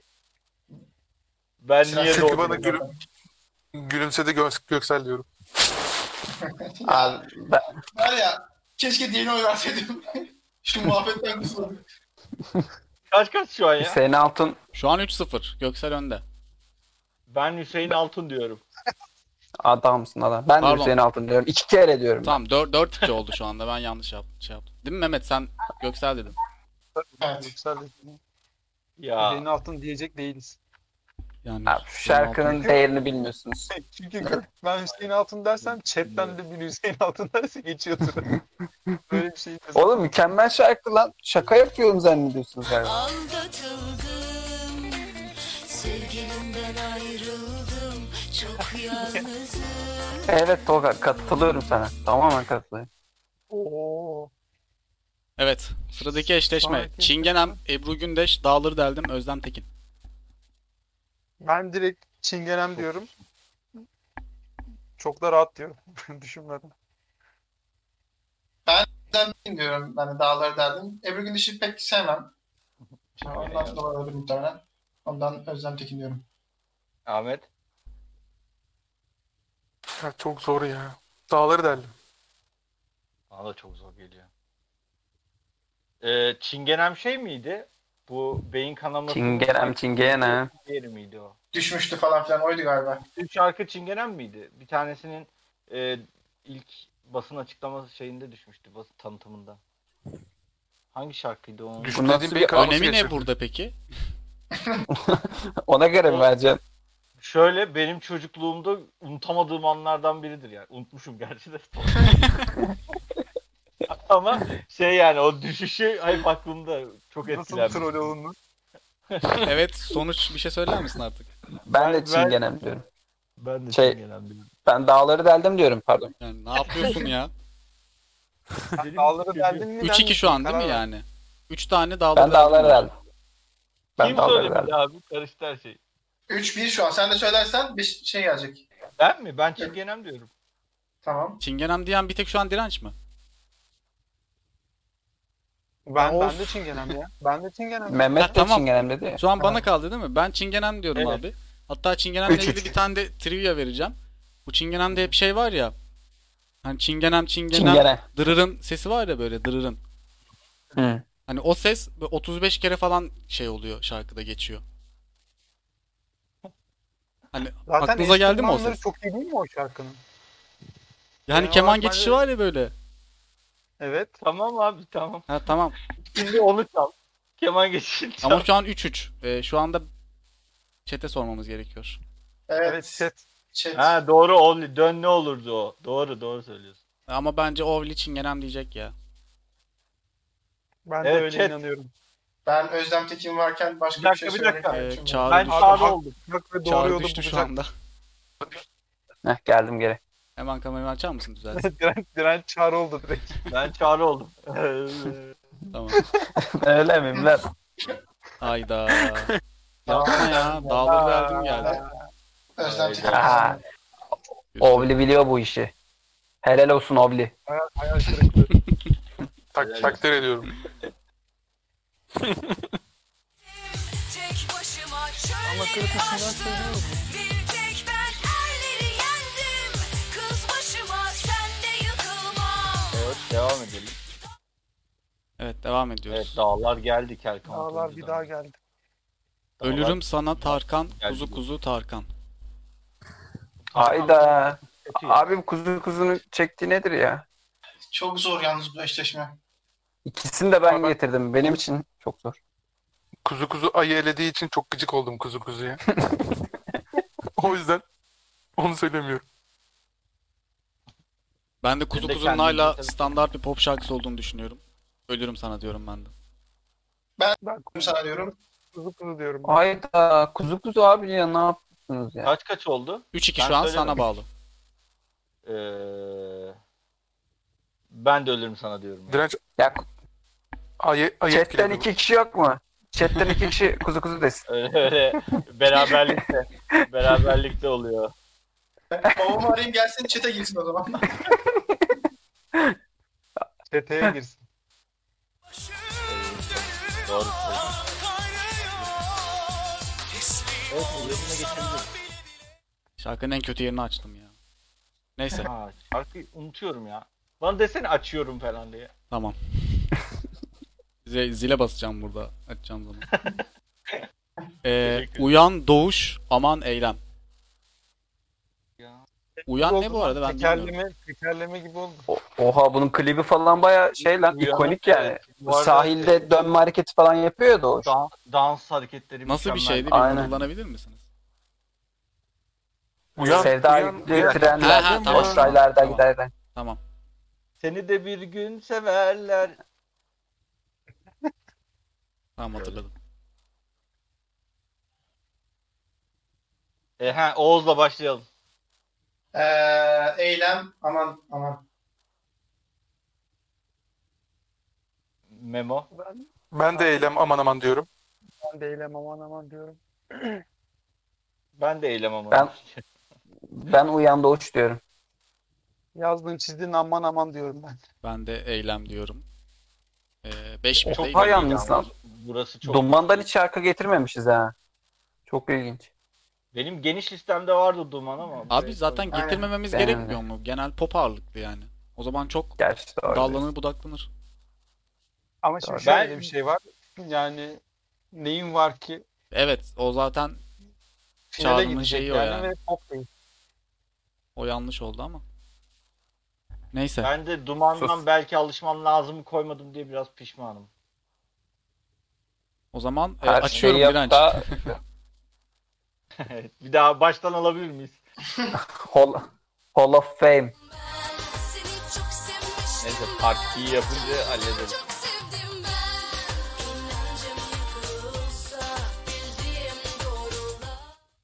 Ben Sen niye çünkü Çünkü bana doğdum? gülümsedi Göksel diyorum. Abi Var ya keşke diğerini oy verseydim. Şu muhabbetten kurtuldum. Kaç şu an ya? Hüseyin Altun Şu an 3-0. Göksel önde. Ben Hüseyin Altun diyorum. adamsın adam. Ben de Pardon. Hüseyin Altun diyorum. 2 kere diyorum. Tamam 4-2 oldu şu anda. Ben yanlış yaptım. Değil mi Mehmet? Sen Göksel dedin. Evet. Yüksel Ya Hüseyin Altın diyecek değiliz. Yani Abi şu şarkının değerini bilmiyorsunuz. Çünkü ben Hüseyin Altın dersem chatten de bir Hüseyin Altun derse geçiyordur. Böyle bir şey yok. Oğlum mükemmel şarkı lan. Şaka yapıyorum zannediyorsunuz galiba. Aldatıldım, sevgilimden ayrıldım, çok yalnızım. Evet Tolga, katılıyorum sana. Tamamen katılıyorum. Oo. evet. Sıradaki eşleşme. Sonraki Çingenem, Ebru Gündeş, Dağları Deldim, Özlem Tekin. Ben direkt Çingenem diyorum. Çok da rahat diyorum. Düşünmeden. Ben diyorum. Ben de dağları derdim. Ebru Gündeş'i pek sevmem. Ondan sonra olabilir muhtemelen. Ondan Özlem Tekin diyorum. Ahmet. Ya çok zor ya. Dağları deldim. Bana da çok zor geliyor. Çingenem şey miydi? Bu beyin kanaması. Çingenem. Diğeri miydi o? Düşmüştü falan filan oydu galiba. Üç şarkı Çingenem miydi? Bir tanesinin ilk basın açıklaması şeyinde düşmüştü, basın tanıtımında. Hangi şarkıydı o? Düşün Bu nasıl dediğim bir beyin kanaması Önemi ne geçiyor. burada peki? Ona göre mi vereceğim? Şöyle, benim çocukluğumda unutamadığım anlardan biridir yani. Unutmuşum gerçi de. Ama şey yani o düşüşü hep aklımda, çok Nasıl etkilenmiş. troll olunur? Evet, sonuç bir şey söyler misin artık? Ben de Ben- Çingenem diyorum. Ben de Şey- Çingenem diyorum. Ben dağları deldim diyorum, pardon. Yani ne yapıyorsun ya? Benim Dağları çocuğum- deldin mi? 3-2 şu an değil mi Karar ver. yani? 3 tane Dağları Ben dağları Deldim var. deldim. Ben Kim Dalgar'ı söylemedi verdim. abi? Karıştı her şey. 3-1 şu an. Sen de söylersen bir şey gelecek. Ben mi? Ben Çingenem diyorum. Tamam. Çingenem diyen bir tek şu an Direnç mi? Ben de Çingenem ya. Ben de Çingenem. Mehmet de Tamam. Çingenem dedi ya. Şu an bana kaldı değil mi? Ben Çingenem diyorum Evet. abi. Hatta Çingenem'le 3-3. ilgili bir tane de trivia vereceğim. Bu Çingenem'de hep şey var ya. Hani Çingenem Çingene. dırırın sesi var ya, böyle dırırın. Hı. Hani o ses 35 kere falan şey oluyor, şarkıda geçiyor. Hani Zaten aklınıza geldi mi o enstrümanları ses? çok iyi değil mi o şarkının? Yani Ben keman olarak geçişi bence- var ya böyle. Evet. Tamam abi tamam. Ha tamam. Şimdi onu çal. Keman geçişini çal. Ama şu an 3-3. Şu anda chat'e sormamız gerekiyor. Evet. Evet. Chat. Ha doğru Olli. Dön ne olurdu o. Doğru söylüyorsun. Ama bence Ovli Çingenem diyecek ya. Ben de Evet, öyle chat. inanıyorum. Ben Özlem Tekin varken başka Bir dakika, bir şey bir dakika. söyleyeyim. Çünkü- Çağrı Ben düştü. Çağrı oldum. Bak ve doğru Çağrı yolu düştü şu bulacak. anda. Heh, geldim geri. Hemen kamerayı açar mısın düzelsin? Direnç Çağrı oldu direkt. Ben Çağrı oldum. Tamam. Öyle miyim lan? Hayda. Yapma ya. Dağları verdim geldi. Özlem Tekin. Aha. Ovli biliyor bu işi. Helal olsun Ovli. Hayal kırıklığı. Takdir ediyorum. Tek başıma Ama çölleri kırıklıkından aştım. söylüyorum. Bir tek ben erleri yendim. Kız başıma sen de yıkılma. Evet devam edelim. Evet, devam ediyoruz. Evet dağlar geldi Kelkan. Dağlar bir daha geldi. Ölürüm sana Tarkan, Geldi kuzu bu. kuzu Tarkan. Hayda. Kötü ya. Abim kuzunun çektiği nedir ya? Çok zor yalnız bu eşleşme. İkisini de ben Ama- getirdim. Benim için çok zor. Kuzu ayı elediği için çok gıcık oldum kuzuya. O yüzden onu söylemiyorum. Ben de kuzu de kuzunun kendimi hala tabii- standart bir pop şarkısı olduğunu düşünüyorum. Ölürüm sana diyorum ben de. Ben Sana diyorum. kuzu diyorum. Hayda. Kuzu abi ya ne yapıyorsunuz ya? Kaç oldu? 3-2 Ben şu an söylemedim. sana bağlı. Ben de ölürüm sana diyorum. ya. Direnç Ya ayı chatten etkiledi. 2 kişi yok mu? Chatten 2 kişi kuzu desin. Öyle beraberlikte oluyor. Babamı arayayım gelsin chat'e girsin o zaman. Çeteye girsin. Doğru söylüyorsun. Evet, yerine geçebiliriz. Şarkının en kötü yerini açtım ya. Neyse, Ha, şarkıyı unutuyorum ya. Bana desene açıyorum falan diye. tamam. Zile basacağım burada açacağım zaman. Teşekkür Uyan doğuş aman eylem. Ya. Uyan ne bu arada ben bilmiyorum. Tekerleme gibi oldu. Oha bunun klibi falan baya şey lan Uyanık, ikonik yani. evet. Bu arada, Sahilde dönme hareketi falan yapıyor ya Doğuş. dans hareketleri Nasıl bir mükemmel. şeydi? Bir Aynen. kullanabilir misiniz? Sevda uyan. trenler, Ha, tamam. boşraylarda Tamam. giderler. Tamam. Seni de bir gün severler. Tamam, hatırladım. Oğuz'la başlayalım. Eylem aman. Memo. Ben de eylem aman aman diyorum. Ben değilim aman diyorum. Ben de eylem ama. Ben Uyan Doğuş diyorum. Yazdığın çizdiğin aman diyorum ben. Ben de eylem diyorum. 5-1 Çok değil hay mi? yalnız lan. Burası çok. Duman'dan hiç şarkı getirmemişiz ha. Çok ilginç. Benim geniş listemde vardı Duman ama. Abi zaten Aynen. getirmememiz Ben de. gerekmiyor mu? Genel pop ağırlıklı yani. O zaman çok Gerçi doğru. dallanır budaklanır. Ama şimdi Doğru. şöyle Ben- bir şey var. Yani neyin var ki Evet, o zaten finale Çağrı'nın gidecek şeyi o yani, yani. ve pop değil. o yanlış oldu ama. Neyse. Ben de Duman'dan Sus. belki alışmam lazım koymadım diye biraz pişmanım. O zaman Her açıyorum şeyi yap Direnç. da Evet, bir daha baştan alabilir miyiz? Hall of Fame. Seni çok sevmiştim. Neyse part 2'yi yapınca hallederiz. Çok sevdim ben. İnancım yıkılsa bildiğim doğrular.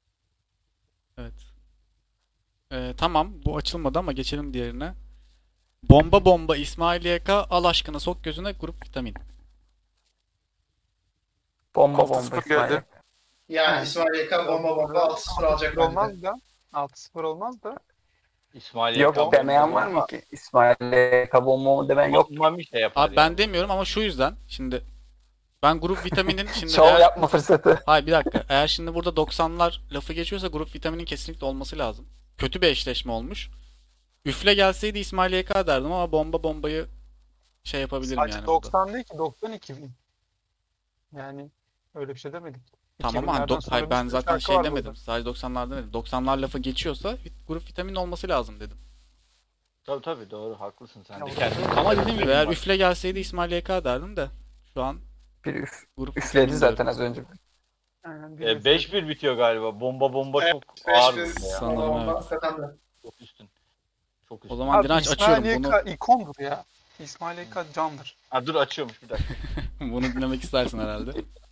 Evet. Tamam, bu açılmadı ama geçelim diğerine. Bomba bomba İsmail YK al aşkına sok gözüne grup vitamin. Bomba 6-0 bomba İsmail. geldi. Yani İsmail YK bomba 6-0 alacak bence de. Olmaz da. 6-0 olmaz da. İsmail Yok Yakan demeyen bomba var mı bomba. ki? İsmail'e bomba mı demeyen yok. Mami şey yapar Abi ben demiyorum ama şu yüzden. Şimdi ben grup vitaminin şimdi Şov yapma fırsatı. Hayır bir dakika. Eğer şimdi burada 90'lar lafı geçiyorsa grup vitaminin kesinlikle olması lazım. Kötü bir eşleşme olmuş. Üfle gelseydi İsmail YK derdim ama bombayı şey yapabilirim Sadece yani burada. 90 değil ki 92 bin. Yani öyle bir şey demedik. Tamam ama 2000'lerden sonra hayır, bir ben sürü zaten şarkı şey var demedim. burada. Sadece 90'lar demedim. 90'lar lafı geçiyorsa grup vitaminin olması lazım dedim. Tabii doğru haklısın sen de. Ya, Kendin Ama dediğim gibi eğer üfle gelseydi İsmail YK derdim de şu an Bir grup üfledi vitamin zaten diyorum. az önce. Aynen, 5-1 bitiyor galiba. Bomba Evet, çok ağır 5-1 burada ya. Sanırım bomba evet. kazandı. Çok üstün. Çok O üstün. zaman direnç açıyorum. İsmail Bunu YK ikondur ya. İsmail YK candır. Ha, dur açıyormuş bir dakika. bunu dinlemek istersin herhalde.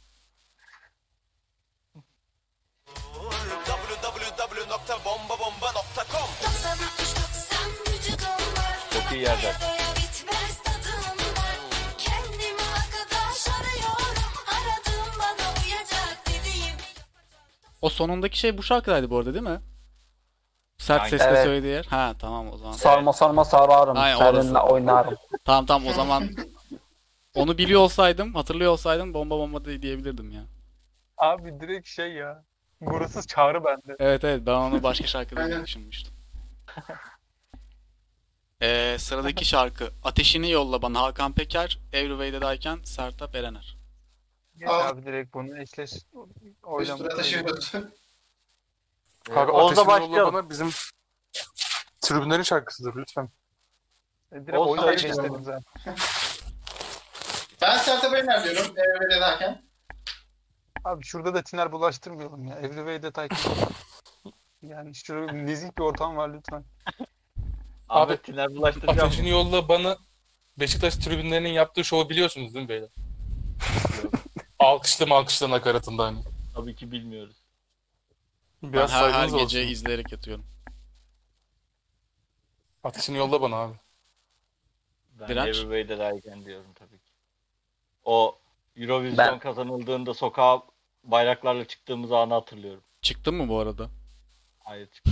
www.bombabomba.com Çok iyi yerden. O sonundaki şey bu şarkıdaydı bu arada değil mi? Sert Aynen. sesle Evet. söylediği yer. Ha tamam o zaman. Sarma sararım. Aynen, Seninle orası. oynarım. Tamam o zaman onu biliyor olsaydım, hatırlıyor olsaydım bomba diyebilirdim ya. Abi direkt şey ya. Burası çağrı bende. Evet ben onu başka şarkıda diye Aynen. düşünmüştüm. Sıradaki şarkı Ateşini Yolla Bana Hakan Peker, Everyway'deyken Sertab Erener. Geç Al. abi direkt bunu eşleş. Üstüne Oylamak. taşıyoruz. Abi Oğuz'la Ateşin Yolla başlayalım. Bana bizim tribünlerin şarkısıdır lütfen. Direkt Olsa oyla işte. eşleş dedim zaten. Ben Sertab Erener diyorum. Evre derken. Abi şurada da tiner bulaştırmayalım ya. Everyway'de takip. Yani şurada nezih bir ortam var lütfen. Ahmet Tiner bulaştıracağım. Ateşini Yolla Bana Beşiktaş tribünlerinin yaptığı şovu biliyorsunuz değil mi beyler? Alkışlı nakaratında hani. Tabii ki bilmiyoruz. Biraz Ben her saygınız olsun. gece izleyerek yatıyorum. Ateşini Yolla Bana abi. Ben Direnç? Everyway'deyken diyorum tabii ki. O Eurovision Ben- kazanıldığında sokağa bayraklarla çıktığımız anı hatırlıyorum. Çıktın mı bu arada? Hayır çıktı.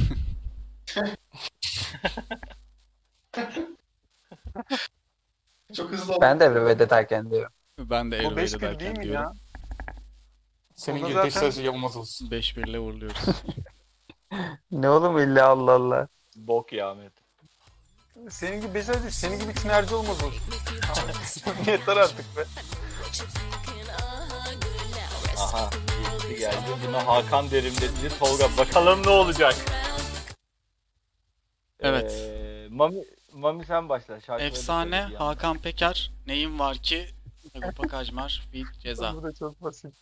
Çok hızlı oldu. Ben de Everyway'de derken diyorum. Ben de Bu 5-1 değil Everyway'deyken mi diyorum. ya? Senin Onda gibi zaten- Beşiktaş'ı yapmaz olsun. 5-1 ile uğurluyoruz. Ne oğlum illa Allah Allah. Bok ya Ahmet. Senin gibi Beşiktaş değil, senin gibi tinerci olmaz o. Yeter artık be. Aha gitti geldi. Buna Hakan derim dedi. Tolga bakalım ne olacak. Evet. Mami sen başla. Şarkıları Efsane söyle bir yandan. Hakan Peker, Neyim Var Ki, Sagopa Kajmer, Feat Ceza. Bu da çok basit.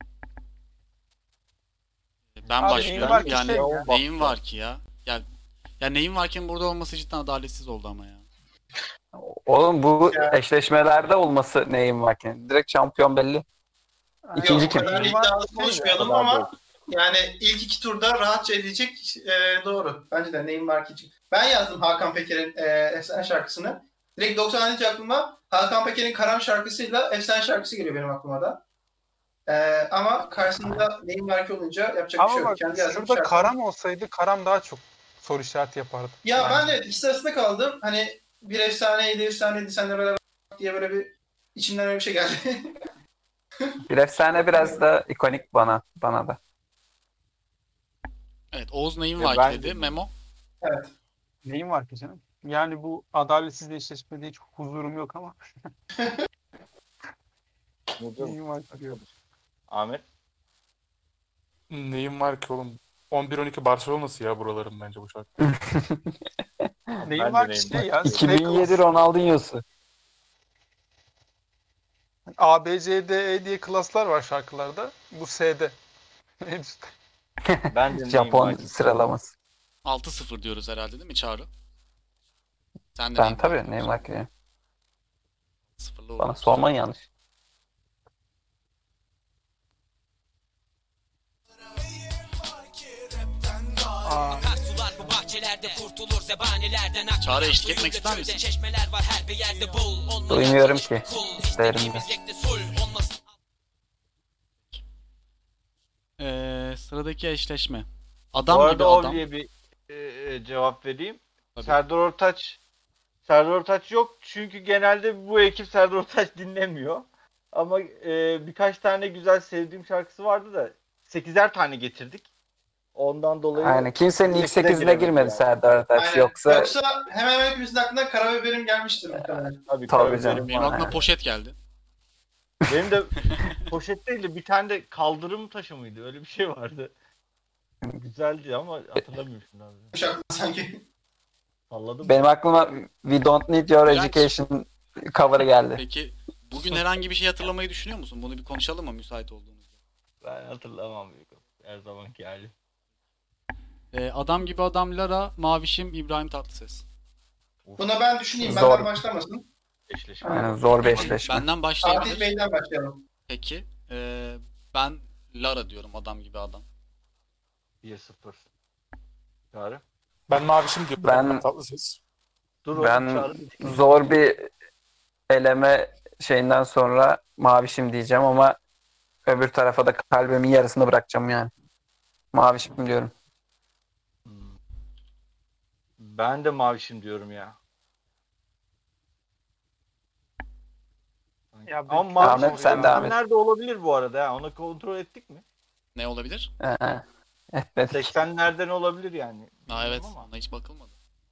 Ben Abi, başlıyorum. Neyim Var Ki Yani şey ya. Neyim Var Ki ya. Ya Neyim Var Ki'nin burada olması cidden adaletsiz oldu ama ya. Oğlum bu eşleşmelerde olması neyin var ki? Direkt şampiyon belli. İkinci Yok, kim? o kadar Neyim var iddialı ki konuşmayalım ya? ama yani ilk iki turda rahatça edecek doğru. Bence de neyim var ki? Ben yazdım Hakan Peker'in efsane şarkısını. Direkt 90 deyince aklıma Hakan Peker'in Karam şarkısıyla efsane şarkısı geliyor benim aklıma da. Ama karşısında neyim var ki olunca yapacak bir şey Ama yok. bak Kendi yazdığım şurada şarkı. Karam olsaydı Karam daha çok soru işareti yapardı. Ya ben de ikisi arasında kaldım. Hani bir efsaneydi senle beraber diye böyle bir içimden öyle bir şey geldi. Bir efsane biraz da ikonik bana da. Evet Oğuz Neyim Ya Var ben- Ki dedi. Memo. Evet. Neyim var ki canım? Yani bu adaletsiz eşleşmede hiç huzurum yok ama neyim var ki diyor. Ahmet. Neyim var ki oğlum? 11-12 Barcelona'sı ya buraların bence bu şarkı. Neyim de var neyim ki şey var ya. 2007 Ronaldinho'su. A, B, C, D, E diye klaslar var şarkılarda. Bu S'de. En üstte. Ben de neyim Japon var ki? sıralaması. 6-0 diyoruz herhalde değil mi Çağrı? Sen de Ben Neyim Var tabii Ki neyim var ki? diyorsun. 0'la Bana uğurluyoruz. sorman yanlış. Akarsular bu bahçelerde kurtulur zebanilerden. Çağrı eşlik etmek ister misin? Çeşmeler var her bir yerde bul. Duymuyorum ki. İsterim de. Sıradaki eşleşme. Bu Adam gibi arada adam. Ovli'ye bir cevap vereyim. Tabii. Serdar Ortaç yok çünkü genelde bu ekip Serdar Ortaç dinlemiyor. Ama birkaç tane güzel sevdiğim şarkısı vardı da 8'er tane getirdik. Ondan dolayı Yani kimsenin ilk 8'e 8'ine giremedi girmedi yani. Serdar Ortaç. Aynen. Yoksa hemen hemen hepimizin aklına Karabiberim gelmiştir muhtemelen. Tabii Tabii Karabiberim canım. Benim var. aklıma poşet geldi. Benim de poşet değil de bir tane de kaldırım taşı mıydı? Öyle bir şey vardı. Güzeldi ama hatırlamıyorum şimdi abi. Bu şarkı sanki. Salladım. benim aklıma We Don't Need Your Direnç. Education cover'ı geldi. Peki bugün herhangi bir şey hatırlamayı düşünüyor musun? Bunu bir konuşalım mı müsait olduğunuzda? Ben hatırlamam. Her zamanki hali. Adam gibi adam Lara, Mavişim, İbrahim Tatlıses. Buna ben düşüneyim. Zor. Benden başlamasın. Eşleşme. Aynen, zor bir eşleşme. Benden Fatih başlayabilir. Bey'den başlayalım. Peki. Ben Lara diyorum adam gibi adam. 1-0. Çağrı. Ben Mavişim diyorum. Ben- Tatlı ses. Dur oğlum, Ben Çağrı. zor bir eleme şeyinden sonra Mavişim diyeceğim ama öbür tarafa da kalbimin yarısını bırakacağım yani. Mavişim diyorum. Ben de Mavişim diyorum ya. Ya Ama ben- Mavişim Ahmet, sen devam et. nerede olabilir bu arada ya? Onu kontrol ettik mi? Ne olabilir? Etmedik. 80'lerden olabilir yani. Aa, evet. Ama Ona hiç bakılmadı.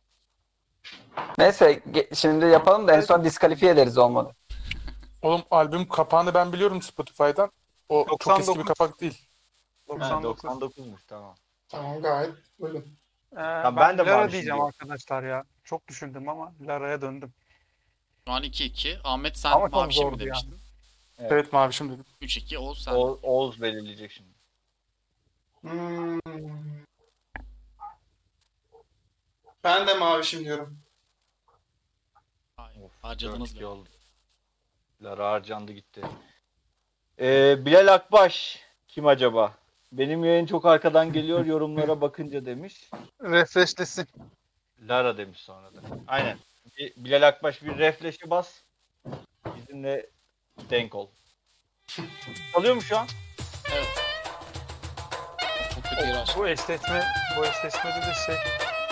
Neyse şimdi yapalım da en son diskalifiye ederiz olmadı. Oğlum albüm kapağını ben biliyorum Spotify'dan. O çok eski 99. bir kapak değil. ha, 99. 99'muş tamam. Tamam gayet. Buyurun. Ben, ben de Lara Mavişim diyeceğim diyorum. arkadaşlar ya. Çok düşündüm ama Lara'ya döndüm. Şu an 2-2. Ahmet sen Ama çok Mavişim mi zordu demiştin? Evet. Evet Mavişim dedim. 3-2. Oğuz sen. Oğuz belirleyecek şimdi. Ben de Mavişim diyorum. Hayır. Of, Harcadınız 4-2 mı? oldu. Lara harcandı gitti. Bilal Akbaş kim acaba? Benim yayın çok arkadan geliyor yorumlara bakınca demiş. Refreshlesin. Lara demiş sonra da. Aynen. Bilal Akbaş bir refleşe bas. Bizimle denk ol. Alıyor mu şu an? Evet. Çok kötü yeri açtım. Bu eşleşmede de şey.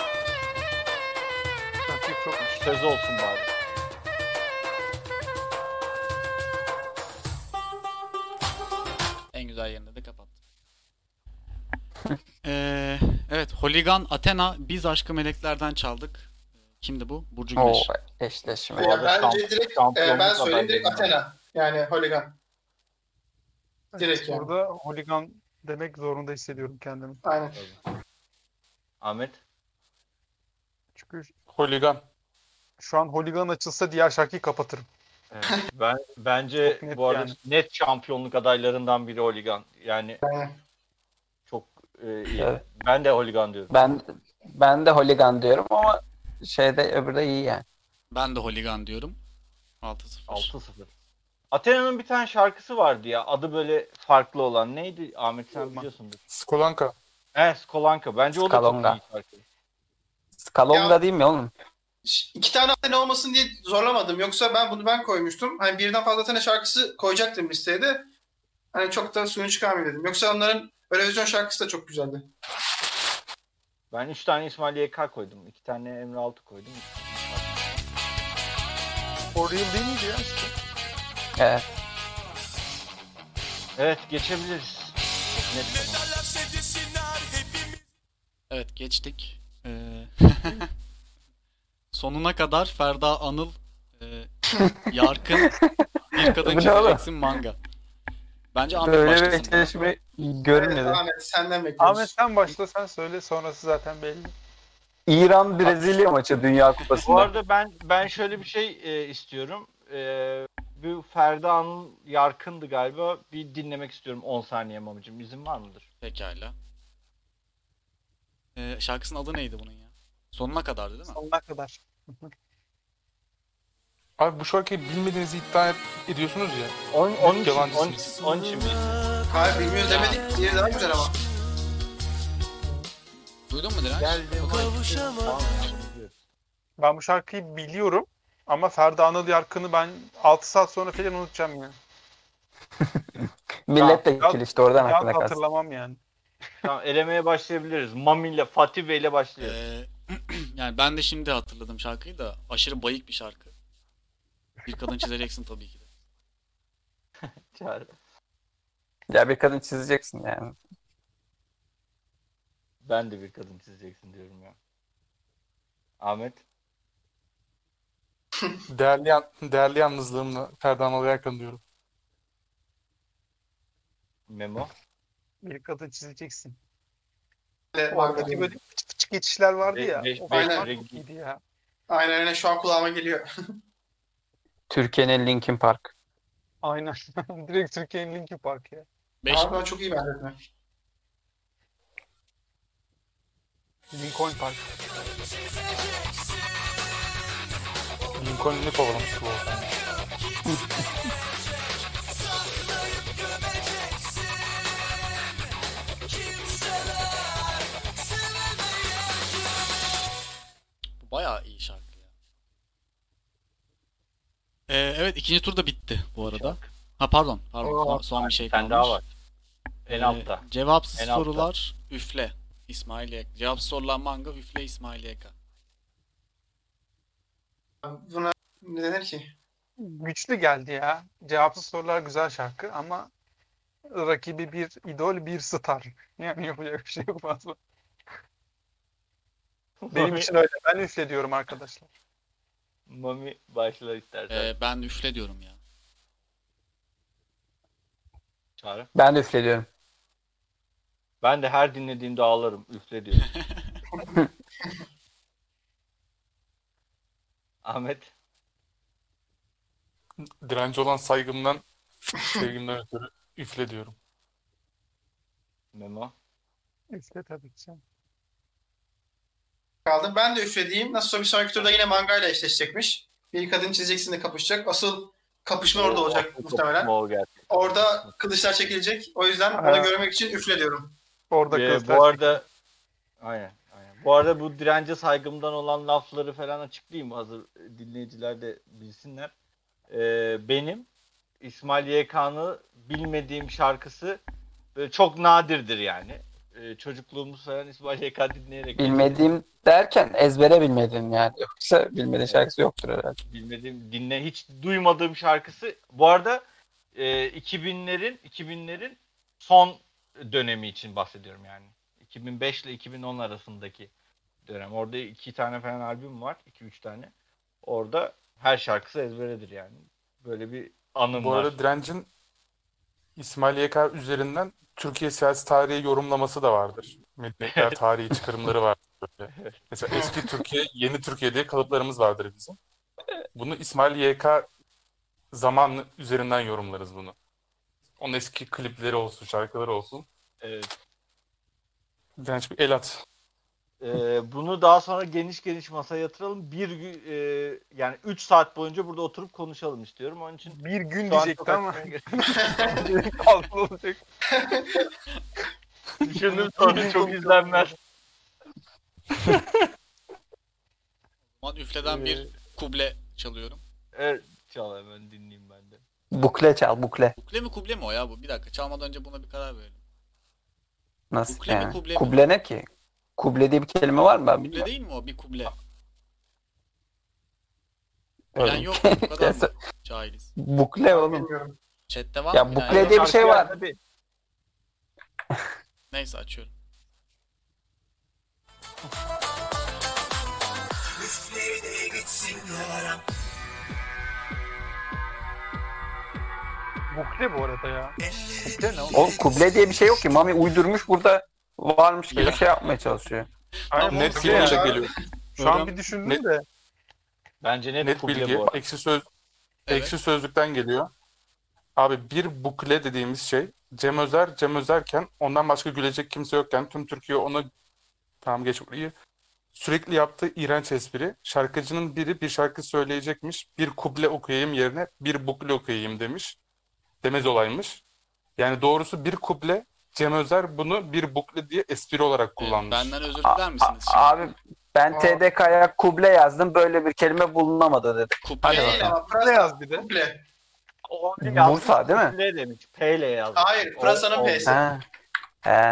Rakip çok Söz olsun bari. En güzel yerinde de kapattı. Evet. Holigan Athena Biz Aşkı Meleklerden çaldık. Kimdi bu? Burcu O Güneş. eşleşme. Bu arada Bence direkt şampiyonluk ben söyleyeyim direkt adaylarından. Athena. Yani Holigan. Direkt yani. Burada holigan demek zorunda hissediyorum kendimi. Aynen. Ahmet. Çünkü Holigan. şu an holigan açılsa diğer şarkıyı kapatırım. Evet, bence Çok net bu arada yani. net şampiyonluk adaylarından biri Holigan. Yani çok iyi. Evet. Ben de Holigan diyorum. Ben de holigan diyorum ama öbürü de iyi yani. Ben de Holigan diyorum. 6-0. 6-0. Athena'nın bir tane şarkısı vardı ya. Adı böyle farklı olan. Neydi Ahmet sen biliyorsundur. Skolanka. Skolanka. Bence o da Skalonga. çok iyi şarkı. Skalonga Ya- değil mi oğlum? 2 tane Athena olmasın diye zorlamadım. Yoksa bunu koymuştum. Hani birden fazla Athena şarkısı koyacaktım listeye de. Hani çok da suyunu çıkarmayayım dedim. Yoksa onların Eurovision şarkısı da çok güzeldi. Ben 3 tane İsmail YK koydum. 2 tane Emre Altı koydum. For real değil miydi ya işte? Evet. Evet geçebiliriz. Çok net tamam. Evet geçtik. Sonuna kadar Ferda Anıl Yarkın bir kadın Bu ne oğlum? çizeceksin manga. Bence Ahmet Böyle bir başlasın. eşleşme Evet, görünmedi. Ahmet senden bekliyoruz. Ahmet sen başla sen söyle sonrası zaten belli. İran Brezilya maçı Dünya Bu Kupası'nda. arada ben şöyle bir şey istiyorum. Bu Ferda Anıl Yarkın'dı galiba. Bir dinlemek istiyorum 10 saniye mamacığım. İzin var mıdır? Pekala. Şarkısının adı neydi bunun ya? Sonuna kadardı değil mi? Sonuna kadar. Abi bu şarkıyı bilmediğinizi iddia ediyorsunuz ya. Onun için, Yalancısınız. onun için bir Hayır bilmiyoruz demedik. Diğeri daha güzel ama. Duydun mu Direnç? geldi. Ben bu şarkıyı biliyorum ama Ferda Anıl Yarkın'ı ben 6 saat sonra falan unutacağım yani. Millet de Ya- işte oradan Ya aklına kalsın. hatırlamam yani. Tamam, elemeye başlayabiliriz. Mami ile Fatih Bey ile başlıyoruz. Yani ben de şimdi hatırladım şarkıyı da aşırı bayık bir şarkı. Bir kadın çizeceksin tabii ki de. Çağrı. Ya bir kadın çizeceksin yani. Ben de bir kadın çizeceksin diyorum ya. Ahmet. Değerli yalnızlığımla Ferdi Anadolu'ya yakın diyorum. Memo. Bir kadın çizeceksin. Evet, Oradaki böyle fıçık fıçık geçişler vardı ya. Beş- O beş- falan beş- çok iyiydi ya. Aynen öyle, şu an kulağıma geliyor. Türkiye'nin Linkin Park. Aynen. Direkt Türkiye'nin Linkin Park ya. 5 Harbiden çok iyi benzetme. Lincoln Park. Lincoln'u kovalamış bu ortam. Bu bayağı iyi şarkı ya. Evet, ikinci tur da bitti bu arada. Ha pardon. Son bir şey Bir tane kalmış. daha var. En altta. Cevapsız En altta. sorular üfle. İsmail YK. Cevapsız sorular manga üfle İsmail YK. Buna ne denir ki? Güçlü geldi ya. Cevapsız sorular güzel şarkı ama rakibi bir idol, bir star. Yani yapacak bir şey yok fazla. Benim için öyle. Ben üfle diyorum arkadaşlar. Mami başla istersen. Ben üfle diyorum ya. Çağrı. Ben de üflediyorum. Ben de her dinlediğimde ağlarım. Üfle diyorum. Ahmet. Direnci olan saygımdan, sevgimden ötürü üfle diyorum. Memo. Üfle tabii ki. Kaldım. Ben de üflediğim. Nasılsa bir sonraki turda yine mangayla eşleşecekmiş. Bir kadın çizeceksin de kapışacak. Asıl kapışma orada olacak muhtemelen. O gerçekten. Orada kılıçlar çekilecek. O yüzden Ha. onu görmek için üfle diyorum. Orada Bu arada aynen. Bu arada bu dirence saygımdan olan lafları falan açıklayayım. Hazır dinleyiciler de bilsinler. Benim İsmail YK'nı bilmediğim şarkısı böyle çok nadirdir yani. Çocukluğumuz falan İsmail YK dinleyerek. Bilmediğim derken ezbere bilmediğim yani. Yoksa bilmediğin şarkısı yoktur herhalde. Bilmediğim, hiç duymadığım şarkısı. Bu arada 2000'lerin son dönemi için bahsediyorum yani. 2005 ile 2010 arasındaki dönem. Orada 2 tane falan albüm var. 2-3 tane. Orada her şarkısı ezberedir yani. Böyle bir anım Bu var. arada Direnc'in İsmail YK üzerinden Türkiye siyasi tarihi yorumlaması da vardır. Medeniyetler tarihi çıkarımları vardır böyle. Mesela eski Türkiye, yeni Türkiye diye kalıplarımız vardır bizim. Bunu İsmail YK zaman üzerinden yorumlarız bunu. Onun eski klipleri olsun, şarkıları olsun. Evet. Direnç bir el at. Bunu daha sonra geniş masaya yatıralım. Yani 3 saat boyunca burada oturup konuşalım istiyorum. Onun için bir gün şu an diyecekti çok ama açmaya gerek yok. fazla olacak. Düşündüm sonra çok izlenmez. O zaman üfleden bir kuble çalıyorum. Evet, çal hemen dinleyeyim ben de. Bukle çal, bukle. Kuble mi kuble mi o ya bu? Bir dakika, çalmadan önce buna bir karar verelim. Nasıl Bukle mi, yani? kuble mi? Kuble ne ki? Kuble diye bir kelime var mı? Ben Kuble bilmiyorum. değil mi o? Bir kuble. Öyle Bilen bir yok şey. mu? Bu kadar mı cahiliz? Bukle oğlum. Bilmiyorum. Chat'te var Ya mı? bilen? bukle diye bir şey var. Tabii. Neyse, açıyorum. Bukle bu arada ya. Bukle ne oğlum? Oğlum kuble diye bir şey yok ki. Mami uydurmuş burada varmış gibi Ya. şey yapmaya çalışıyor. Aynen, Net bukle ya. bilgiyle geliyor. Şu an bir düşündüm de. Bence Net kuble bilgi. bu arada. Evet. Ekşi Sözlük'ten geliyor. Abi bir bukle dediğimiz şey Cem Özerken ondan başka gülecek kimse yokken tüm Türkiye ona tamam geç burayı sürekli yaptığı iğrenç espri. Şarkıcının biri bir şarkı söyleyecekmiş. Bir kuble okuyayım yerine bir bukle okuyayım demiş. Demez olaymış. Yani doğrusu bir kuble, Cem Özer bunu bir bukle diye espri olarak kullanmış. Benden özür diler misiniz şimdi? Abi ben TDK'ya kuble yazdım. Böyle bir kelime bulunamadı dedi. Kuble. Hadi Değil bakalım. ama Bukle yaz bir de. Kuple. O Bursa değil mi? Kuble demiş. P ile yazmış. Hayır, Pırasa'nın P'si. Ha. He.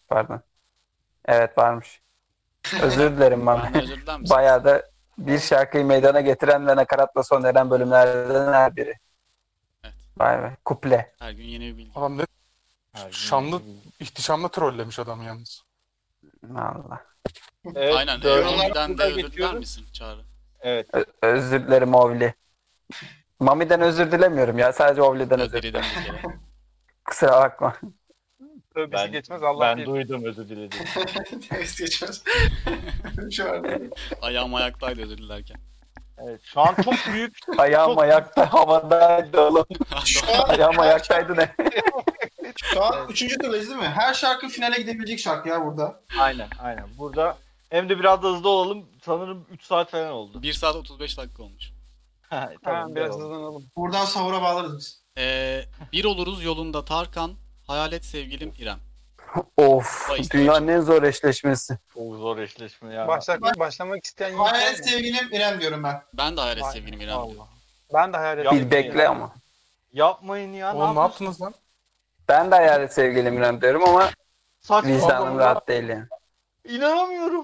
pardon. Evet varmış. Özür dilerim Mami. Benden özür diler misin? Bayağı da bir şarkıyı meydana getiren ve nakaratla son eren bölümlerden her biri. Evet. Vay be. Kuple. Her gün yeni bir bilgi. Adam ne Her şanlı, gün- ihtişamlı trollemiş adam yalnız. Allah. Evet, Aynen. dördüncü Mami'den de turda özür diler geçiyoruz. misin Çağrı? Evet. Özür dilerim Ovli. Mami'den özür dilemiyorum ya. Sadece Ovli'den özür Diledim dilerim. bir kere. Kusura bakma. Tövbesi geçmez Allah Ben bilir. duydum özür diledim. Temiz geçmez. Şu an. Ayağım ayaktaydı özür dilerken. Evet, şu an çok büyük. Ayağım Çok- ayakta havadaydı oğlum. Şu an, Ayağım ayaktaydı ne? şu an 3. turdayız değil mi? Her şarkı finale gidebilecek şarkı ya burada. Aynen. Burada hem de biraz da hızlı olalım. Sanırım 3 saat falan oldu. 1 saat 35 dakika olmuş. Ha, Tamam, biraz devam. hızlanalım. Buradan sahura bağlarız biz. Bir oluruz yolunda Tarkan, hayalet sevgilim İrem. Of. Bayis Dünyanın en zor eşleşmesi. Çok zor eşleşme ya. Başlamak isteyen yok. Hayalet sevgilim İrem diyorum ben. Ben de hayalet Vay sevgilim İrem diyorum. Allah. Ben de hayal Ya- ettim. Bir bekle ama. Yapmayın ya. Oğlum ne yaptınız lan? Ben de hayalet sevgilim İrem diyorum ama Saçma vicdanım Allah. rahat değil yani. İnanamıyorum.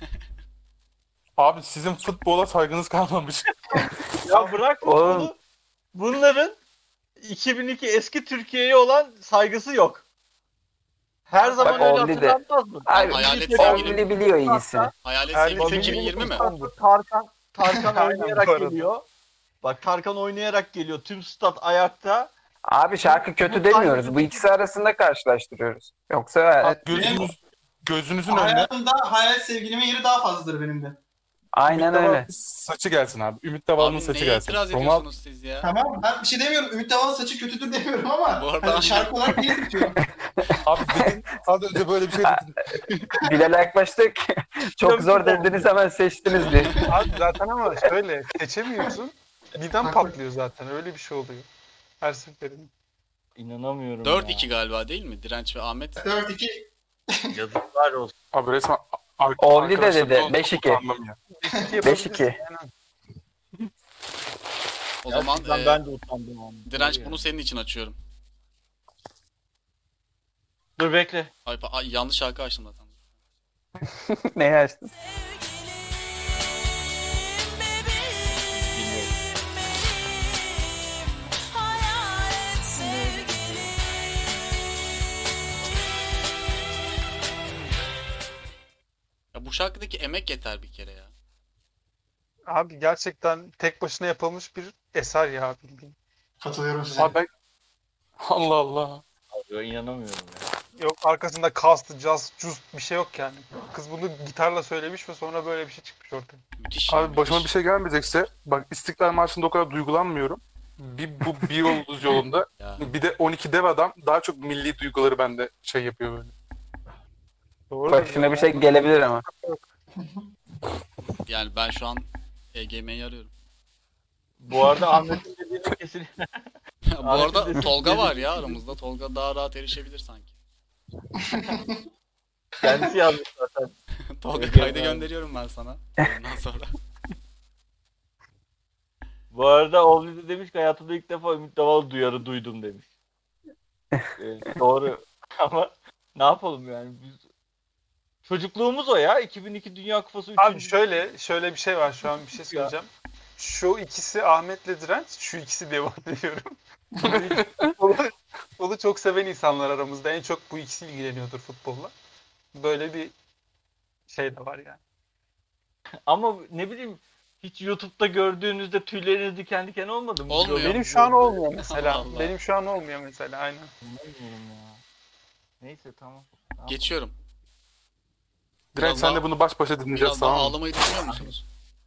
Abi sizin futbola saygınız kalmamış. Ya bırak Oğlum. bunu. Bunların 2002 eski Türkiye'ye olan saygısı yok. Her zaman öyle Ovli de- hatırlanmaz mı? Abi, Hayalet Bir şey sevgilim. Ovli biliyor iyisini. Hayalet Hayalet sevgilim sevgilim 2020 mi? İstanbul. Tarkan Aynen, oynayarak bu arada. geliyor. Bak Tarkan oynayarak geliyor. Tüm stat ayakta. Abi şarkı kötü demiyoruz. Bu ikisi arasında karşılaştırıyoruz. Yoksa hayalet... Gözünüzün önüne Hayatımda hayalet sevgilimin yeri daha fazladır benim de. Aynen Ümit Davala öyle. saçı gelsin abi. Ümit Davala'nın Abi saçı neye gelsin. itiraz Ronaldo ediyorsunuz siz ya? Tamam, ben bir şey demiyorum. Ümit Davala'nın saçı kötüdür demiyorum ama Bu arada- hani şarkı olarak niye seçiyorum? abi dedin, az önce böyle bir şey dedin. Bilal'e yaklaştık. Çok zor dediniz hemen seçtiniz diye. Abi zaten ama şöyle seçemiyorsun. Birden patlıyor zaten. Öyle bir şey oluyor. Her seferinde. İnanamıyorum 4-2 galiba değil mi? Direnç ve Ahmet. 4-2. ya. Yazıklar olsun. Abi resmen Ovli de arkadaşlar, dedi, çok 5-2. utandım ya. 5-2. O zaman Gerçekten ben de utandım. Onu. Direnç bunu senin için açıyorum. Dur bekle. Ay, yanlış şarkı açtım zaten. Neyi açtın? Bilmiyorum. Ya bu şarkıdaki emek yeter bir kere ya. Abi gerçekten tek başına yapılmış bir eser ya bildiğin. Katılıyorum size. Abi ben... Allah Allah. Ya, inanamıyorum ya. Yok arkasında kast, jazz, cuz bir şey yok yani. Kız bunu gitarla söylemiş ve sonra böyle bir şey çıkmış ortaya. Müthiş ya, Abi başıma bir müthiş. şey gelmeyecekse bak İstiklal Marşı'nda o kadar duygulanmıyorum. Bu bir yolumuz yolunda. Ya. Bir de 12 dev adam daha çok milli duyguları bende şey yapıyor böyle. Doğru. Başına bir şey gelebilir ama. Yani ben şu an EGM'yi arıyorum. Bu arada Ahmet'in dediğini kesin. Bu arada Tolga var ya aramızda. Tolga daha rahat erişebilir sanki. Kendisi yazmış zaten. Tolga EGM. kaydı gönderiyorum ben sana. Ondan sonra. Bu arada Ovli de demiş ki hayatımda ilk defa Ümit Davala duyarı duydum demiş. Doğru. Ama ne yapalım yani biz... Çocukluğumuz o ya. 2002 Dünya Kupası 3. Abi şöyle bir şey var şu an bir şey söyleyeceğim. Şu ikisi Ahmet'le Direnç, şu ikisi devam ediyorum. Futbolu çok seven insanlar aramızda. En çok bu ikisi ilgileniyordur futbolla. Böyle bir şey de var yani. Ama ne bileyim hiç YouTube'da gördüğünüzde tüyleriniz diken diken olmadı mı? Olmuyor. Benim şu an olmuyor Allah mesela. Allah. Benim şu an olmuyor mesela aynen. Bilmiyorum ya. Neyse tamam. Geçiyorum. Direnç Biraz sen daha- de bunu baş başa dinleyeceğiz Biraz daha tamam mı? ağlamayı düşünüyor musunuz?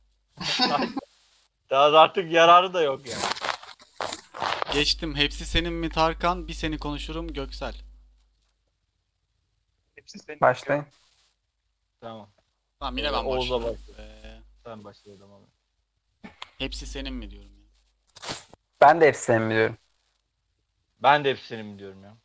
Daha artık yararı da yok yani. Geçtim. Hepsi senin mi Tarkan? Bir seni konuşurum Göksel. Hepsi senin. Başlayın. Tamam. Tamam yine ben Oğuz'a başlıyorum. Sen başlayalım ama. Hepsi senin mi diyorum ya. Ben de hepsini biliyorum. Ben de hepsini diyorum ya.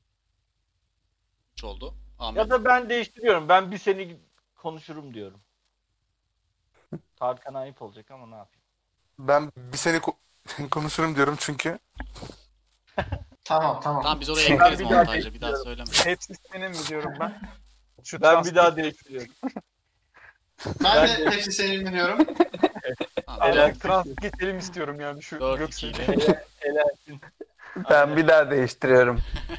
3 oldu. Ahmet. Ya da ben değiştiriyorum. Ben bir seni konuşurum diyorum. Tarkan ayıp olacak ama ne yapayım. Ben bir seni konuşurum diyorum çünkü. Tamam. Tamam biz oraya Ben ekleriz bir daha montajda. Bir daha söyleme. Hepsi senin mi diyorum ben. Şu Ben bir daha transkript- değiştiriyorum. Ben de hepsi senin diyorum. Artık transkript geçelim istiyorum yani şu 4-2 Göksel'e. ile. Helalsin. Ben bir daha değiştiriyorum.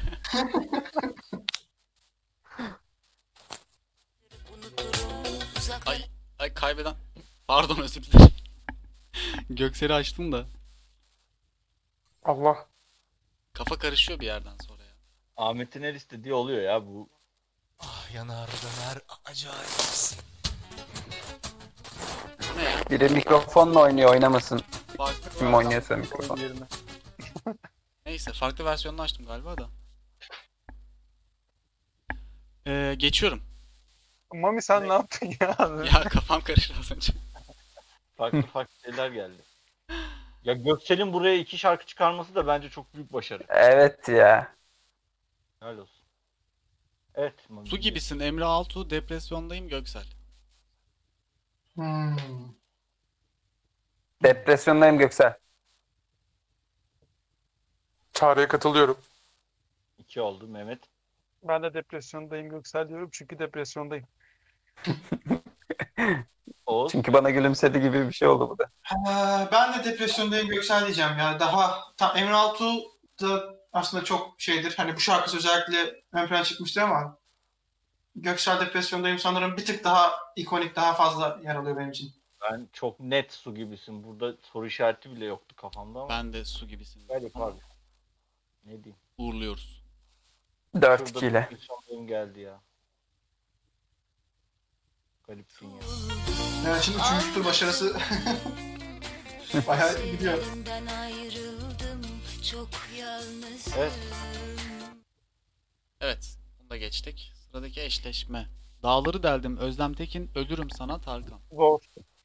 Ay kaybeden. Pardon özür dilerim. Göksel'i açtım da. Allah. Kafa karışıyor bir yerden sonra ya. Ahmet'in her istediği oluyor ya bu. Ah yanar döner acayipsin. Ne ya? Biri mikrofonla oynuyor, oynamasın. Farklı Kim oynuyorsa mikrofon. Neyse farklı versiyonunu açtım galiba da. Geçiyorum. Mami sen ne yaptın ya? Ya kafam karıştı az önce. Farklı şeyler geldi. Ya Göksel'in buraya 2 şarkı çıkarması da bence çok büyük başarı. Evet ya. Helal olsun. Evet. Mami. Su gibisin Emre Altuğ, depresyondayım Göksel. Hmm. Depresyondayım Göksel. Çağrı'ya katılıyorum. 2 oldu Mehmet. Ben de depresyondayım Göksel diyorum çünkü depresyondayım. Oğuz. Çünkü bana gülümsedi gibi bir şey oldu bu da. Ben de depresyondayım Göksel diyeceğim ya. Daha Emre Altuğ da aslında çok şeydir. Hani bu şarkısı özellikle ön plana çıkmıştır ama Göksel depresyondayım sanırım bir tık daha ikonik, daha fazla yer alıyor benim için. Ben çok net su gibisin. Burada soru işareti bile yoktu kafamda ama. Ben de su gibisin. Garip abi. Ne diyeyim. Uğurluyoruz. 4-2 ile. Bir sonrayım geldi ya. Garipsin ya. Yani şimdi 3. tur başarısı bayağı gidiyor. Evet. Evet. Bunu da geçtik. Sıradaki eşleşme. Dağları deldim Özlem Tekin, ölürüm sana Tarkan. Zor.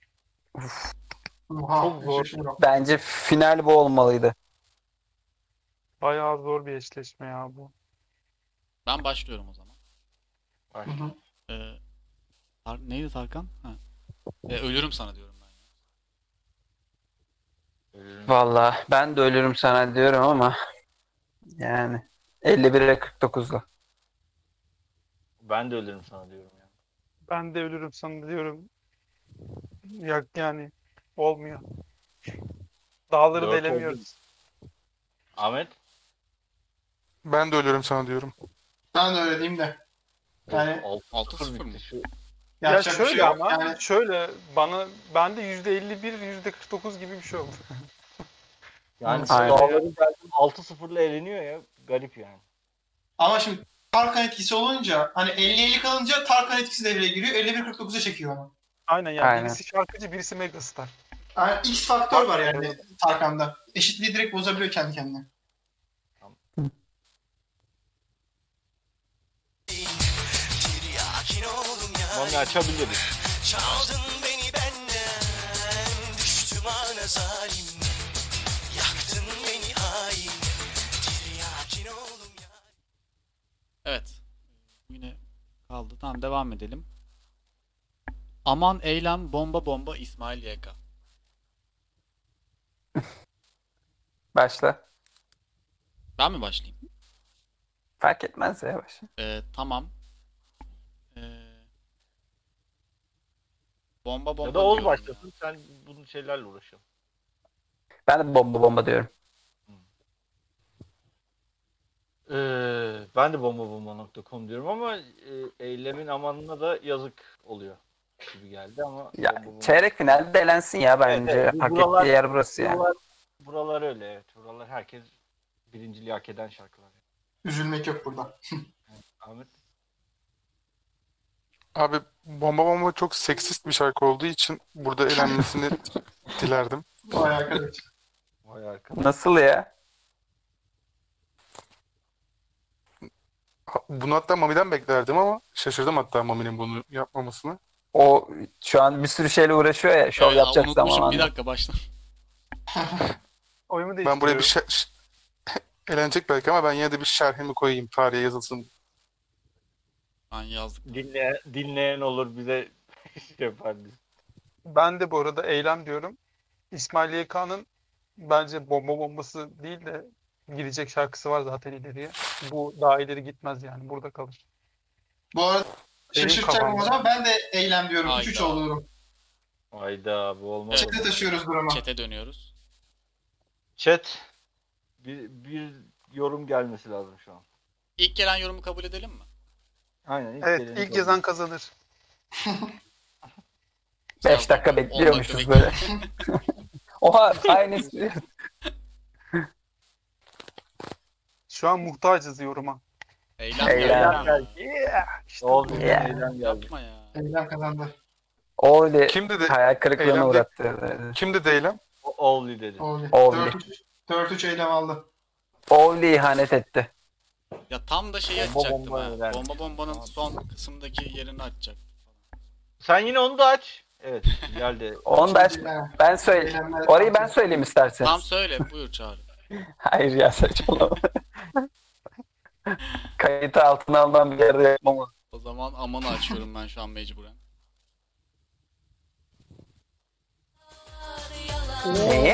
Çok zor. Bence final bu olmalıydı. Bayağı zor bir eşleşme ya bu. Ben başlıyorum o zaman. Başla. Neydi Tarkan? Ha. Ölürüm sana diyorum ben. Ölürüm. Vallahi ben de ölürüm sana diyorum ama yani 51'e 49'la. Ben de ölürüm sana diyorum ya. Ben de ölürüm sana diyorum. Yani olmuyor. Dağları Dört delemiyoruz. Ahmet. Ben de ölürüm sana diyorum. Ben de öyle diyeyim de. Yani 6-0 mı? Şu Ya yapacak bir şöyle şey yok. ama Yani şöyle bende %51, %49 gibi bir şey oldu. yani Aynen. dağların geldim 6-0'la eleniyor ya. Garip yani. ama şimdi Tarkan etkisi olunca hani 50-50 kalınca Tarkan etkisi devreye giriyor. 51-49'a çekiyor onu. Aynen yani Aynen. birisi şarkıcı, birisi megastar. Yani X faktör var yani Tarkan'da. Eşitliği direkt bozabiliyor kendi kendine. Mami açabiliriz. Çaldın beni benden, düştüm ana zalim. Yaktın beni hain, tiryakin oğlum ya. Evet. Yine kaldı. Tamam devam edelim. Aman eylem bomba bomba İsmail YK. Başla. Ben mi başlayayım? Fark etmez ya başla. Tamam. Bomba bomba Ya da Oğuz diyorum başlasın. Sen bunun şeylerle uğraşıyorsun. Ben de bomba bomba diyorum. Ben de bombabomba.com diyorum ama eylemin amanına da yazık oluyor gibi geldi ama Ya bomba bomba. çeyrek finalde elensin ya bence. Evet, Hak buralar- ettiği yer burası yani. Buralar öyle evet. Buralar herkes birinciliği hak eden şarkılar. Üzülmek yok burada. Ahmet. Abi Bomba Bomba çok seksist bir şarkı olduğu için burada elenmesini dilerdim. Vay arkadaş. Vay arkadaş. Nasıl ya? Bunu hatta Mami'den beklerdim ama şaşırdım hatta Mami'nin bunu yapmamasını. O şu an bir sürü şeyle uğraşıyor ya. Şov yapacak unutmuşum. zaman. Bir dakika başla. Oyumu Ben buraya bir değiştiriyorum. elenecek belki ama ben yine de bir şerhimi koyayım, tarihe yazılsın. Ben yazdık. Dinleyen olur bize şey yapar biz. Ben de bu arada eylem diyorum. İsmail YK'nın bence bomba bombası değil de gidecek şarkısı var zaten ileriye. Bu daha ileri gitmez yani. Burada kalır. Bu arada Benim Şaşırtacak o kafamda. zaman. Ben de eylem diyorum. Hayda. 3-3 oluyorum. Hayda bu olmaz. Evet. Çete taşıyoruz durumu. Chat'e dönüyoruz. Chat. Bir yorum gelmesi lazım şu an. İlk gelen yorumu kabul edelim mi? Aynen. Evet geleni ilk kabul yazan kazanır. 5 dakika 10 bekliyormuşuz dakika böyle. Oha aynısı. Şu an muhtacız yoruma. Eylem Eylem geldi. Yeah. İşte bu. Oldu. Ya. Eylem geldi. Yapma ya. Eylem kazandı. O öyle Kimdi de hayal kırıklığına Eylem de- uğrattı. kimdi Deylem? Oldu dedi. Oldu. Oldu. 4-3 eylem aldı. Oğlu ihanet etti. Ya tam da şeyi Bomba açacaktım bomba ha. öyle. Bombanın son kısımdaki yerini açacaktım. Sen yine onu da aç. Evet. Geldi. Onu da aç. Ben söyle. Eylemler- Orayı ben söyleyeyim istersen. Tam söyle buyur Çağrı. Hayır ya saçmalama. Kayıtı altına alınan bir yerde yapmam o. O zaman amanı açıyorum ben şu an mecburen. Neyi?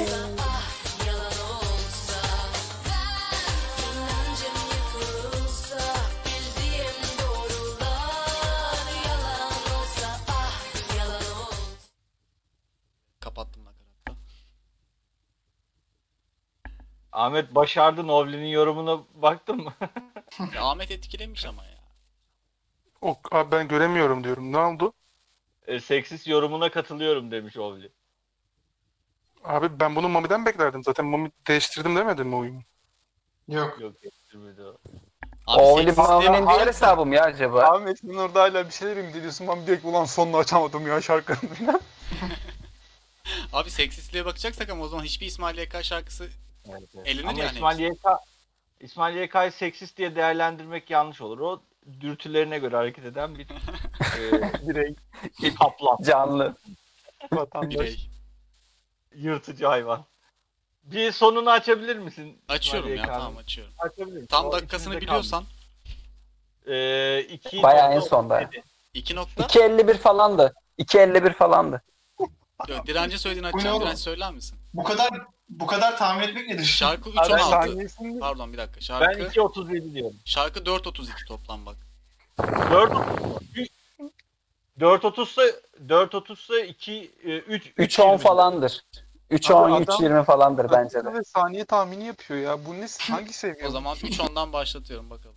Kapattım nakaratta. Ahmet başardı. Novli'nin yorumuna baktın mı? Ya Ahmet etkilemiş ama ya. Abi ben göremiyorum diyorum. Ne oldu? Seksist yorumuna katılıyorum demiş Ovli. Abi ben bunu Mami'den beklerdim. Zaten Mami değiştirdim demedim mi oyunu? Yok. Yok getirmedi o. Abi Oğlu seksistliğe Mavi'nin diğer hesabı mı ya acaba? Ahmet sen orada hala bir şeyler imdeliyorsun. Ben direkt ulan sonunu açamadım ya şarkının falan. Abi seksistliğe bakacaksak ama o zaman hiçbir İsmail YK şarkısı Evet, evet. Elinir Ama yani İsmail YK'yı seksist diye değerlendirmek yanlış olur. O dürtülerine göre hareket eden bir Birey, kaplan, Canlı. vatandaş. birey. yırtıcı hayvan. Bir sonunu açabilir misin? Açıyorum İsmail ya YK'nın? tamam açıyorum. Açabilirim. Tam O dakikasını içimde biliyorsan. kalmış. Bayağı en sonda. 2 nokta. 2.51 falandı. 2.51 falandı. Direnci söylediğini Bu ne açacağım. oğlum? Direnç söyler misin? Bu kadar tahmin etmek nedir? Şarkı Abi, 3.16. Saniyesinde Pardon bir dakika. Ben Şarkı 2.37 diyorum. şarkı 4.32 toplam bak. 4.30'sa 3 3.10 falandır. 3.10, Abi adam- 3.20 falandır bence de. dakika ve saniye tahmini yapıyor ya. Bu ne? Hangi seviye? O zaman 3.10'dan başlatıyorum bakalım.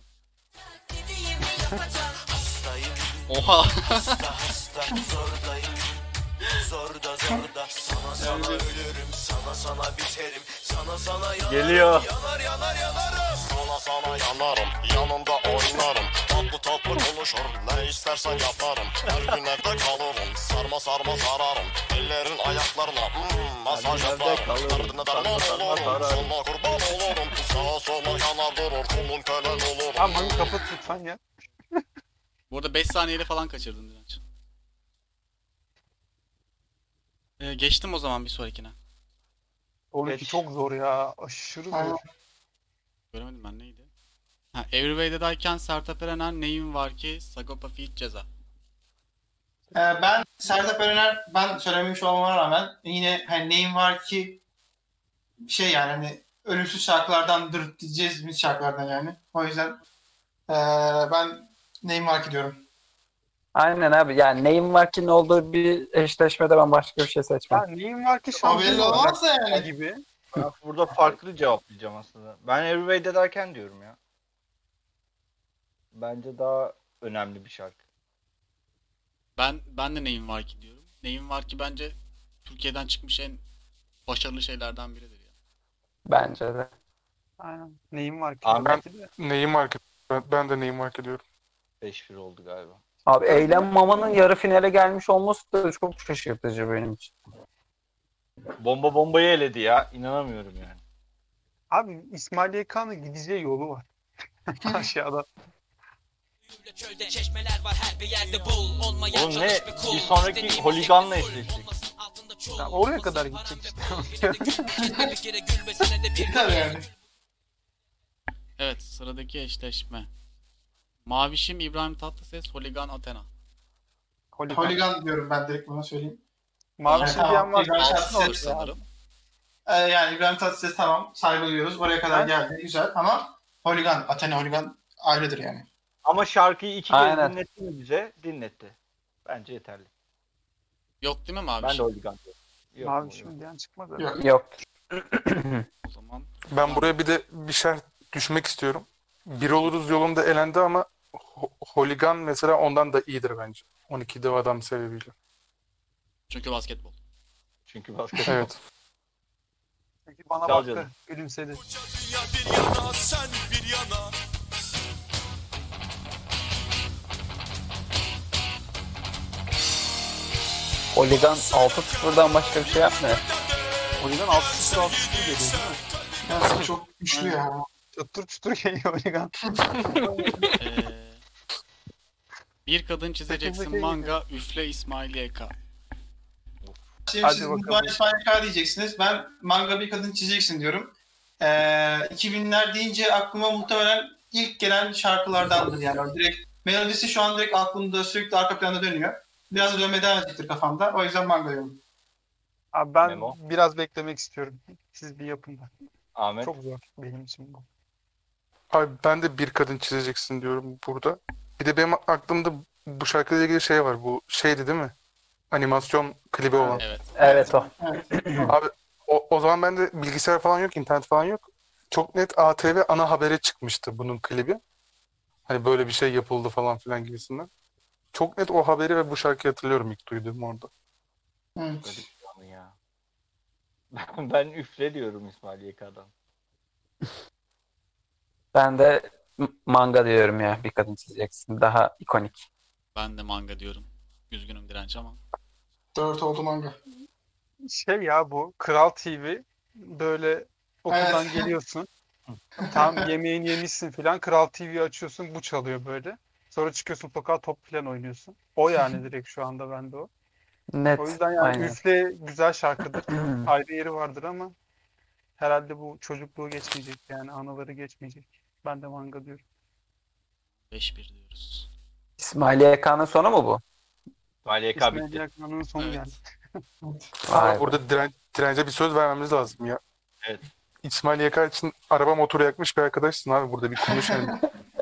Oha. Geliyor. Sana yanarım, yanında oynarım. Tatlı tatlı konuşur, ne istersen yaparım. Her gün evde kalırım, sarma sarma sararım. Ellerin ayaklarına masaj yaparım. Derdine derman olurum, sana kurban olurum. Sağa sola yanar durur, kulun kölen olurum. Tamam hadi kapat lütfen ya. Bu arada 5 saniyeyle falan kaçırdın Direnç. Geçtim o zaman bir sonrakine. 12 Geç. çok zor ya. Aşırı zor. Aynen. Göremedim ben neydi? Ha, Everyway'dayken Sertab Erener neyim var ki Sagopa Feat Ceza. Ben Sertab Erener ben söylememiş olmama rağmen yine hani neyim var ki şey yani hani ölümsüz şarkılardandır diyeceğiz şarkılardan yani. O yüzden ben neyim var ki diyorum. Aynen abi. Yani neyin var ki ne olduğu bir eşleşmede ben başka bir şey Ya seçmem. neyim var ki O şampiyon belli olarak olmaz da yani. gibi. Ben burada farklı cevaplayacağım aslında. Ben Everyway'de derken diyorum ya. Bence daha önemli bir şarkı. Ben de neyim var ki diyorum. Neyim var ki bence Türkiye'den çıkmış en başarılı şeylerden biridir ya. Bence de. Aynen. Neyim var ki? Ahmet- Belki de. Neyim var ki? Ben de neyim var ki diyorum. 5-1 oldu galiba. Abi Eylem Mama'nın yarı finale gelmiş olması da çok şaşırtıcı benim için. Bomba bombayı eledi ya. İnanamıyorum yani. Abi İsmail YK'nın gideceği yolu var. Aşağıda. Çölde çeşmeler var her bir yerde bul. Olmayan Oğlum ne? çalış ve kul. Bir sonraki İstediğim Holigan'la şekilde eşleştik. olmasın altında çul. Ya oraya kadar gidecek işte. Bir kere gül ve senede bir Tabii yani. Evet sıradaki eşleşme. Mavişim İbrahim Tatlıses, Holigan Athena. Holigan diyorum ben direkt buna söyleyeyim. Mavi Evet, şey diyen var. tamam. Altın alır Evet. sanırım. Yani İbrahim Tatlıses tamam saygı duyuyoruz. Oraya kadar Ben- geldi güzel ama Holigan, Athena Holigan ayrıdır yani. Ama şarkıyı 2 kez Aynen. dinletti mi bize? Dinletti. Bence yeterli. Yok değil mi Mavi? Ben de Holigan diyorum. Yok, Mavi yok. şimdiyen çıkmadı. Yok. Yok. O zaman Ben buraya bir de bir şerh düşmek istiyorum. Bir oluruz yolunda elendi ama Holigan mesela ondan da iyidir bence. 12 dev adam sebebiyle. çünkü basketbol. Çünkü basket. Evet. Peki bana Çal baktı. canım. Gülümsedi. Bir yana sen bir yana. Holigan 6-0'dan başka bir şey yapmıyor. O yüzden 6-0 geliyor değil mi? Yani çok güçlü ya. Çatır çutur geliyor Holigan. Bir kadın çizeceksin Sekizdeki manga üfle İsmail YK. Şimdi Hadi siz bakalım. bu İspanya diyeceksiniz. Ben manga bir kadın çizeceksin diyorum. 2000'ler deyince aklıma muhtemelen ilk gelen şarkılardandır yani. Direkt melodisi şu an direkt aklımda sürekli arka planda dönüyor. Biraz da dönmeye devam edecektir kafamda. O yüzden manga diyorum. Abi ben Memo. biraz beklemek istiyorum. Siz bir yapın da. Ahmet. Çok zor benim için bu. Abi ben de bir kadın çizeceksin diyorum burada. Bir de benim aklımda bu şarkıyla ilgili şey var. Bu şeydi değil mi? Animasyon klibi olan. Evet. Evet o. Abi o zaman bende bilgisayar falan yok, internet falan yok. Çok net ATV ana habere çıkmıştı bunun klibi. Hani böyle bir şey yapıldı falan filan gibisinden. Çok net o haberi ve bu şarkıyı hatırlıyorum ilk duyduğum orada. Evet. Garip bir anı ya. Ben üfle diyorum İsmail YK'dan. Ben de manga diyorum ya. Bir kadın çizeceksin. Daha ikonik. Ben de manga diyorum. Üzgünüm direnç ama. 4 oldu manga. Şey ya bu Kral TV böyle okuldan Evet. geliyorsun. Tam yemeğini yemişsin filan. Kral TV açıyorsun. Bu çalıyor böyle. Sonra çıkıyorsun sokağa top filan oynuyorsun. O yani direkt şu anda bende o. Net. O yüzden yani Aynen. Üfle güzel şarkıdır. Ayrı yeri vardır ama herhalde bu çocukluğu geçmeyecek yani anıları geçmeyecek. Ben de manga diyorum. 5-1 diyoruz. İsmail YK'nın sonu mu bu? İsmail YK İsmail bitti. Yakman'ın sonu Evet. geldi. Vay be. Burada dirence bir söz vermemiz lazım ya. Evet. İsmail YK için araba motoru yakmış bir arkadaşsın abi. Burada bir konuşalım.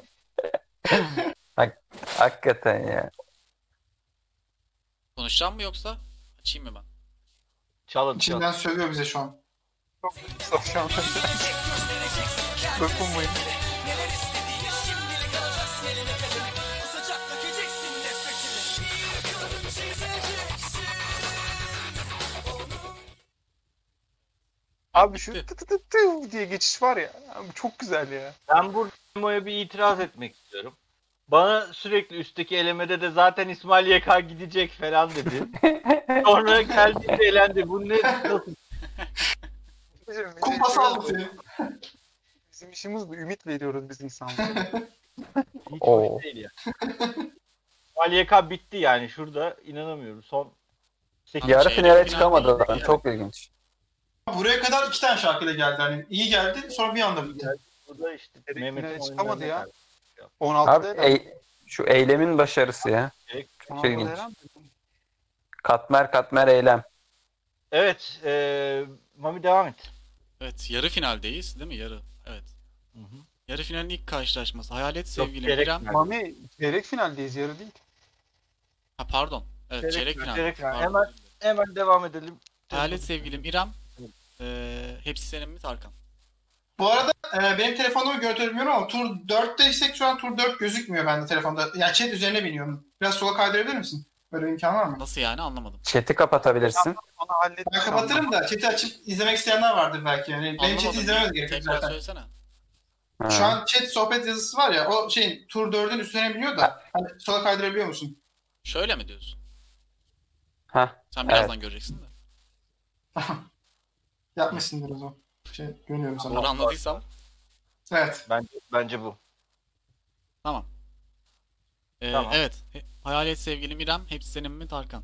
Hakikaten ya. Konuşacağım mı yoksa açayım mı ben? Çalın çalın. İçinden sövüyor bize şu an. Dokunmayın. Abi şu Bitti. tı tı tı tı diye geçiş var ya. Abi çok güzel ya. Ben burada Memo'ya bir itiraz etmek istiyorum. Bana sürekli üstteki elemede de zaten İsmail YK gidecek falan dedi. Sonra geldi de elendi. Bu ne? Nasıl? Kumpas aldı seni. Bizim işimiz bu. Ümit veriyoruz biz insanlara. Hiç Oo. hoş değil ya. İsmail YK bitti yani şurada. İnanamıyorum. Son 8 Yarı Çeyrek finale final çıkamadılar. değil ya. Çok ilginç. Buraya kadar 2 tane şarkıyla geldi. Hani iyi geldi sonra bir anda bitti. burada işte Çeyrek Mehmet'in finale oyunlarına çıkamadı ya. geldi. 16'da Abi herhalde. şu eylemin başarısı ya. 16'da ilginç. herhalde. Katmer katmer eylem. Evet. Mami devam et. Evet, yarı finaldeyiz değil mi? Yarı. Evet. Hı hı. Yarı finalin ilk karşılaşması. Hayalet Yok, sevgili çeyrek İrem. final. Mami çeyrek finaldeyiz yarı değil. Ha pardon. Evet, Çeyrek çeyrek final, final. çeyrek final. Pardon. Hemen devam edelim. Hayalet sevgilim İrem. Hepsi senin mi Tarkan? Bu arada benim telefonumu görebilmiyorum ama tur 4'teysek şu an tur 4 gözükmüyor bende telefonda. Yani chat üzerine biniyorum. Biraz sola kaydırabilir misin? Böyle bir imkan var mı? Nasıl yani anlamadım. Chat'i kapatabilirsin. Onu hallettik. Ben kapatırım da chat'i açıp izlemek isteyenler vardır belki. Yani benim chat'i Anlamadım. izlememiz gerekiyor Tekrar zaten. söylesene. Ha. Şu an chat sohbet yazısı var ya o şeyin tur 4'ün üstüne biniyor da hani sola kaydırabiliyor musun? Şöyle mi diyorsun? Heh, Sen birazdan göreceksin de. Yapmışsındır o zaman. Güveniyorum sana. Doğru anladıysam. Evet. Bence bu. Tamam. Tamam. Evet. Hayalet sevgilim İrem. Hepsi senin mi Tarkan?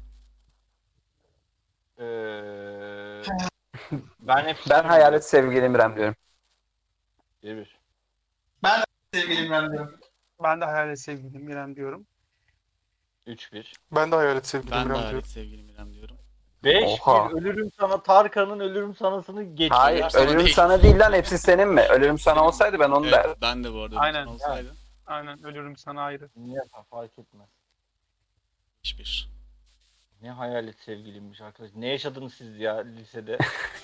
Ben hayalet sevgilim İrem diyorum. 1-1. Sevgilim ben diyorum. Ben de hayalet sevgilim İrem diyorum. 3-1. Ben de hayalet sevgilim Ben de İrem hayalet diyorum. sevgilim İrem diyorum. 5-1. Oha. Ölürüm sana Tarkan'ın ölürüm sanasını geçti. Hayır, ya. sana ölürüm değil. sana değil lan, hepsi senin mi? Ölürüm sana olsaydı ben onu derdim. Evet, ben de bu arada Aynen. olsaydı. Aynen ölürüm sana ayrı. Niye fark etmez. Hiçbir. Ne hayalet sevgilimmiş arkadaş. Ne yaşadınız siz ya lisede?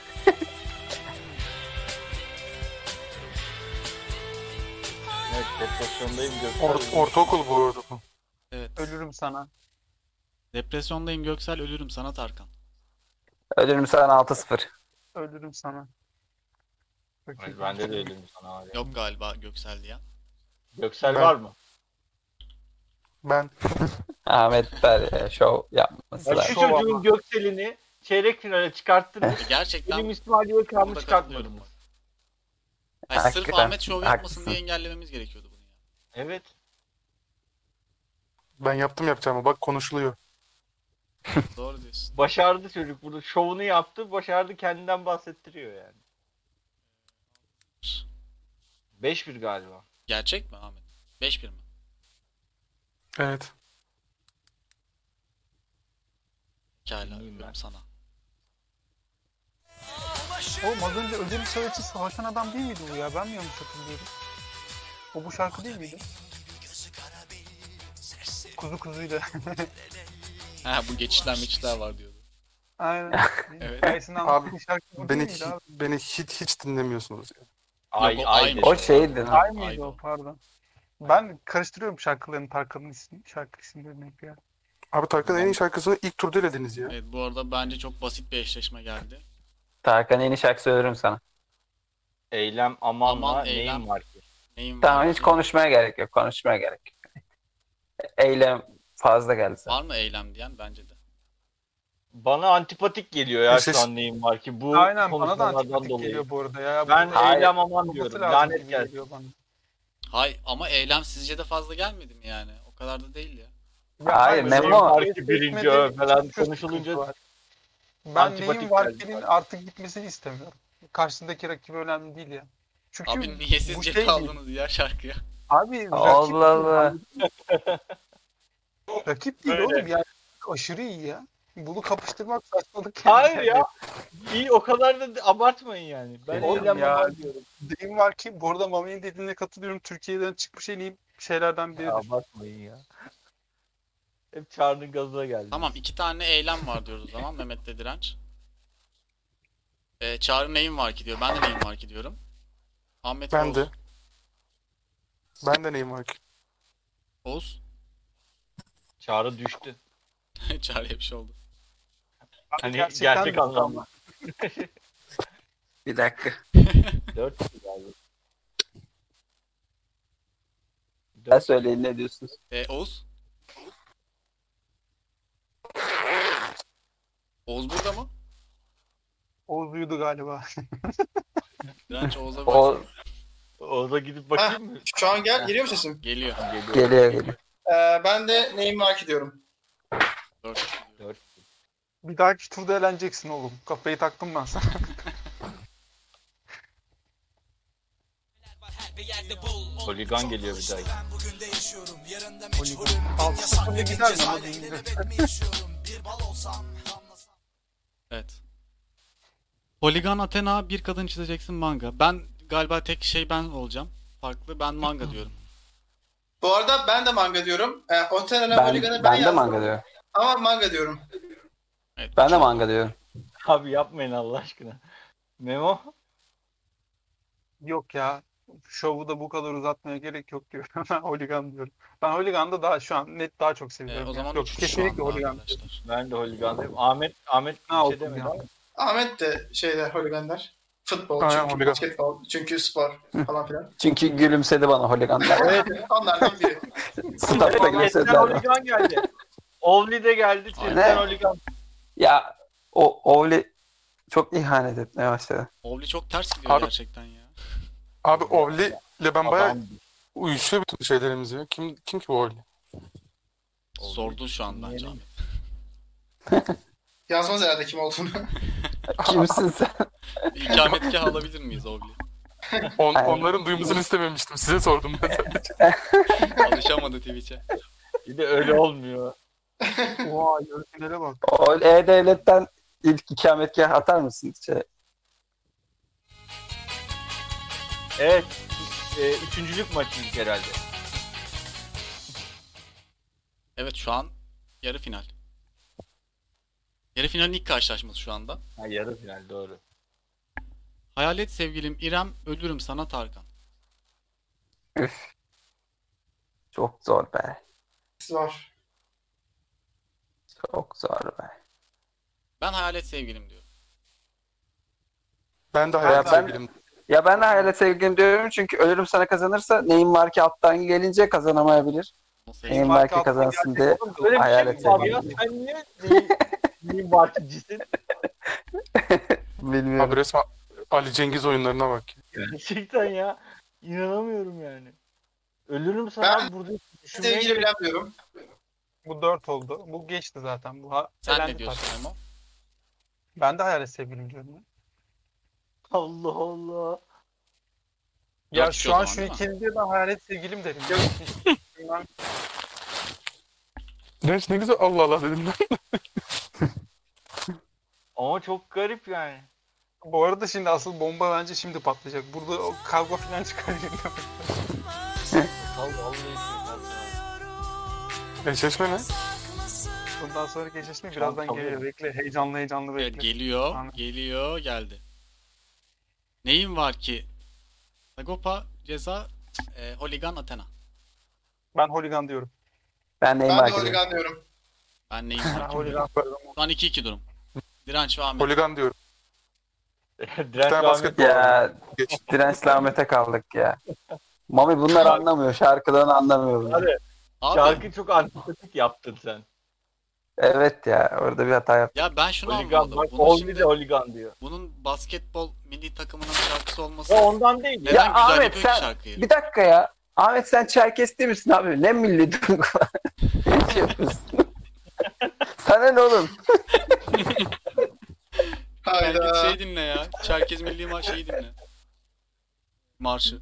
Evet, depresyondayım Göksel. Ortaokul bu arada bu. Evet. Ölürüm sana. Depresyondayım Göksel, ölürüm sana Tarkan. Ölürüm sana 6-0. Ölürüm sana. Hayır, bende de ölürüm sana var ya. Yok galiba Göksel diyen. Göksel Ben- var mı? Ben Ahmet var şov yapması Ya lazım. şu çocuğun Göksel'ini çeyrek finale çıkarttınız. Gerçekten Benim İsmail Yelkan'ı burada çıkartmadınız. katılıyorum. Hayır, sırf Hakikaten, Ahmet şov yapmasın haklısın. diye engellememiz gerekiyordu bunu ya. Evet. yaptım yapacağımı. Bak konuşuluyor. Doğru diyorsun. Başardı çocuk burada. Şovunu yaptı. Başardı, kendinden bahsettiriyor yani. 5-1 galiba. Gerçek mi Ahmet? 5-1 mi? Evet. Pekala, Bilmiyorum ben. ölürüm sana. Oğlum az önce ödül savaşı savaşan adam değil miydi bu ya? Ben mi yanlış hatırlıyorum? O bu şarkı değil miydi? Kuzu kuzuyla. Ha, bu geçişler var diyordu. Aynen. Evet. Hikayesini anlatan şarkı bu Beni değil miydi abi? beni hiç dinlemiyorsunuz ya. Ay, o ay. aynı. O şeydi. Ay mıydı Aynen. o pardon. Ben karıştırıyorum şarkıların Tarkan'ın ismi, şarkı isimlerini hep ya. Abi Tarkan'ın en iyi şarkısını ilk turda elediniz ya. Evet, bu arada bence çok basit bir eşleşme geldi. Tarkan yeni şarkı söylerim sana. Eylem amanla Aman, neyim eylem. var ki? Neyim Tamam var hiç ki? konuşmaya gerek yok. Konuşmaya gerek yok. Eylem fazla geldi sana. Var mı eylem diyen? Bence de. Bana antipatik geliyor ya Ses- şu an neyim var ki. Bu Aynen bana da konuşmalardan antipatik dolayı. geliyor bu arada ya. Ben Hayır. eylem aman Olması diyorum. lazım Lanet gibi gelsin. geliyor bana. Hay ama eylem sizce de fazla gelmedi mi yani? O kadar da değil ya. Hayır, Neyim Memo- var ki birinci falan konuşulunca Ben antipatik neyin var geldi ki'nin bana. artık gitmesini istemiyorum. Karşısındaki rakibi önemli değil ya. Çünkü Abi niye bu sizce şey değil. kaldınız ya şarkıya? Abi Allah Allah. rakip değil Öyle. oğlum yani aşırı iyi ya. Bunu kapıştırmak saçmalık yani. Hayır ya. İyi, o kadar da abartmayın yani. Ben Oğlum eylem ya. aman diyorum. Deyim var ki bu arada Mami'nin dediğine katılıyorum. Türkiye'den çıkmış en iyi şeylerden biridir. Ya, abartmayın ya. Hep Çağrı'nın gazına geldi. Tamam, 2 tane eylem var diyoruz o zaman. Mehmet'le Direnç. Çağrı neyim var ki diyor. Ben de neyim var ki diyorum. Ahmet Ben Oğuz. de. Ben de neyim var ki? Oğuz. Çağrı düştü. Çağrı'ya bir şey oldu. Hani Gerçekten gerçek de- anlamda. Bir dakika. 4 galiba. Ben söyleyin ne diyorsunuz? Oğuz. Oğuz burada mı? Oğuz uyudu galiba. Direnç Oğuz'a O bak. Oğuz'a gidip bakayım mı? Şu an geliyor mu sesim? Geliyor. geliyor. Ben de neyim var ki diyorum. 4. Bir dahaki turda eğleneceksin oğlum. Kafayı taktım ben sana. Holigan geliyor bir daha. Altı sıfırla gider mi ama değil de. Evet. Holigan Athena, bir kadın çizeceksin manga. Ben galiba tek şey ben olacağım. Farklı, ben manga diyorum. Bu arada ben de manga diyorum. Otel'e Ben, Holigan'ı ben ben de yazdım. manga diyorum. Ama manga diyorum. Evet, Ben de manga diyorum. Abi yapmayın Allah aşkına. Memo? Yok ya. Şovu da bu kadar uzatmaya gerek yok diyorum. Ben Holigan diyorum. Ben Holigan'da daha şu an net daha çok seviyorum. O ya. zaman Yok, 3 şu kesinlikle anda Holigan. arkadaşlar. Ben de Holigan'dayım. Ahmet bir Ha, şey demedi Holigan. ama. Ahmet de Holiganlar. Futbol, Aynen, çünkü Holigan. basketbol, çünkü spor falan filan. Çünkü gülümsedi bana holiganlar. Evet, onlardan biri. Statta Eskiden gülümsediler bana. Holigan geldi. Ovli de geldi. Ne? Sizden Holigan. Ya o Ovli çok ihanet etmeye başladı. Ovli çok ters gidiyor Abi- gerçekten ya. Abi Ovli ile ben bayağı Adam. uyuşuyor bütün şeylerimiz ya. Kim ki bu Ovli? Sordu şu an bence Yemin- Ahmet. Yazmaz herhalde kim olduğunu. Kimsin sen? İkametgah alabilir miyiz Ovli? Aynen. Onların duymasını istememiştim. Size sordum ben sadece. Alışamadı Twitch'e. Bir de öyle olmuyor. Vay örgülere bak. O E-Devlet'ten ilk ikametgah atar mısın? Evet. Üçüncülük maçıyız herhalde. Evet şu an yarı final. Yarı finalin ilk karşılaşması şu anda. Ha, yarı final doğru. Hayalet sevgilim İrem, ölürüm sana Tarkan. Üf. Çok zor be. Zor. Çok zor be. Ben hayalet sevgilim diyorum. Ben de hayat ben- sevgilim. Ya ben de hayalet sevgilim diyorum çünkü ölürüm sana kazanırsa neyim var ki alttan gelince kazanamayabilir. Nasıl Neyim var var ki ki alttan kazansın diye Oğlum böyle bir şey hayalet mi var ya? sevgilim. Sen niye neyin particisin? Bilmiyorum. Abi resmen Ali Cengiz oyunlarına bak. Gerçekten ya. İnanamıyorum yani. Ölürüm sana burada düşünmeye Sevgili bilemiyorum. Bu 4 oldu. Bu geçti zaten. Bu Sen elendi ne diyorsun zaten. Emo? Ben de hayalet sevgilim diyorum. Ya, Allah Allah. ya 4-2 şu o an zaman, şu değil mi? ikinci ben hayalet sevgilim derim. Ya, Direnç ne güzel Allah Allah dedim ben. Ama çok garip yani. bu arada şimdi asıl bomba bence şimdi patlayacak. Burada o kavga falan çıkar. Allah Allah. Eşleşme ne? Bundan sonraki eşleşme Şu birazdan an geliyor. Bekle. Heyecanlı bekle. Evet geliyor, Tamam. geliyor, geldi. Neyim var ki? Sagopa, Ceza, Holigan, Athena. Ben holigan diyorum. Ben neyim Ben de var ki diyorum. holigan diyorum. Ben neyim Ben var ki? holigan diyorum. Şu an 2-2 durum. Direnç ve Ahmet. Holigan diyorum. Direnç tane basket- Ya Geç. Direnç'le Ahmet'e kaldık ya. Mami bunlar anlamıyor. Şarkıdan anlamıyor bunlar. Hadi. Abi, Şarkı çok antipatik yaptın sen. Evet ya orada bir hata yaptım. ya ben şunu Holigan anlamadım. bak. Bunun, Olvi şimdi, de holigan diyor. bunun basketbol milli takımının şarkısı olması O ondan değil ya. neden Ya güzel Ahmet, yapıyor ki sen- şarkıyı? Bir dakika ya. Ahmet sen Çerkes değil misin abi? Ne milli duygu var? Ne şey yapıyorsun? Sana ne oğlum? Yani git Hayda. şey dinle ya. Çerkez Milli şeyi dinle. Marşı.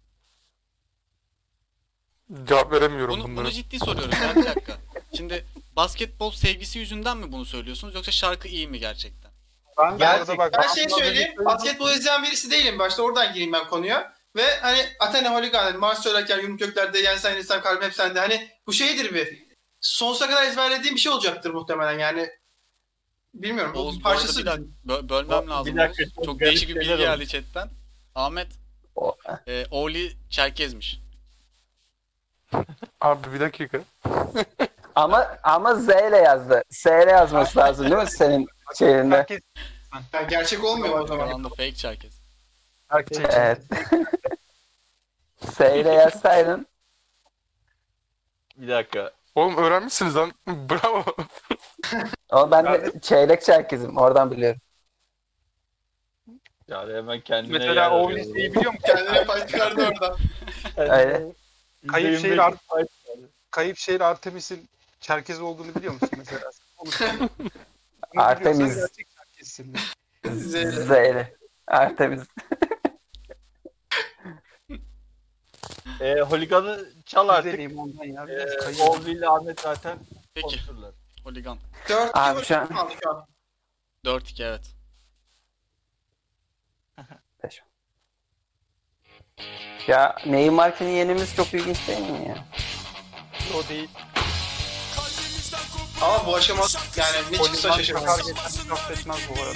Cevap veremiyorum Bunu bunlara. ciddi soruyoruz ya bir dakika. Şimdi basketbol sevgisi yüzünden mi bunu söylüyorsunuz yoksa şarkı iyi mi gerçekten? Ben de arada bak. Ben şey söyleyeyim. Basketbol izleyen birisi değilim. Başta oradan gireyim ben konuya. Ve hani Athena holigan, hani marş söylerken yumruk göklerde yen sen insan kalbim hep sende. Hani bu şeydir bir. Sonsuza kadar ezberlediğim bir şey olacaktır muhtemelen yani. Bilmiyorum. Bu Oğuz bir bu arada parçası. bir dakika bölmem lazım. Bir dakika, Oğuz. çok Çok garip değişik bir bilgi şeyler geldi oldu. chatten. Ahmet O- Oli Çerkezmiş. Abi bir dakika. Ama Z ile yazdı. S ile yazması lazım değil mi senin şeyinde? Herkes Yani gerçek olmuyor mu o zaman? Şu anda fake Çerkez. Evet. S ile yazsaydın. Bir dakika. Oğlum öğrenmişsiniz lan. Bravo. Ama ben de çeyrek Çerkezim. Oradan biliyorum. Yani hemen kendine yer mesela o arıyor. listeyi biliyor musun? Kendine pay çıkardı oradan. Öyle. Kayıp şehir %25 art- Kayıp şehir Artemis'in Çerkez olduğunu biliyor musun mesela? Onu söyle. Bunu Artemis. biliyorsan gerçek Çerkezsin. Z ile. Artemis. Holigan'ı çal artık. Güzeliyim ondan ya. Biraz kayıp. Olvi ile Ahmet zaten Peki. konuşurlar. Holigan. 4 Abi şu an- kaldı şu an. 4-2 evet. Ya Neymar'ın yenimiz çok ilginç değil mi ya? O değil. Ama bu aşama yani ne çıksa Holigan şaşırmaz. şakar geçen bir affetmez bu arada.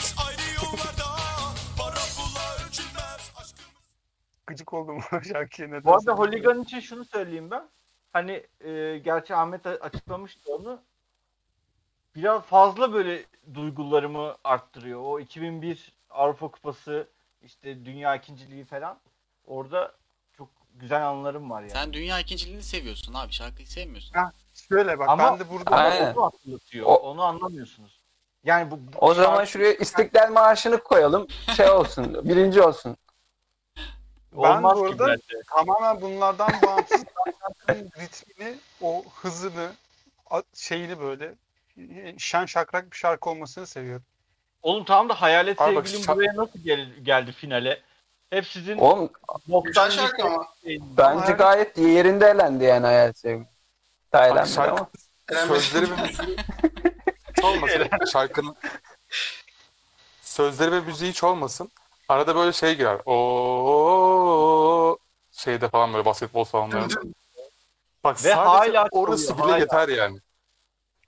Gıcık oldum o şarkıya neden? Bu arada Holigan için şunu söyleyeyim ben. Hani gerçi Ahmet açıklamıştı onu. Biraz fazla böyle duygularımı arttırıyor. O 2001 Avrupa Kupası, işte Dünya ikinciliği falan. Orada çok güzel anılarım var yani. Sen dünya ikinciliğini seviyorsun abi. Şarkıyı sevmiyorsun. Ha, şöyle bak Ama- ben de burada Aynen. Onu hatırlatıyor. O- Onu anlamıyorsunuz. Yani bu O zaman şarkı- şuraya İstiklal Marşı'nı koyalım. Şey olsun. Birinci olsun. ben olmaz ki burada bence. tamamen bunlardan bağımsız şarkının ritmini, o hızını, şeyini böyle şen şakrak bir şarkı olmasını seviyorum. Oğlum tamam da Hayalet Abi bak, Sevgilim buraya nasıl geldi finale? Hep sizin Oğlum Güzel şarkı ama. bence gayet yerinde elendi yani hayal sevgi. Daha elenmedi şarkı- ama. Sözleri ve müziği hiç olmasın. Şarkının sözleri ve müziği hiç olmasın. Arada böyle şey girer. O şeyde falan böyle basketbol salonlarında. Bak Ve sadece hala orası çalıyor, bile hala. yeter yani.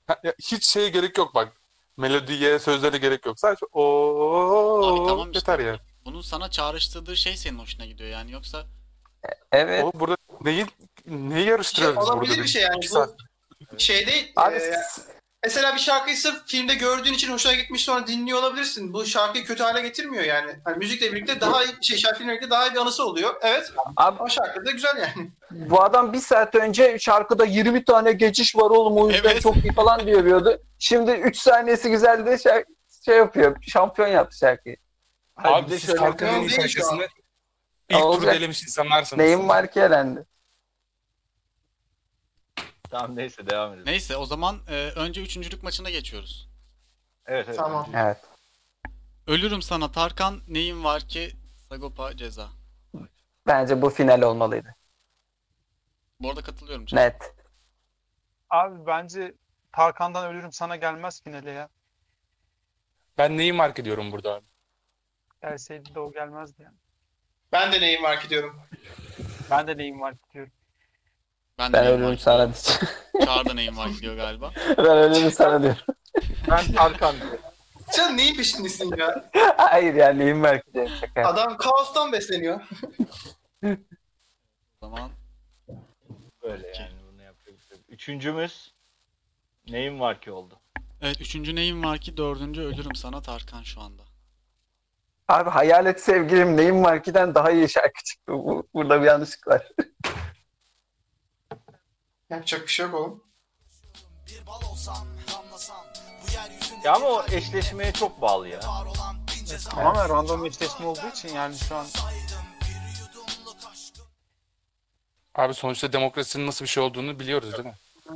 Ya hiç şeye gerek yok bak. Melodiye, sözlere gerek yok. Sadece Abi tamam işte. yeter yani. Bunun sana çağrıştırdığı şey senin hoşuna gidiyor yani. Yoksa Evet. O burada neyi yarıştırıyoruz biz burada? Olabilir bir şey yani. İki saat. Bu şey değil. Abi Mesela bir şarkıyı sırf filmde gördüğün için hoşuna gitmiş sonra dinliyor olabilirsin. Bu şarkıyı kötü hale getirmiyor yani. Hani müzikle birlikte daha iyi, filmle birlikte daha iyi bir anısı oluyor. Evet. abi Ama şarkı da güzel yani. bu adam bir saat önce şarkıda 20 tane geçiş var oğlum o yüzden Evet. çok iyi falan diyordu. Şimdi 3 saniyesi güzeldi de şey yapıyor. Şampiyon yaptı şarkıyı. Hayır, bir Abi de siz şöyle Tarkan'ın en iyi değil şu an. şarkısını ilk Olacak. turda elemiş insanlarsınız. Neyim var ki elendi? Tamam neyse devam edelim. neyse o zaman önce üçüncülük maçına geçiyoruz. Evet. Tamam. Evet. Ölürüm sana Tarkan, neyim var ki Sagopa Ceza. Bence bu final olmalıydı. Bu arada katılıyorum canım. Net. Abi bence Tarkan'dan Ölürüm Sana gelmez finale ya. Ben neyi mark ediyorum burada abi? Gelseydi de o gelmezdi yani. Ben de neyim var ki diyorum. Ben de neyim var diyorum. Ben Ben neyim var ölürüm ki sana diyorum. diyeceğim. Çağrı da neyim var ki diyor galiba. Ben ölürüm sana diyorum. Ben Tarkan diyorum. Sen neyin peşindesin ya? Hayır yani neyim var ki diyorum. Şaka. Adam kaostan besleniyor. O zaman Böyle yani bunu yapıyoruz. Üçüncümüz neyim var ki oldu. evet üçüncü neyim var ki, dördüncü ölürüm sana Tarkan şu anda. Abi Hayalet Sevgilim neyim var ki'den daha iyi şarkı çıktı. Burada bir yanlışlık var. Yapacak bir şey yok oğlum. Bir bal olsam, damlasam, bu yeryüzünde Ya ama o eşleşmeye çok bağlı ya. var olan bince Tamamen random eşleşme olduğu için yani şu an bir yudumluk aşkım. Abi sonuçta demokrasinin nasıl bir şey olduğunu biliyoruz değil mi?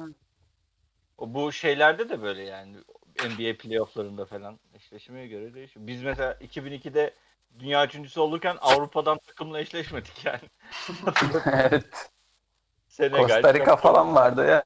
Bu şeylerde de böyle yani NBA playofflarında falan eşleşmeye göre değişiyor. Biz mesela 2002'de dünya üçüncüsü olurken Avrupa'dan takımla eşleşmedik yani. Evet. Senegal. Costa Rica falan vardı ya.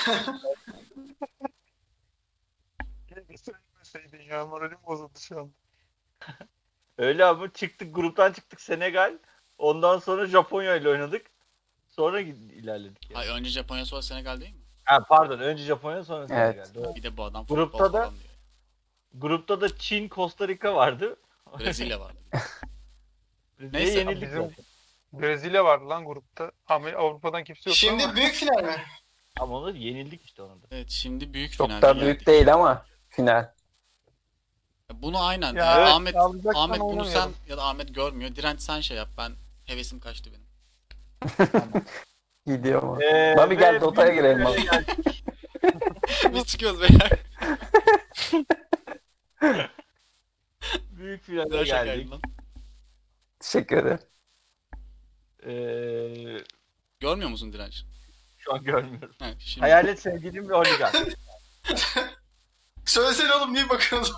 keşke söylemeseydin ya, moralim bozuldu şu an. Öyle ama çıktık gruptan çıktık Senegal. Ondan sonra Japonya ile oynadık. Sonra ilerledik yani. Hayır önce Japonya sonra Senegal değil mi? Ha, pardon önce Japonya sonra Senegal. Evet. Doğru. Bir de bu adam Grupta futbol da- falan diyor. Grupta da Çin, Costa Rica vardı. Brezilya vardı. Brezilya'ya Neyse, yenildik bizim- zaten. Brezilya vardı lan grupta. Ama Avrupa'dan kimse yok Şimdi ama. büyük final mi? Ama onu yenildik işte ona da. Evet şimdi büyük Çok finalde da büyük geldik. değil ama final. Bunu aynen. Ya evet, Ahmet alacaksan Ahmet bunu sen oynamayalım. ya da Ahmet görmüyor. Direnç sen şey yap. Ben hevesim kaçtı benim. Gidiyor mu? Ee, Mami ve gel Dota'ya büyük girelim finale Mami. geldik. Biz çıkıyoruz beyler. Büyük finale Güzel şakaydı geldik. lan. Teşekkür ederim. Görmüyor musun Direnç? Şu an görmüyorum. He, şimdi. Hayalet sevgilim ve holigan. Söylesene oğlum niye bakıyorsun?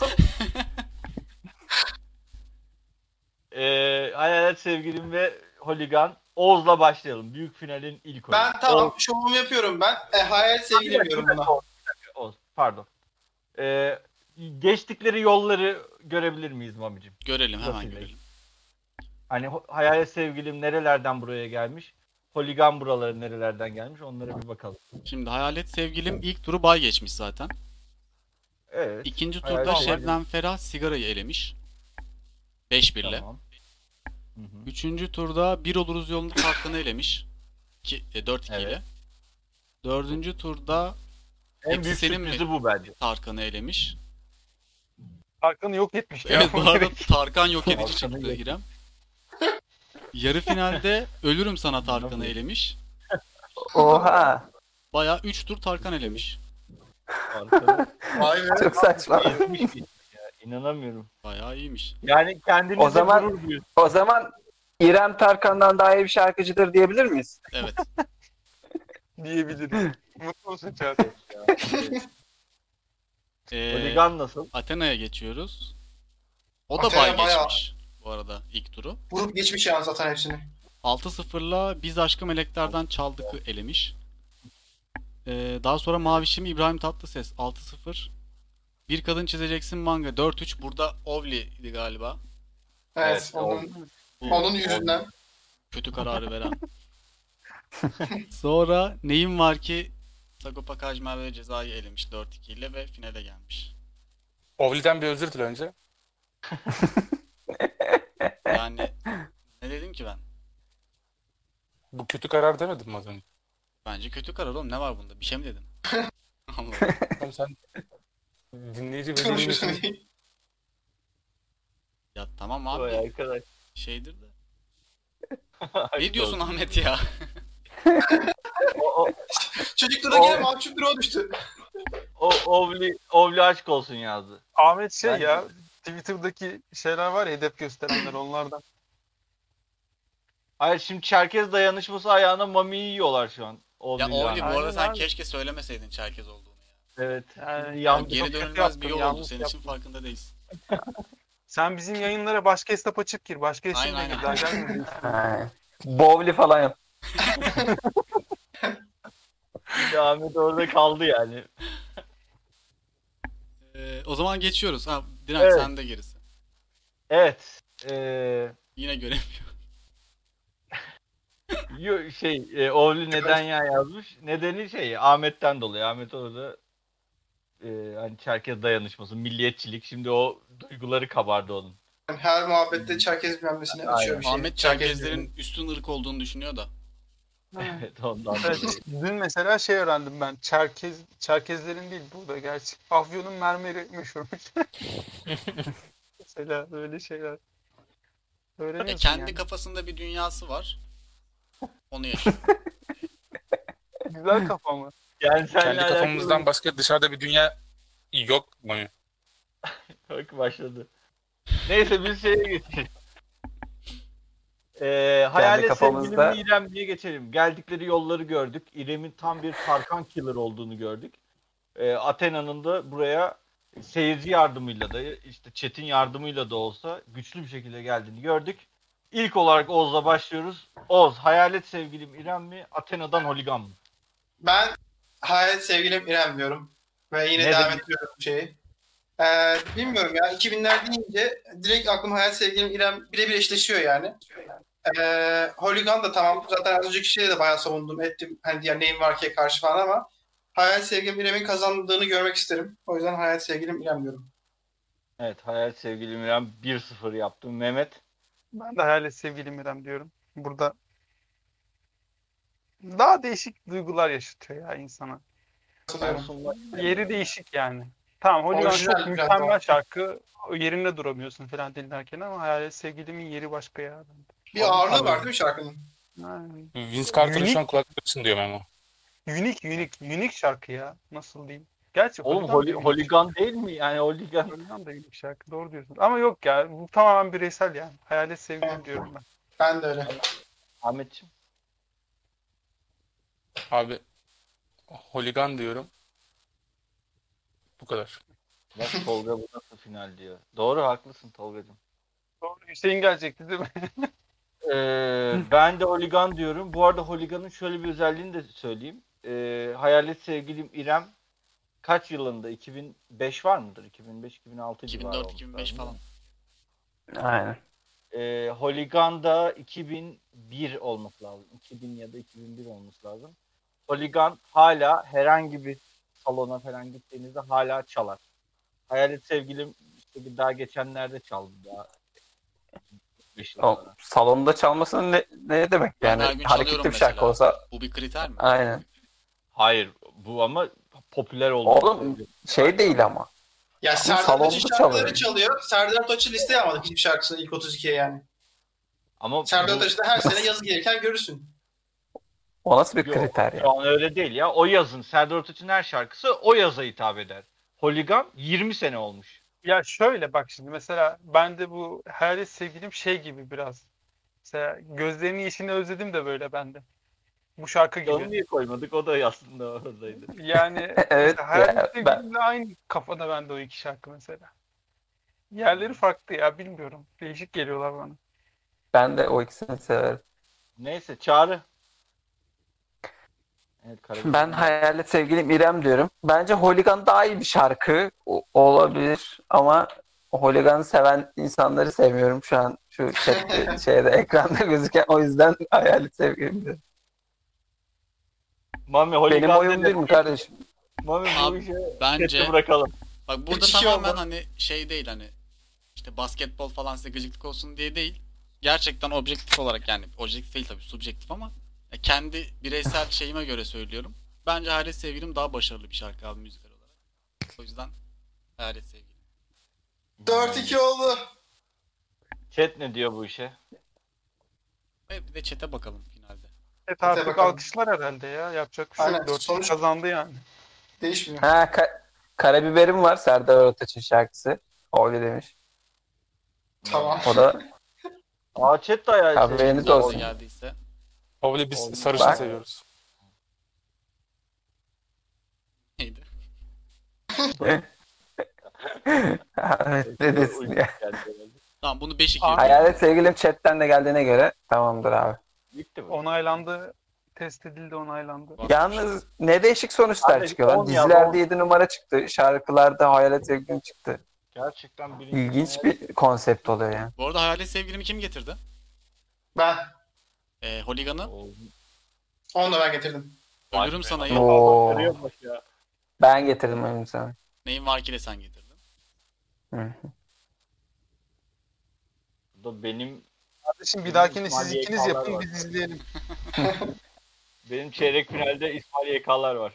Hayalet sevgilim ve holigan. Oğuz'la başlayalım. Büyük finalin ilk oyunu. Ben tamam şovumu yapıyorum ben. Hayal sevgilim diyorum buna. Oğuz, pardon. Geçtikleri yolları görebilir miyiz Mami'cim? Görelim hemen Nasıl görelim. Hani hayalet sevgilim nerelerden buraya gelmiş? Holigan buraları nerelerden gelmiş? Onlara bir bakalım. Şimdi Hayalet Sevgilim ilk turu bay geçmiş zaten. Evet. İkinci Hayalet turda Sevgilim. Şebnem Ferah Sigara'yı elemiş. 5-1'le. Tamam. Hı hı. Üçüncü turda Bir Oluruz Yolunda Tarkan'ı elemiş. 4-2 ile. Evet. Dördüncü turda En Hepsi büyük senin mi? sürprizi bu bence. Tarkan'ı elemiş. Tarkan'ı yok etmiş ya. Evet bu arada Tarkan yok edici Tarkan'ı çıktı yok. İrem. Yarı finalde Ölürüm Sana Tarkan'ı elemiş. Oha. Bayağı 3 tur Tarkan elemiş. Arkada Vay be. Çok saçma. ezmiş bir ya. İnanamıyorum. Bayağı iyiymiş. Yani kendinize O zaman- gurur duyun. O zaman İrem Tarkan'dan daha iyi bir şarkıcıdır diyebilir miyiz? Evet. Diyebilirim. Mutlu musun Çağatay? Holigan nasıl? Athena'ya geçiyoruz. O da Athena bay bayağı- geçmiş. Bu arada ilk turu. Vurup geçmiş yani zaten hepsini. 6-0'la Biz Aşkı Meleklerden Çaldık'ı elemiş. Daha sonra Mavişim İbrahim Tatlıses 6-0. Bir Kadın Çizeceksin Manga 4-3. Burada Ovli'ydi galiba. Evet, Evet, onun yüzünden. Kötü kararı veren. Sonra Neyim Var Ki Sagopa Kajmer ve Ceza'yı elemiş 4-2 ile ve finale gelmiş. Ovli'den bir özür dile önce. Yani ne dedim ki ben? Bu kötü karar demedim mi az önce? Bence kötü karar oğlum. Ne var bunda? Bir şey mi dedim? Allah Allah. Tamam sen dinleyici ve Konuşmasın dinleyici diye. Ya tamam Vay abi. arkadaş. Şeydir de. Ne diyorsun Ahmet ya? O, Çocuklara gene mahcup bir o düştü. Ovli aşk olsun yazdı. Ahmet şey Bence ya de. Twitter'daki şeyler var ya hedef gösterenler onlardan. Hayır şimdi Çerkez dayanışması ayağına mami yiyorlar şu an. Ya Ovli'yle. Ovli bu arada Aynen sen abi. keşke söylemeseydin Çerkez olduğunu ya. Evet. Yani Şimdi Ya yandı. geri çok dönülmez bir yaptım, yol oldu. yanlış Senin için yaptım. farkında değilsin. Sen bizim yayınlara başka hesap açıp gir. Başka Aynen, isimle aynen. gir. Daha gelmedi. Ha. Bowli falan yap. Şimdi Ahmet orada kaldı yani. O zaman geçiyoruz. Ha, Diren Evet. sen de gerisi. Evet. Yine göremiyorum. Ovli neden ya yazmış. Nedeni Ahmet'ten dolayı. Ahmet orada hani Çerkez dayanışması, milliyetçilik. Şimdi o duyguları kabardı onun. Yani her muhabbette Çerkez bilmemesine açıyor bir şey. Ahmet Çerkezlerin üstün ırk olduğunu düşünüyor da. Evet ondan Evet, dolayı. dün mesela şey öğrendim ben. Çerkezlerin değil burada gerçi. Afyon'un mermeri meşhurmuş. Mesela böyle şeyler. Öğreniyorsun Kendi yani. kafasında bir dünyası var. Onu yaşıyor. Güzel kafa mı? Yani seninle kendi alakalı- kafamızdan başka dışarıda bir dünya yok mu? Bak başladı. Neyse biz şeye geçelim. Hayalet kafamızda- sevgilimi İrem diye geçelim. Geldikleri yolları gördük. İrem'in tam bir Tarkan killer olduğunu gördük. Athena'nın da buraya seyirci yardımıyla da işte chat'in yardımıyla da olsa güçlü bir şekilde geldiğini gördük. İlk olarak Oz'la başlıyoruz. Oz, hayalet sevgilim İrem mi? Athena'dan holigan mı? Ben hayalet sevgilim İrem diyorum. Ve yine Ne devam demek? ediyorum bu şeyi. Bilmiyorum ya. 2000'ler deyince direkt aklıma hayalet sevgilim İrem birebir eşleşiyor yani. Holigan da tamam. Zaten az önceki şeyde de bayağı savundum. Ettim. Hani diğer neyim var ki karşı falan ama hayalet sevgilim İrem'in kazandığını görmek isterim. O yüzden hayalet sevgilim İrem diyorum. Evet, hayalet sevgilim İrem 1-0 yaptım. Mehmet. Ben de hayalet sevgilim İrem diyorum. Burada daha değişik duygular yaşatıyor ya insana. Katılıyorum. Yeri değişik yani. Tamam Holigan Orijinal çok biraz mükemmel daha. şarkı. O yerinde duramıyorsun falan dinlerken ama hayalet sevgilimin yeri başka ya. Bir ağırlığı var değil mi şarkının? Yani, Vince Carter'ın Unique. şu an kulaklığı diyor Memo. unique şarkı ya. Nasıl diyeyim? Gerçi Oğlum Holigan da unique. holigan değil mi? Yani holigan. Holigan da unique şarkı. Doğru diyorsun. Ama yok ya. Bu tamamen bireysel yani. Hayalet sevgilim diyorum ben. Ben de öyle. Ahmetciğim. Abi holigan diyorum. Bu kadar. Bak Tolga bu nasıl final diyor. Doğru haklısın Tolga'cığım. Doğru. Hüseyin gelecekti değil mi? Ben de holigan diyorum. Bu arada holiganın şöyle bir özelliğini de söyleyeyim. Hayalet sevgilim İrem kaç yılında? 2005 var mıdır? 2005-2006 civarı olmuş 2004-2005 lazım, falan. Aynen. Holigan da 2001 olması lazım. 2000 ya da 2001 olması lazım. Holigan hala herhangi bir salona falan gittiğinizde hala çalar. Hayalet sevgilim işte daha geçenlerde çaldı daha. 5 yıl O sonra. salonda çalmasının ne demek yani? her gün Hareketli çalıyorum bir şarkı mesela. olsa Bu bir kriter mi? aynen. Hayır bu ama popüler oldu. Oğlum şey değil ama. Ya Serdar salonda Taç'ın şarkıları çalıyor. çalıyor. Serdar Taç'ı listeye almadık hiçbir şarkısını ilk 32'ye yani. Ama Serdar bu- Taç'ı da her sene yazı gelirken görürsün. O nasıl bir Yok, kriter ya? şu an öyle değil ya. O yazın Serdar Ortaç'ın her şarkısı o yaza hitap eder. Holigan 20 sene olmuş. Ya şöyle bak şimdi mesela ben de bu hayalet sevgilim şey gibi biraz. Mesela gözlerinin yeşilini özledim de böyle bende. Bu şarkı Onu gibi. niye koymadık? O da aslında oradaydı. Yani Evet mesela hayalet ya, sevgilimle aynı kafada bende o iki şarkı mesela. Yerleri farklı ya bilmiyorum. Değişik geliyorlar bana. ben de o ikisini severim. Neyse Çağrı. Evet, Karagöz. Ben hayalet sevgilim İrem diyorum. Bence Holigan daha iyi bir şarkı olabilir ama Holigan'ı seven insanları sevmiyorum şu an şu chatte, ekranda gözüken o yüzden hayalet sevgilim diyorum. Mami Benim holigan oyun değil mi kardeşim? Mami bu Abi, işi bence chat'te bırakalım. bak burada 3-2 tamamen oldu. hani şey değil, hani işte basketbol falan size gıcıklık olsun diye değil. Gerçekten objektif olarak, yani objektif değil tabii, subjektif ama kendi bireysel şeyime göre söylüyorum. Bence Hayalet Sevgilim daha başarılı bir şarkı abi müzikal olarak. O yüzden Hayalet Sevgilim. 4-2 oldu. Chat ne diyor bu işe? Evet, bir de chat'e bakalım finalde. Evet, artık bakalım. alkışlar herhalde ya. Yapacak bir şey Aynen, yok. 4 sonuç- kazandı yani. Değişmiyor. Ha, Karabiberim var, Serdar Ortaç'ın şarkısı. Öyle demiş. Tamam. O da Aa chat de ayağı haberiniz Size olsun. geldiyse. Ovli biz sarışın Bak. seviyoruz. Neydi? Evet, ne desin ya. Tamam, bunu 5-2 Aa, yapıyorum. Hayalet Sevgilim chatten de geldiğine göre tamamdır abi. Bitti mi? Onaylandı. Test edildi, onaylandı. Yalnız ne değişik sonuçlar Abi, çıkıyor lan. 10 ya, Dizilerde 10. 7 numara çıktı. Şarkılarda Hayalet Sevgilim çıktı. Gerçekten birinci. İlginç bir konsept oluyor yani. Bu arada Hayalet Sevgilimi kim getirdi? Ben. Holigan'ı. Onu da ben getirdim. Ölürüm Sana'yı. Oo. Görüyor bak ya. Ben getirdim oyunu sana. Neyin var ki de sen getirdin. Hı. Bu da benim Kardeşim bir dahakine siz İsmail ikiniz YK'lar yapın, var. biz izleyelim. çeyrek finalde İsmail YK'lar var.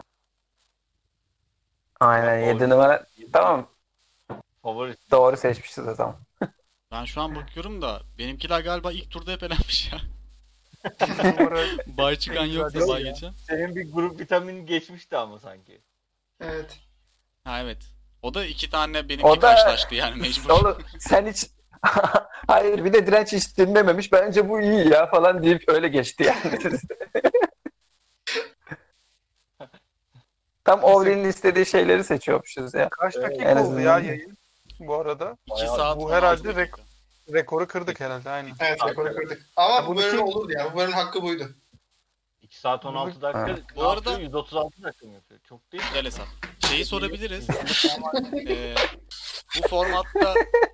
Aynen Ya, 7 doğru. numara. Tamam, Favori. doğru seçmişiz o zaman. Ben şu an bakıyorum da benimkiler galiba ilk turda hep elenmiş ya. Bay çıkan yoksa Yok bay ya. geçen. Senin bir grup vitamin geçmişti ama sanki. Evet. Ha evet. O da 2 tane benimki O da- karşılaştı yani mecbur. Oğlum sen hiç hayır, bir de Direnç hiç dinlememiş. Bence bu iyi ya falan deyip öyle geçti yani. Tam Ovli'nin istediği şeyleri seçiyormuşuz ya. Kaç Evet, dakika en oldu ya azından. yayın bu arada? 2 Bayağı- saat bu falan herhalde oldu. Rekoru kırdık herhalde, aynen. Evet, rekoru kırdık. Ama Ya bu bunu bölüm kim- olurdu ya. Bu bölümün hakkı buydu. 2 saat 16 dakika. Ha. Ne Bu arada- yapıyor? 136 dakika mı yapıyor? Çok değil mi? Güzel hesap. Şeyi sorabiliriz. Bu formatta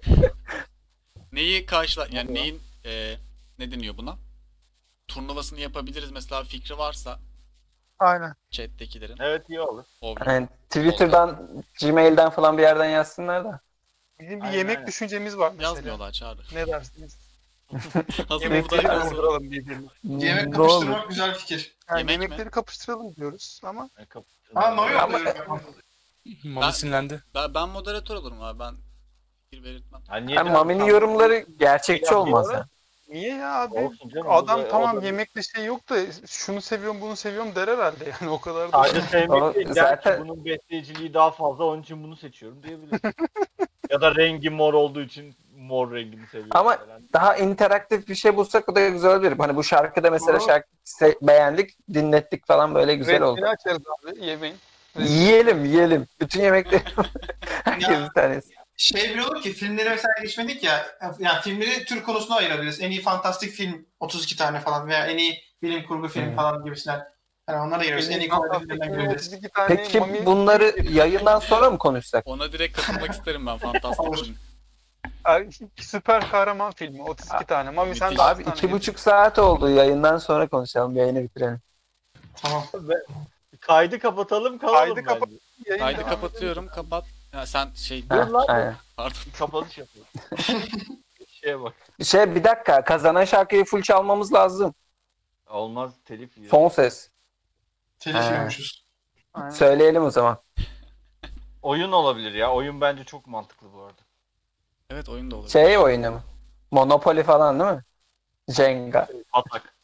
neyi yani neyin ne deniyor buna? Turnuvasını yapabiliriz mesela, fikri varsa Aynen. chat'tekilerin. Evet iyi olur. Yani Twitter'dan, Gmail'den falan bir yerden yazsınlar da. Bizim bir Aynen, yemek aynen. düşüncemiz var mesela. Yazmıyorlar Çağrı. Ne dersiniz? Hazır Yemekleri buradayken sonra. vurduralım birbirine. Yemek Ne kapıştırmak olur. güzel fikir. Yani Yemek mi? yemekleri kapıştıralım diyoruz ama Yani kapı- Ama Mami Ama- oluyor. Mami sinirlendi. Ben moderatör olurum abi, ben fikir belirtmem. Ha, niye Yani biraz Mami'nin tam- yorumları gerçekçi Ya, olmaz diyorlar. ya. niye ya abi? Olsun canım. Adam o da- tamam o da- yemekle şey yok da şunu seviyorum bunu seviyorum der herhalde yani, o kadar da. Sadece sevmek değil. Zaten- Zaten... Bunun besteciliği daha fazla, onun için bunu seçiyorum diyebilirsin. Ya da rengi mor olduğu için mor rengini seviyorum. Ama falan. daha interaktif bir şey bulsak o da güzel olabilir. Hani bu şarkıda mesela Doğru. şarkı beğendik, dinlettik falan, böyle güzel oldu. Resmini açarız abi yemeğin. Yiyelim. Bütün yemekleri herkes Ya. bir tanesi. Şey bile olur ki filmleri mesela geçmedik ya. Yani filmleri tür konusuna ayırabiliriz. En iyi fantastik film 32 tane falan veya en iyi bilim kurgu film falan gibisinden. Yani onlara ayırıyoruz. En iyi komedi filmlerden girebiliriz. 32 tane Peki Mami- bunları yayından sonra mı konuşsak? Ona direkt katılmak isterim ben, fantastik Olur. film. Ay, süper kahraman filmi 32 tane. Mami sen Müthiş. de Abi 2,5 saat oldu, yayından sonra konuşalım, yayını bitirelim. Tamam. Kaydı kapatalım kalalım Kaydı bence. kapat- Yayın Kaydı devam kapatıyorum, kapat. Ya sen şey, Ha, lan. aynen. pardon. Kapanış yapıyoruz. Şeye bak. Bir dakika, kazanan şarkıyı full çalmamız lazım. Olmaz telif yiyor. Son ses. Telif Ha. yiyormuşuz. Aynen. Söyleyelim o zaman. Oyun olabilir ya. Oyun bence çok mantıklı bu arada. Evet, oyun da olur. Şey oyunu mu? Monopoly falan değil mi? Jenga. Atak.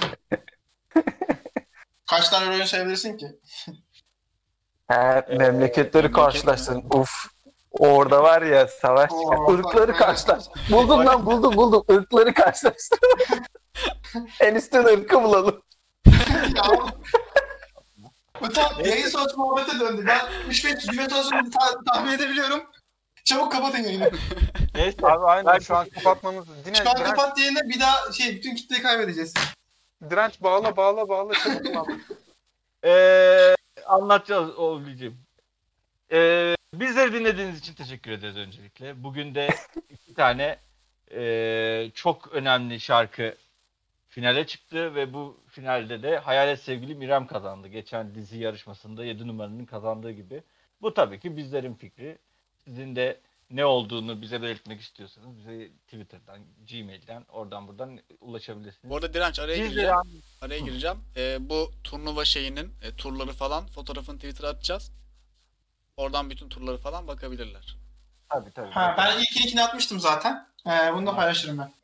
Kaç tane oyun sayabilirsin ki? Memleketleri karşılaşsın. Uf. Orada var ya savaş çıkar. Oo, Irkları bak, karşılaş. Buldum lan, buldum. Irkları karşılaştır. En üstün ırkı bulalım. Ya, bu tam yayın sonrası muhabbete döndü. Ben 3-5 cümle sonrasını tahmin edebiliyorum. Çabuk kapatın yayını. Neyse. Abi aynen Ben- şu an kapatmamız. Şu an kapat yayını, bir daha bütün kitleyi kaybedeceğiz. Direnç bağla çabuk lan. Anlatacağız Oğulcuğum. Bizleri dinlediğiniz için teşekkür ederiz öncelikle. Bugün de 2 tane çok önemli şarkı finale çıktı ve bu finalde de Hayalet Sevgilim İrem kazandı. Geçen dizi yarışmasında 7 numaranın kazandığı gibi. Bu tabii ki bizlerin fikri. Sizin de ne olduğunu bize belirtmek istiyorsanız bize Twitter'dan, Gmail'den, oradan buradan ulaşabilirsiniz. Bu arada Direnç araya Biz de gireceğim. yani- Araya gireceğim. Bu turnuva şeyinin turları falan fotoğrafını Twitter'a atacağız. Oradan bütün turları falan bakabilirler. Tabii. Ha, ben ilk linkini atmıştım zaten. Bunu da paylaşırım ben.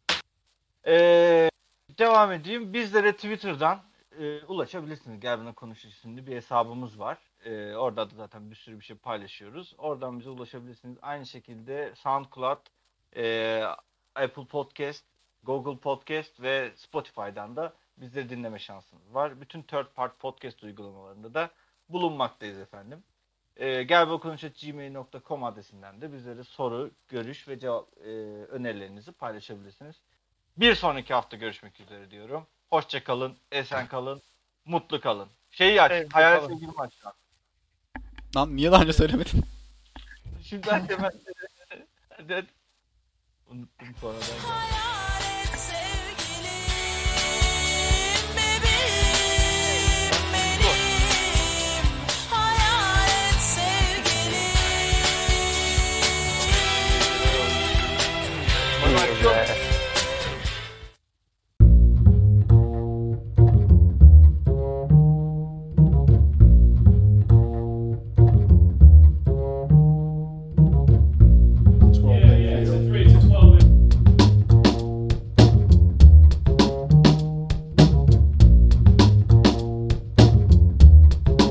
Devam edeyim. Bizlere Twitter'dan ulaşabilirsiniz. Gel Buna Konuş isimli bir hesabımız var. Orada da zaten bir sürü bir şey paylaşıyoruz. Oradan bize ulaşabilirsiniz. Aynı şekilde SoundCloud, Apple Podcast, Google Podcast ve Spotify'dan da bizleri dinleme şansınız var. Bütün third part podcast uygulamalarında da bulunmaktayız efendim. gelbunakonuş@gmail.com adresinden de bizlere soru, görüş ve cevap önerilerinizi paylaşabilirsiniz. Bir sonraki hafta görüşmek üzere diyorum. Hoşça kalın, esen kalın, mutlu kalın. Şeyi aç, Evet, Hayalet kalın. Sevgilim aç. Lan niye daha önce söylemedin? Şimdi hemen hadi. Unuttum sonradan.